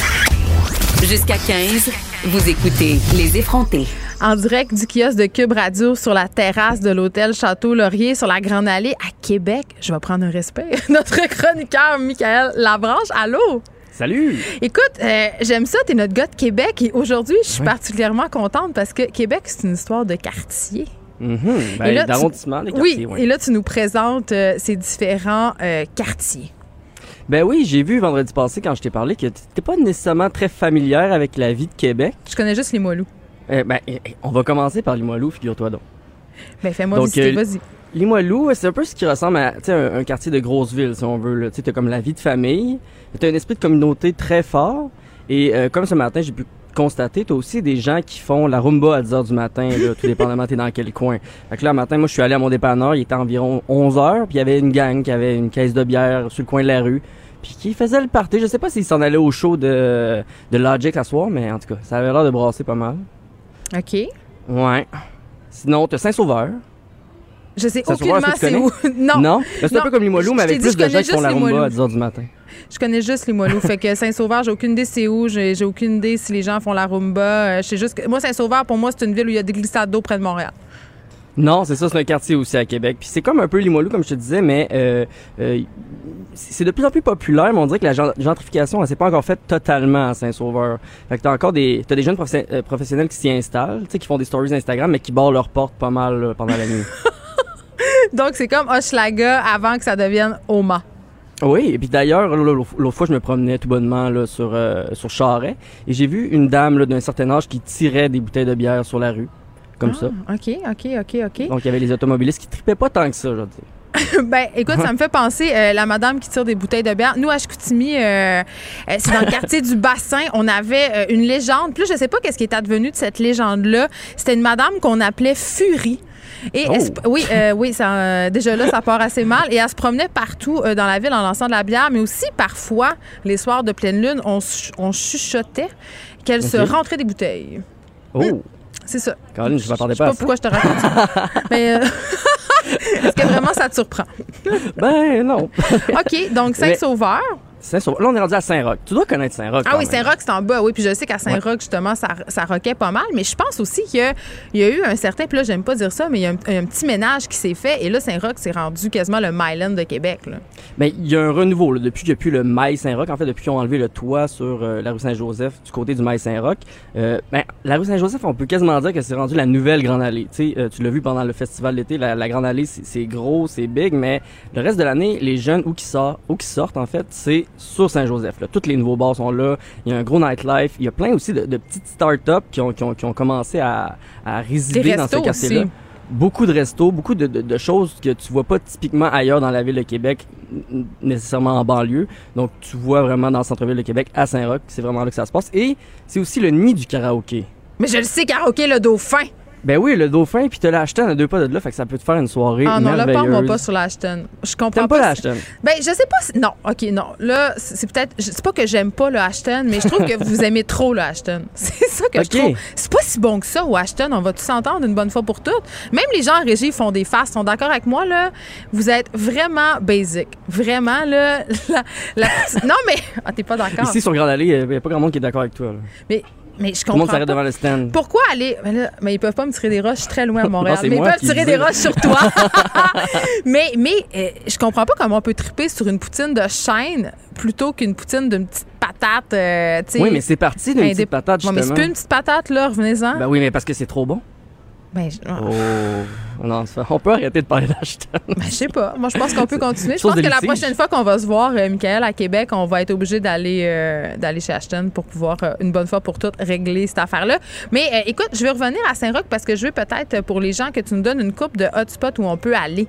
Jusqu'à quinze, vous écoutez Les effrontés. En direct du kiosque de Cube Radio sur la terrasse de l'hôtel Château-Laurier sur la Grande Allée à Québec. Je vais prendre un respect. Notre chroniqueur Michael Labranche. Allô? Salut! Écoute, euh, j'aime ça, t'es notre gars de Québec et aujourd'hui, je suis oui. particulièrement contente parce que Québec, c'est une histoire de quartier. Mm-hmm. Ben, là, d'arrondissement, les Oui, quartiers. Oui, et là, tu nous présentes euh, ces différents euh, quartiers. Ben oui, j'ai vu vendredi passé, quand je t'ai parlé, que tu n'étais pas nécessairement très familière avec la vie de Québec. Je connais juste Limoilou. Euh, ben, on va commencer par Limoilou, figure-toi donc. Ben, fais-moi donc, visiter, euh, vas-y. Limoilou, c'est un peu ce qui ressemble à un, un quartier de grosse ville, si on veut. Tu as comme la vie de famille, tu as un esprit de communauté très fort. Et euh, comme ce matin, j'ai pu constater, t'as aussi des gens qui font la rumba à dix heures du matin, là, tout dépendamment t'es dans quel coin. Fait que là, le matin, moi, je suis allé à mon dépanneur, il était environ onze heures, puis il y avait une gang qui avait une caisse de bière sur le coin de la rue, puis qui faisait le party. Je sais pas s'ils s'en allaient au show de, de Logic à soir, mais en tout cas, ça avait l'air de brasser pas mal. OK. Ouais. Sinon, t'as Saint-Sauveur. Je sais aucunement c'est où. Non. Non? Ben, c'est non. un peu comme Limoilou, mais avec plus de gens qui font la rumba à dix heures du matin. Je connais juste Limoilou. Fait que Saint-Sauveur, j'ai aucune idée c'est où. J'ai, j'ai aucune idée si les gens font la rumba. Je sais juste que... Moi, Saint-Sauveur, pour moi, c'est une ville où il y a des glissades d'eau près de Montréal. Non, c'est ça, c'est un quartier aussi à Québec. Puis c'est comme un peu Limoilou, comme je te disais, mais euh, euh, c'est de plus en plus populaire, mais on dirait que la gentrification, elle s'est pas encore faite totalement à Saint-Sauveur. Fait que t'as encore des, t'as des jeunes professe- euh, professionnels qui s'y installent, tu sais, qui font des stories Instagram, mais qui barrent leurs portes pas mal là, pendant la nuit. Donc, c'est comme Hochelaga avant que ça devienne Oma. Oui, et puis d'ailleurs, l'autre fois, je me promenais tout bonnement là, sur, euh, sur Charest, et j'ai vu une dame là, d'un certain âge qui tirait des bouteilles de bière sur la rue, comme ah, ça. OK, OK, OK, OK. Donc, il y avait les automobilistes qui tripaient pas tant que ça, je veux dire. Ben, écoute, ça me fait penser, euh, la madame qui tire des bouteilles de bière. Nous, à Chicoutimi, euh, euh, c'est dans le quartier du Bassin, on avait euh, une légende. Puis là, je sais pas qu'est-ce qui est advenu de cette légende-là. C'était une madame qu'on appelait Furie. Et oh. elle, oui, euh, oui, ça, euh, déjà là, ça part assez mal. Et elle se promenait partout euh, dans la ville en lançant de la bière, mais aussi parfois, les soirs de pleine lune, on, on chuchotait qu'elle okay. se rentrait des bouteilles. Oh! Hum, c'est ça. Caroline, je ne m'attendais pas à ça. Je sais pas pourquoi je te raconte ça. mais... Euh... Est-ce que vraiment ça te surprend? Ben non. OK, donc Saint-Sauveur. Saint-Sauveur. Là, on est rendu à Saint-Roch. Tu dois connaître Saint-Roch. Ah oui, Saint-Roch, c'est en bas. Oui, puis je sais qu'à Saint-Roch, ouais. justement, ça, ça roquait pas mal. Mais je pense aussi qu'il y a, il y a eu un certain, puis là, j'aime pas dire ça, mais il y a un, un petit ménage qui s'est fait. Et là, Saint-Roch s'est rendu quasiment le Myland de Québec. Là. Mais il y a un renouveau. Là, depuis qu'il n'y a plus le Mail Saint-Roch, en fait, depuis qu'ils ont enlevé le toit sur euh, la rue Saint-Joseph, du côté du Mail Saint-Roch, euh, ben, la rue Saint-Joseph, on peut quasiment dire que c'est rendu la nouvelle Grande Allée. Tu sais, euh, tu l'as vu pendant le festival d'été, la, la Grande Allée, c'est, c'est gros, c'est big, mais le reste de l'année, les jeunes, où qui sortent, où qui sortent, en fait, c'est sur Saint-Joseph. Là. Tous les nouveaux bars sont là. Il y a un gros nightlife. Il y a plein aussi de, de petites start-up qui ont, qui ont, qui ont commencé à, à résider dans ce quartier-là. Aussi. Beaucoup de restos, beaucoup de, de, de choses que tu vois pas typiquement ailleurs dans la ville de Québec, nécessairement en banlieue. Donc, tu vois vraiment dans le centre-ville de Québec, à Saint-Roch, c'est vraiment là que ça se passe. Et c'est aussi le nid du karaoké. Mais je le sais, karaoké, le Dauphin. Ben oui, le Dauphin, puis t'as l'Ashton à deux pas de là, fait que ça peut te faire une soirée ah non, merveilleuse. là, parle-moi pas sur l'Ashton. Je comprends T'aimes pas. pas l'Ashton? Ben, je sais pas si... Non, OK, non. Là, c'est peut-être... C'est pas que j'aime pas le Ashton, mais je trouve que vous aimez trop le Ashton. C'est ça que okay. je trouve. C'est pas si bon que ça au Ashton. On va tous s'entendre une bonne fois pour toutes. Même les gens en régie font des farces. Ils sont d'accord avec moi, là. Vous êtes vraiment basic. Vraiment, là. La, la... Non, mais... Ah, t'es pas d'accord. Ici, sur Grande Allée, il n'y a pas grand monde qui est d'accord avec toi, là. Mais... Mais je comprends. Tout le monde s'arrête devant le stand. Pourquoi aller. Mais, là, mais ils peuvent pas me tirer des roches, je suis très loin à Montréal. Non, mais ils peuvent tirer dis. des roches sur toi. mais mais euh, je comprends pas comment on peut triper sur une poutine de chêne plutôt qu'une poutine d'une petite patate. Euh, oui, mais c'est parti d'une indép... petite patate, justement. Bon, mais c'est plus une petite patate, là, revenez-en. Ben oui, mais parce que c'est trop bon. Ben, je... Oh, non, on peut arrêter de parler d'Ashton. Ben, je sais pas. Moi, je pense qu'on peut continuer. Je pense que la prochaine fois qu'on va se voir, euh, Michael, à Québec, on va être obligé d'aller euh, d'aller chez Ashton pour pouvoir, euh, une bonne fois pour toutes, régler cette affaire-là. Mais euh, écoute, je vais revenir à Saint-Roch parce que je veux peut-être, pour les gens, que tu nous donnes une coupe de hotspots où on peut aller.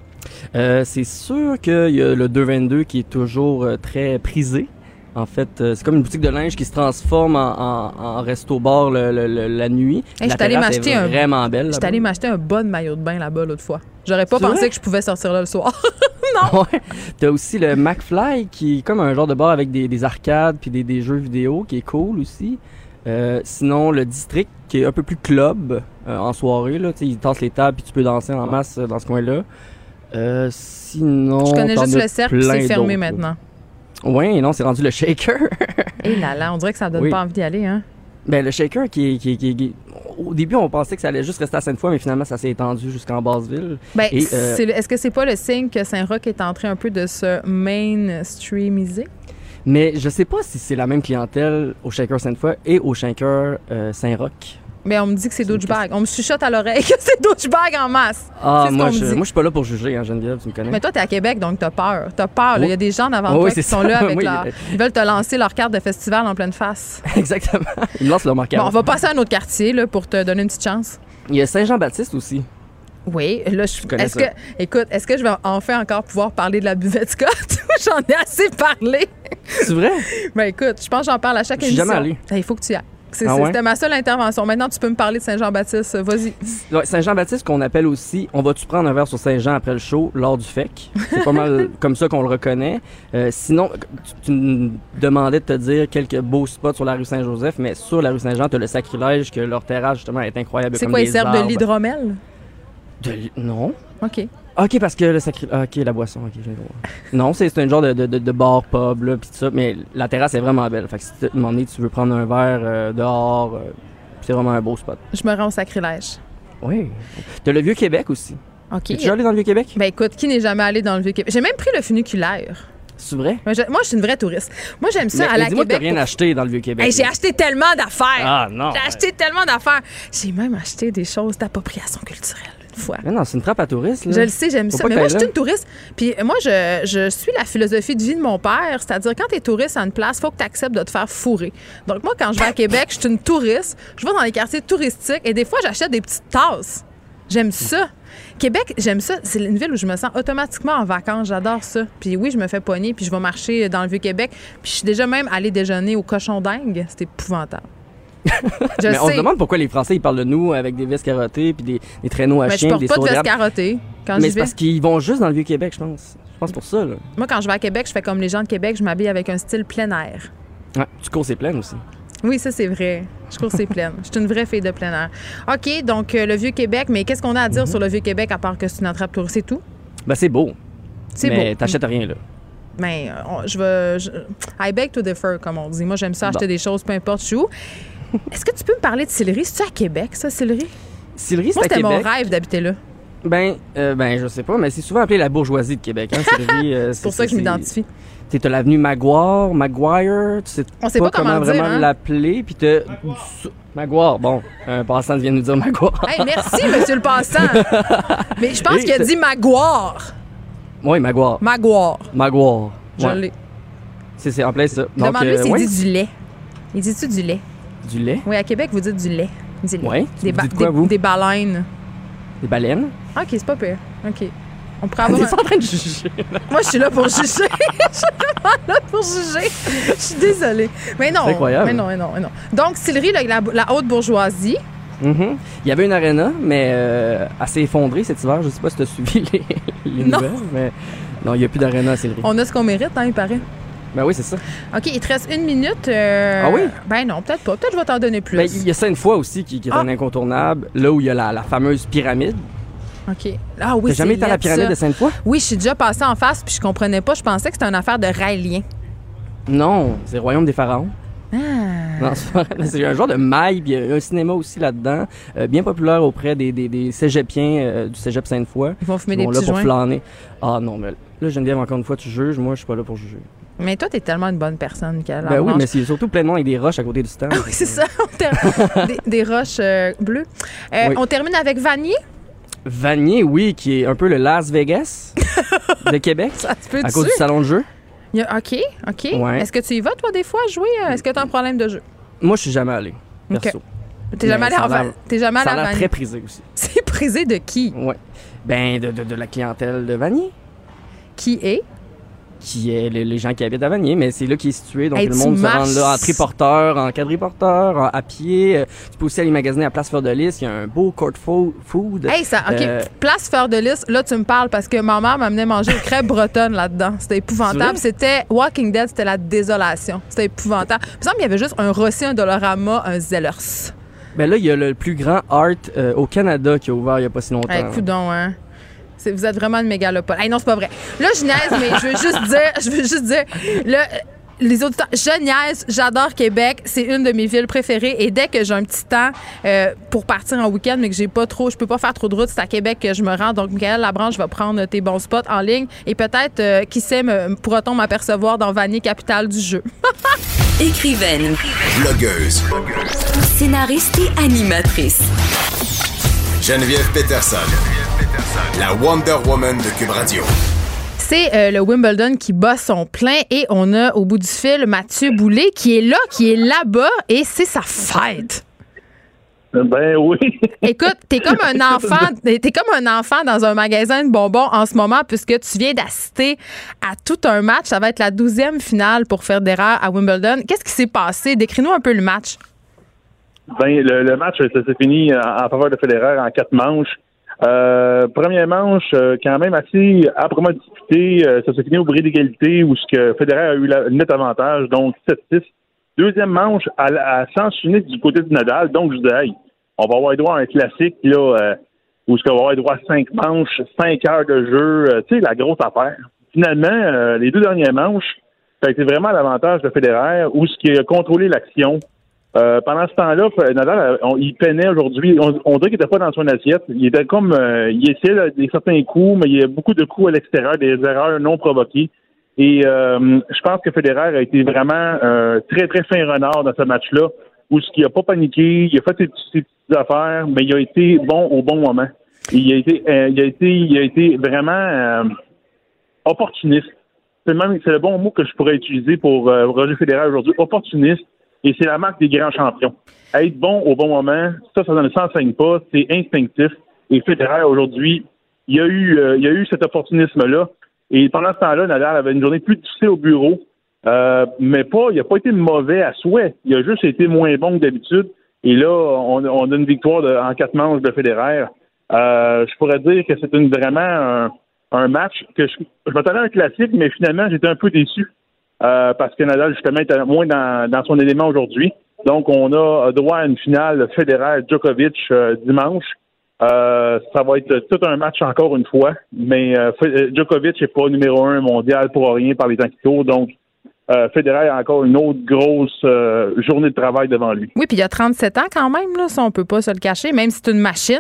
Euh, c'est sûr qu'il y a le deux vingt-deux qui est toujours euh, très prisé. En fait, euh, c'est comme une boutique de linge qui se transforme en, en, en resto-bar le, le, le, la nuit. Hey, la terrasse est un, vraiment belle. Je suis allée m'acheter un bon maillot de bain là-bas l'autre fois. J'aurais pas c'est pensé vrai? que je pouvais sortir là le soir. Non! Ouais. T'as aussi le McFly qui est comme un genre de bar avec des, des arcades puis des, des jeux vidéo qui est cool aussi. Euh, sinon, le District qui est un peu plus club euh, en soirée. Là, ils tassent les tables puis tu peux danser en masse dans ce coin-là. Euh, sinon, je connais juste le cercle, c'est fermé maintenant. Là. Oui, non, c'est rendu le Shaker. Et là là, on dirait que ça donne oui. pas envie d'y aller, hein? Ben, le Shaker, qui, qui, qui, qui... Au début, on pensait que ça allait juste rester à Sainte-Foy, mais finalement, ça s'est étendu jusqu'en Basse-Ville. Ben, Et, euh... c'est le... est-ce que c'est pas le signe que Saint-Roch est en train un peu de se mainstreamiser? Mais je sais pas si c'est la même clientèle au Shaker Sainte-Foy et au Shaker euh, Saint-Roch. Mais on me dit que c'est douchebag. On me chuchote à l'oreille que c'est douchebag en masse. Ah, c'est ce moi, qu'on je, me dit. moi, je suis pas là pour juger, hein, Geneviève, tu me connais. Mais toi, t'es à Québec, donc t'as peur. T'as peur. Il oh. y a des gens devant oh, toi oui, qui ça. sont là avec oui, leur... Ils veulent te lancer leur carte de festival en pleine face. Exactement. Ils lancent leur marqueur. Bon, on va passer à un autre quartier là, pour te donner une petite chance. Il y a Saint-Jean-Baptiste aussi. Oui, là, je est-ce que, écoute, est-ce que je vais enfin encore pouvoir parler de la buvette Scott? J'en ai assez parlé. C'est vrai? Ben écoute, je pense que j'en parle à chaque émission. Je suis jamais allé. Il faut que tu y ailles. C'est, ah c'est, ouais? C'était ma seule intervention. Maintenant, tu peux me parler de Saint-Jean-Baptiste. Vas-y. Ouais, Saint-Jean-Baptiste, qu'on appelle aussi « On va-tu prendre un verre sur Saint-Jean après le show lors du F E C ». C'est pas mal comme ça qu'on le reconnaît. Euh, sinon, tu, tu me demandais de te dire quelques beaux spots sur la rue Saint-Joseph, mais sur la rue Saint-Jean, tu as le sacrilège que leur terrasse, justement, est incroyable. C'est comme quoi, ils servent de l'hydromel? De... Non. OK. OK, parce que le sacrilège... OK, la boisson. OK, je viens de voir. Non, c'est, c'est un genre de, de, de, de bar, pub, là, pis tout ça, mais la terrasse est vraiment belle. Fait que si à un moment donné, tu veux prendre un verre euh, dehors, euh, c'est vraiment un beau spot. Je me rends au sacrilège. Oui. T'as le Vieux-Québec aussi. OK. Es-tu déjà allé dans le Vieux-Québec? Ben écoute, qui n'est jamais allé dans le Vieux-Québec? J'ai même pris le funiculaire. C'est vrai? Moi, je, moi, je suis une vraie touriste. Moi, j'aime ça Mais, aller à dis-moi Québec. que t'as rien pour... acheté dans le Vieux-Québec. Hey, j'ai acheté tellement d'affaires. Ah, non. J'ai acheté tellement d'affaires. J'ai même acheté des choses d'appropriation culturelle une fois. Mais non, c'est une trappe à touristes. Là. Je le sais, j'aime Faut ça. pas Mais que moi, je t'ailles suis là. une touriste. Puis moi, je, je suis la philosophie de vie de mon père. C'est-à-dire, quand tu es touriste à une place, il faut que tu acceptes de te faire fourrer. Donc, moi, quand je vais à Québec, je suis une touriste. Je vais dans les quartiers touristiques et des fois, j'achète des petites tasses. J'aime ça. Québec, j'aime ça. C'est une ville où je me sens automatiquement en vacances. J'adore ça. Puis oui, je me fais pogner, puis je vais marcher dans le Vieux-Québec. Puis je suis déjà même allée déjeuner au Cochon d'Inde. C'est épouvantable. Je Mais sais. on se demande pourquoi les Français ils parlent de nous avec des vestes carottées puis des, des traîneaux à Mais chiens, je porte des pas de veste sauterelles. carottée quand Mais j'y c'est vais. parce qu'ils vont juste dans le Vieux-Québec, je pense. Je pense pour ça, là. Moi, quand je vais à Québec, je fais comme les gens de Québec. Je m'habille avec un style plein air. Ouais, tu cours ses plaines aussi. Oui, ça, c'est vrai. Je cours c'est pleine. Je suis une vraie fille de plein air. OK, donc euh, le Vieux-Québec. Mais qu'est-ce qu'on a à dire Mm-hmm. sur le Vieux-Québec à part que c'est une attrape touriste, c'est tout? Ben, c'est beau. C'est mais beau. t'achètes rien, là. Mais euh, on- je veux... je- I beg to differ, comme on dit. Moi, j'aime ça acheter Bon. des choses, peu importe je suis où. Est-ce que tu peux me parler de Sillery? C'est-tu à Québec, ça, Sillery? Sillery, c'est Moi, à c'était mon Québec. rêve d'habiter là. Ben, euh, ben, je sais pas, mais c'est souvent appelé la bourgeoisie de Québec, hein, Sillery. euh, C'est pour ça que je m'identifie. Tu sais, t'as l'avenue Maguire, Maguire, tu sais On sait pas comment le dire, vraiment hein. l'appeler, puis t'as... Maguire, bon, un passant vient de nous dire Maguire. Hey, merci, monsieur le passant. Mais je pense Et qu'il a c'est- dit Maguire. Oui, Maguire. Maguire. Maguire. Je Ouais. l'ai. C'est, c'est en plein ça. Donc, Demande-lui euh, s'il ouais, dit du lait. Il dit-tu du lait? du lait, Oui, à Québec, vous dites du lait. Du lait. Ouais. Des, Vous dites quoi, des, vous? des baleines. des baleines. OK, c'est pas pire. OK. On pourrait T'es avoir... en train de juger. Moi, je suis là pour juger. Je suis vraiment là pour juger. Je suis désolée. Mais non. C'est incroyable. Mais non, mais non, mais non. Donc, Sillery, là, la, la haute bourgeoisie. Mhm. Il y avait une arena, mais euh, elle s'est effondrée cet hiver. Je sais pas si tu as suivi les, les Non. nouvelles, mais non, il n'y a plus d'arena à Sillery. On a ce qu'on mérite, hein, il paraît. Ben oui, c'est ça. OK, il te reste une minute. euh, Ah oui? Ben non, peut-être pas. Peut-être que je vais t'en donner plus. Ben, il y a ça une fois aussi qui, qui est Ah. un incontournable, là où il y a la, la fameuse pyramide. OK. Ah oui, T'as jamais c'est été à la laid, pyramide ça. de Sainte-Foy? Oui, je suis déjà passée en face puis je comprenais pas. Je pensais que c'était une affaire de raélien. Non, c'est le royaume des pharaons. Ah. Non, c'est pas vrai. C'est un genre de maille, puis il y a un cinéma aussi là-dedans, euh, bien populaire auprès des, des, des cégepiens euh, du cégep Sainte-Foy. Ils vont fumer Ils des vont là petits pour joints. flâner. Ah non, mais là, Geneviève, encore une fois, tu juges. Moi, je suis pas là pour juger. Mais toi, t'es tellement une bonne personne, Michael. Ben oui, Lambranche. mais c'est surtout plein de monde avec des roches à côté du stand. Ah oui, c'est ça. On ter- des, des roches euh, bleues. Euh, Oui. On termine avec Vanier. Vanier, oui, qui est un peu le Las Vegas de Québec, Ça se peut à cause du salon de jeu. Il y a- OK, OK. Ouais. Est-ce que tu y vas, toi, des fois, jouer? Est-ce que tu as un problème de jeu? Moi, je suis jamais allé, OK. perso. T'es jamais allé ça a à Va- l'air- T'es jamais allé Ça a à l'air Vanier? très prisé aussi. C'est prisé de qui? Ouais. Ben, de, de, de la clientèle de Vanier, Qui est? qui est les, les gens qui habitent à Vanier, mais c'est là qui est situé, donc Hey, le tu monde se marches- rend là en triporteur, en quadriporteur, en- à pied. Euh, Tu peux aussi aller magasiner à Place Fleur de Lys, il y a un beau court fo- food. Hey, ça, OK. Euh, Place Fleur de Lys, là, tu me parles parce que ma mère m'amenait manger aux crêpes bretonnes là-dedans. C'était épouvantable. C'est C'était Walking Dead, c'était la désolation. C'était épouvantable. Il me semble qu'il y avait juste un Rossi, un Dollarama, un Zellers. Ben là, il y a le plus grand art euh, au Canada qui a ouvert il y a pas si longtemps. Hey, coudonc, hein? C'est- Vous êtes vraiment une mégalopole. Hey, non, c'est pas vrai. Là, je niaise, mais je veux juste dire, je veux juste dire, là, les auditeurs, je niaise, j'adore Québec, c'est une de mes villes préférées et dès que j'ai un petit temps euh, pour partir en week-end, mais que j'ai pas trop, je peux pas faire trop de route, c'est à Québec que je me rends. Donc, Michael Labranche va prendre tes bons spots en ligne et peut-être, euh, qui sait, me, pourra-t-on m'apercevoir dans Vanier, capitale du jeu. Écrivaine, Blogueuse. scénariste et animatrice. Geneviève Peterson. La Wonder Woman de Cube Radio. C'est euh, le Wimbledon qui bat son plein et on a au bout du fil Mathieu Boulay qui est là, qui est là-bas et c'est sa fête. Ben oui. Écoute, t'es comme un enfant, t'es comme un enfant dans un magasin de bonbons en ce moment puisque tu viens d'assister à tout un match. Ça va être la douzième finale pour Federer à Wimbledon. Qu'est-ce qui s'est passé? Décris-nous un peu le match. Ben, le, le match, ça s'est fini en, en faveur de Federer en quatre manches. Euh, première manche, euh, quand même assez âprement disputée. Euh, ça s'est fini au bris d'égalité où ce que Federer a eu la, le net avantage, donc sept six. Deuxième manche, à, à sens unique du côté de Nadal. Donc, je disais, hey, on va avoir droit à un classique, là, euh, où ce qu'on va avoir droit à cinq manches, cinq heures de jeu, euh, tu sais, la grosse affaire. Finalement, euh, les deux dernières manches, ça a été vraiment à l'avantage de Federer, où ce qui a contrôlé l'action. Euh, pendant ce temps-là, Nadal, on, il peinait aujourd'hui. On, on dirait qu'il n'était pas dans son assiette. Il était comme, euh, il essayait là, des certains coups, mais il y a beaucoup de coups à l'extérieur, des erreurs non provoquées. Et euh, je pense que Federer a été vraiment euh, très, très fin renard dans ce match-là, où il n'a pas paniqué, il a fait ses, ses petites affaires, mais il a été bon au bon moment. Et il a été, euh, il a été, il a été vraiment euh, opportuniste. C'est même, c'est le bon mot que je pourrais utiliser pour euh, Roger Federer aujourd'hui, opportuniste. Et c'est la marque des grands champions. Être bon au bon moment, ça, ça ne s'enseigne pas, c'est instinctif. Et Federer, aujourd'hui, il y a eu, euh, il y a eu cet opportunisme-là. Et pendant ce temps-là, Nadal avait une journée plus difficile au bureau, euh, mais pas, il n'a pas été mauvais à souhait. Il a juste été moins bon que d'habitude. Et là, on, on a une victoire de, en quatre manches de Federer. Euh, je pourrais dire que c'est une, vraiment un, un match que je, je m'attendais à un classique, mais finalement, j'étais un peu déçu euh, parce que Nadal, justement, était moins dans, dans son élément aujourd'hui. Donc, on a droit à une finale Federer-Djokovic euh, dimanche. Euh, ça va être tout un match encore une fois, mais euh, Djokovic n'est pas numéro un mondial pour rien par les temps qui courent, donc euh, Federer a encore une autre grosse euh, journée de travail devant lui. Oui, puis il y a trente-sept ans quand même, là, ça on peut pas se le cacher, même si c'est une machine.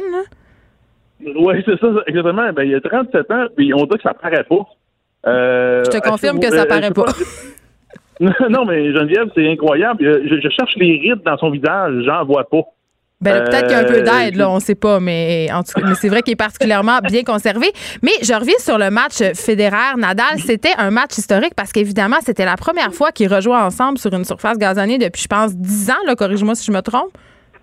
Oui, c'est ça, exactement. Ben, il y a trente-sept ans, puis on dit que ça paraît pas. Euh, je te confirme que, que ça euh, paraît pas. pas. Non, mais Geneviève, c'est incroyable. Je, je cherche les rides dans son visage, j'en vois pas. Ben là, peut-être qu'il y a un peu d'aide, là, on sait pas, mais en tout cas, mais c'est vrai qu'il est particulièrement bien conservé. Mais je reviens sur le match Federer-Nadal. C'était un match historique parce qu'évidemment, c'était la première fois qu'ils rejouaient ensemble sur une surface gazonnée depuis, je pense, dix ans. Là, corrige-moi si je me trompe.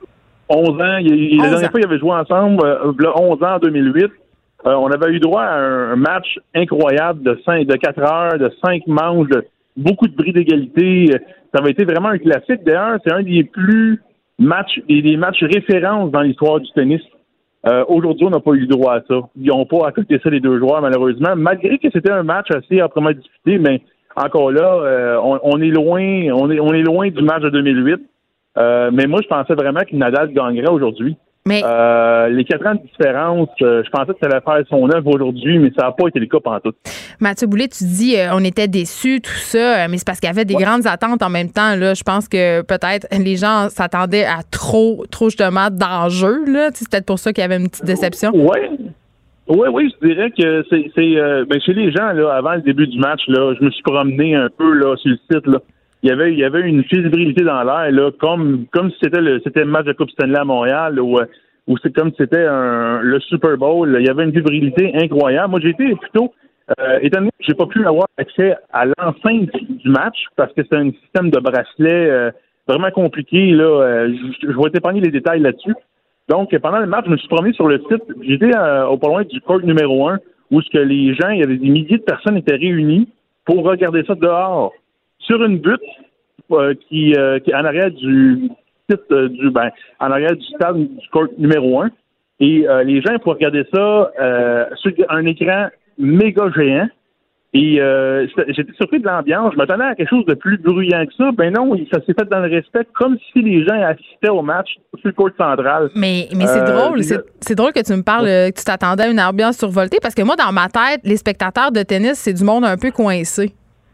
onze ans. Il, il, la dernière fois, ils avaient joué ensemble, euh, là, onze ans en deux mille huit. Euh, on avait eu droit à un, un match incroyable de, cinq, de quatre heures, de cinq manches, de beaucoup de bris d'égalité. Ça avait été vraiment un classique. D'ailleurs, c'est un des plus matchs et des matchs références dans l'histoire du tennis. Euh, aujourd'hui, on n'a pas eu le droit à ça. Ils n'ont pas accoté ça les deux joueurs, malheureusement, malgré que c'était un match assez âprement disputé, mais encore là, euh, on, on est loin, on est, on est loin du match de deux mille huit. Euh, mais moi, je pensais vraiment que Nadal gagnerait aujourd'hui. Mais euh, les quatre ans de différence, euh, je pensais que ça allait faire son œuvre aujourd'hui, mais ça n'a pas été le cas pantoute. Mathieu Boulay, tu dis euh, on était déçus, tout ça, mais c'est parce qu'il y avait des ouais. grandes attentes en même temps. Là, je pense que peut-être les gens s'attendaient à trop, trop justement d'enjeux. Là. C'est peut-être pour ça qu'il y avait une petite déception. Oui, oui, oui, je dirais que c'est, c'est euh, ben, chez les gens, là, avant le début du match, là, je me suis promené un peu là, sur le site. Là. Il y avait, il y avait une fébrilité dans l'air, là, comme, comme si c'était le, c'était le match de Coupe Stanley à Montréal, ou, ou c'est comme si c'était un, le Super Bowl. Là. Il y avait une fébrilité incroyable. Moi, j'ai été plutôt, euh, étant donné que j'ai pas pu avoir accès à l'enceinte du match, parce que c'est un système de bracelet euh, vraiment compliqué, là. Euh, je, je vais t'épargner les détails là-dessus. Donc, pendant le match, je me suis promené sur le site. J'étais euh, au pas loin du court numéro un, où ce que les gens, il y avait des milliers de personnes étaient réunies pour regarder ça dehors. Sur une butte euh, qui, euh, qui est en arrière du site euh, du ben en arrière du stade du court numéro un. Et euh, les gens pouvaient regarder ça euh, sur un écran méga géant. Et euh, j'étais surpris de l'ambiance. Je m'attendais à quelque chose de plus bruyant que ça. Ben non, ça s'est fait dans le respect, comme si les gens assistaient au match sur le court central. Mais, mais c'est euh, drôle. C'est, c'est drôle que tu me parles, que tu t'attendais à une ambiance survoltée, parce que moi, dans ma tête, les spectateurs de tennis, c'est du monde un peu coincé.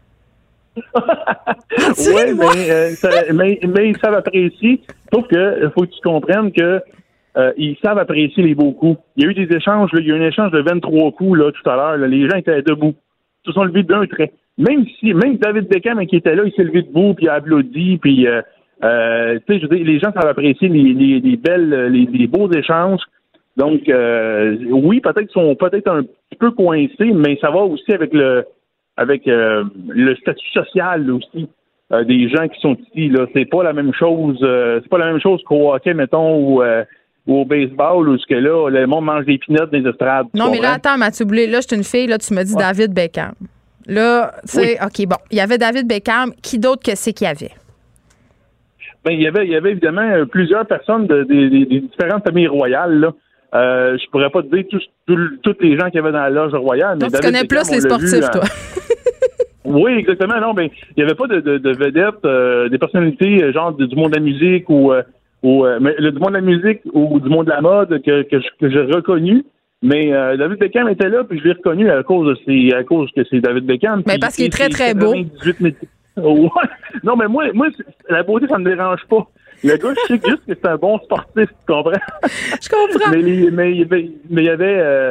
Oui, mais, euh, ça, mais, mais ils savent apprécier. Sauf que il faut que tu comprennes que euh, ils savent apprécier les beaux coups. Il y a eu des échanges, là, il y a eu un échange de vingt-trois coups là, tout à l'heure. Là, les gens étaient debout. Ils se sont levés d'un trait. Même si même David Beckham qui était là, il s'est levé debout, puis il a applaudi, puis euh, euh, tu sais, je veux dire, les gens savent apprécier les, les, les belles, les, les beaux échanges. Donc euh, oui, peut-être qu'ils sont peut-être un petit peu coincés, mais ça va aussi avec le avec euh, le statut social aussi euh, des gens qui sont ici. Là, c'est pas la même chose. Euh, c'est pas la même chose qu'au hockey, mettons, ou, euh, ou au baseball, où ce que là, le monde mange des peanuts dans les estrades. Non, mais là, attends, Mathieu Boulay, là, je suis une fille, là, tu me dis ouais. David Beckham. Là, tu sais, oui. OK, bon, il y avait David Beckham. Qui d'autre que c'est qu'il y avait? Ben, il y avait, il y avait évidemment plusieurs personnes de, de, de, de différentes familles royales, là. Euh, je pourrais pas te dire tous, tous, tous les gens qu'il y avait dans la loge royale. Donc, mais tu David connais Beckham, plus les sportifs, vu, toi. Oui, exactement. Non, ben, il n'y avait pas de, de, de vedettes, euh, des personnalités, genre de, du monde de la musique ou, euh, ou euh, mais, le, du monde de la musique ou du monde de la mode que, que, que j'ai reconnu. Mais euh, David Beckham était là, puis je l'ai reconnu à cause de ses, à cause que c'est David Beckham. Mais parce qu'il est très, très beau. Ouais. Non, mais moi, moi, la beauté, ça me dérange pas. Le gars, je sais juste que c'est un bon sportif, tu comprends? Je comprends. mais, mais, mais, mais il y avait... Euh,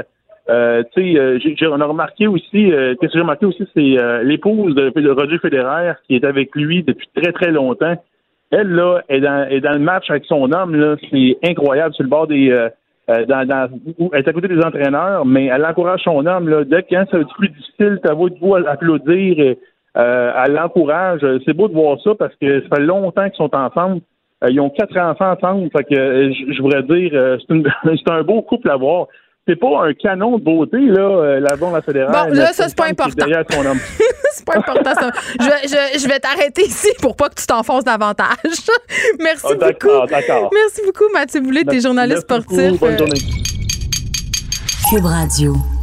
Euh, tu sais, euh, j'ai, j'ai, on a remarqué aussi, euh, qu'est-ce que j'ai remarqué aussi, c'est euh, l'épouse de, de Roger Federer qui est avec lui depuis très très longtemps. Elle là est dans, est dans le match avec son homme là, c'est incroyable sur le bord des, euh, euh, dans, dans, elle est à côté des entraîneurs, mais elle encourage son homme là. Dès que quand ça va être plus difficile, ta voix de vous applaudir, euh, elle l'encourage. C'est beau de voir ça parce que ça fait longtemps qu'ils sont ensemble. Euh, ils ont quatre enfants ensemble, fait que euh, je voudrais dire, euh, c'est, une, c'est un beau couple à voir. C'est pas un canon de beauté, là, euh, la blonde à Federer. Bon, là, ça, c'est pas important. C'est pas important, ça. Je, je, je vais t'arrêter ici pour pas que tu t'enfonces davantage. Merci oh, d'accord, beaucoup. D'accord. Merci beaucoup, Mathieu Boulet, t'es journaliste sportif. Bonne journée. Cube Radio.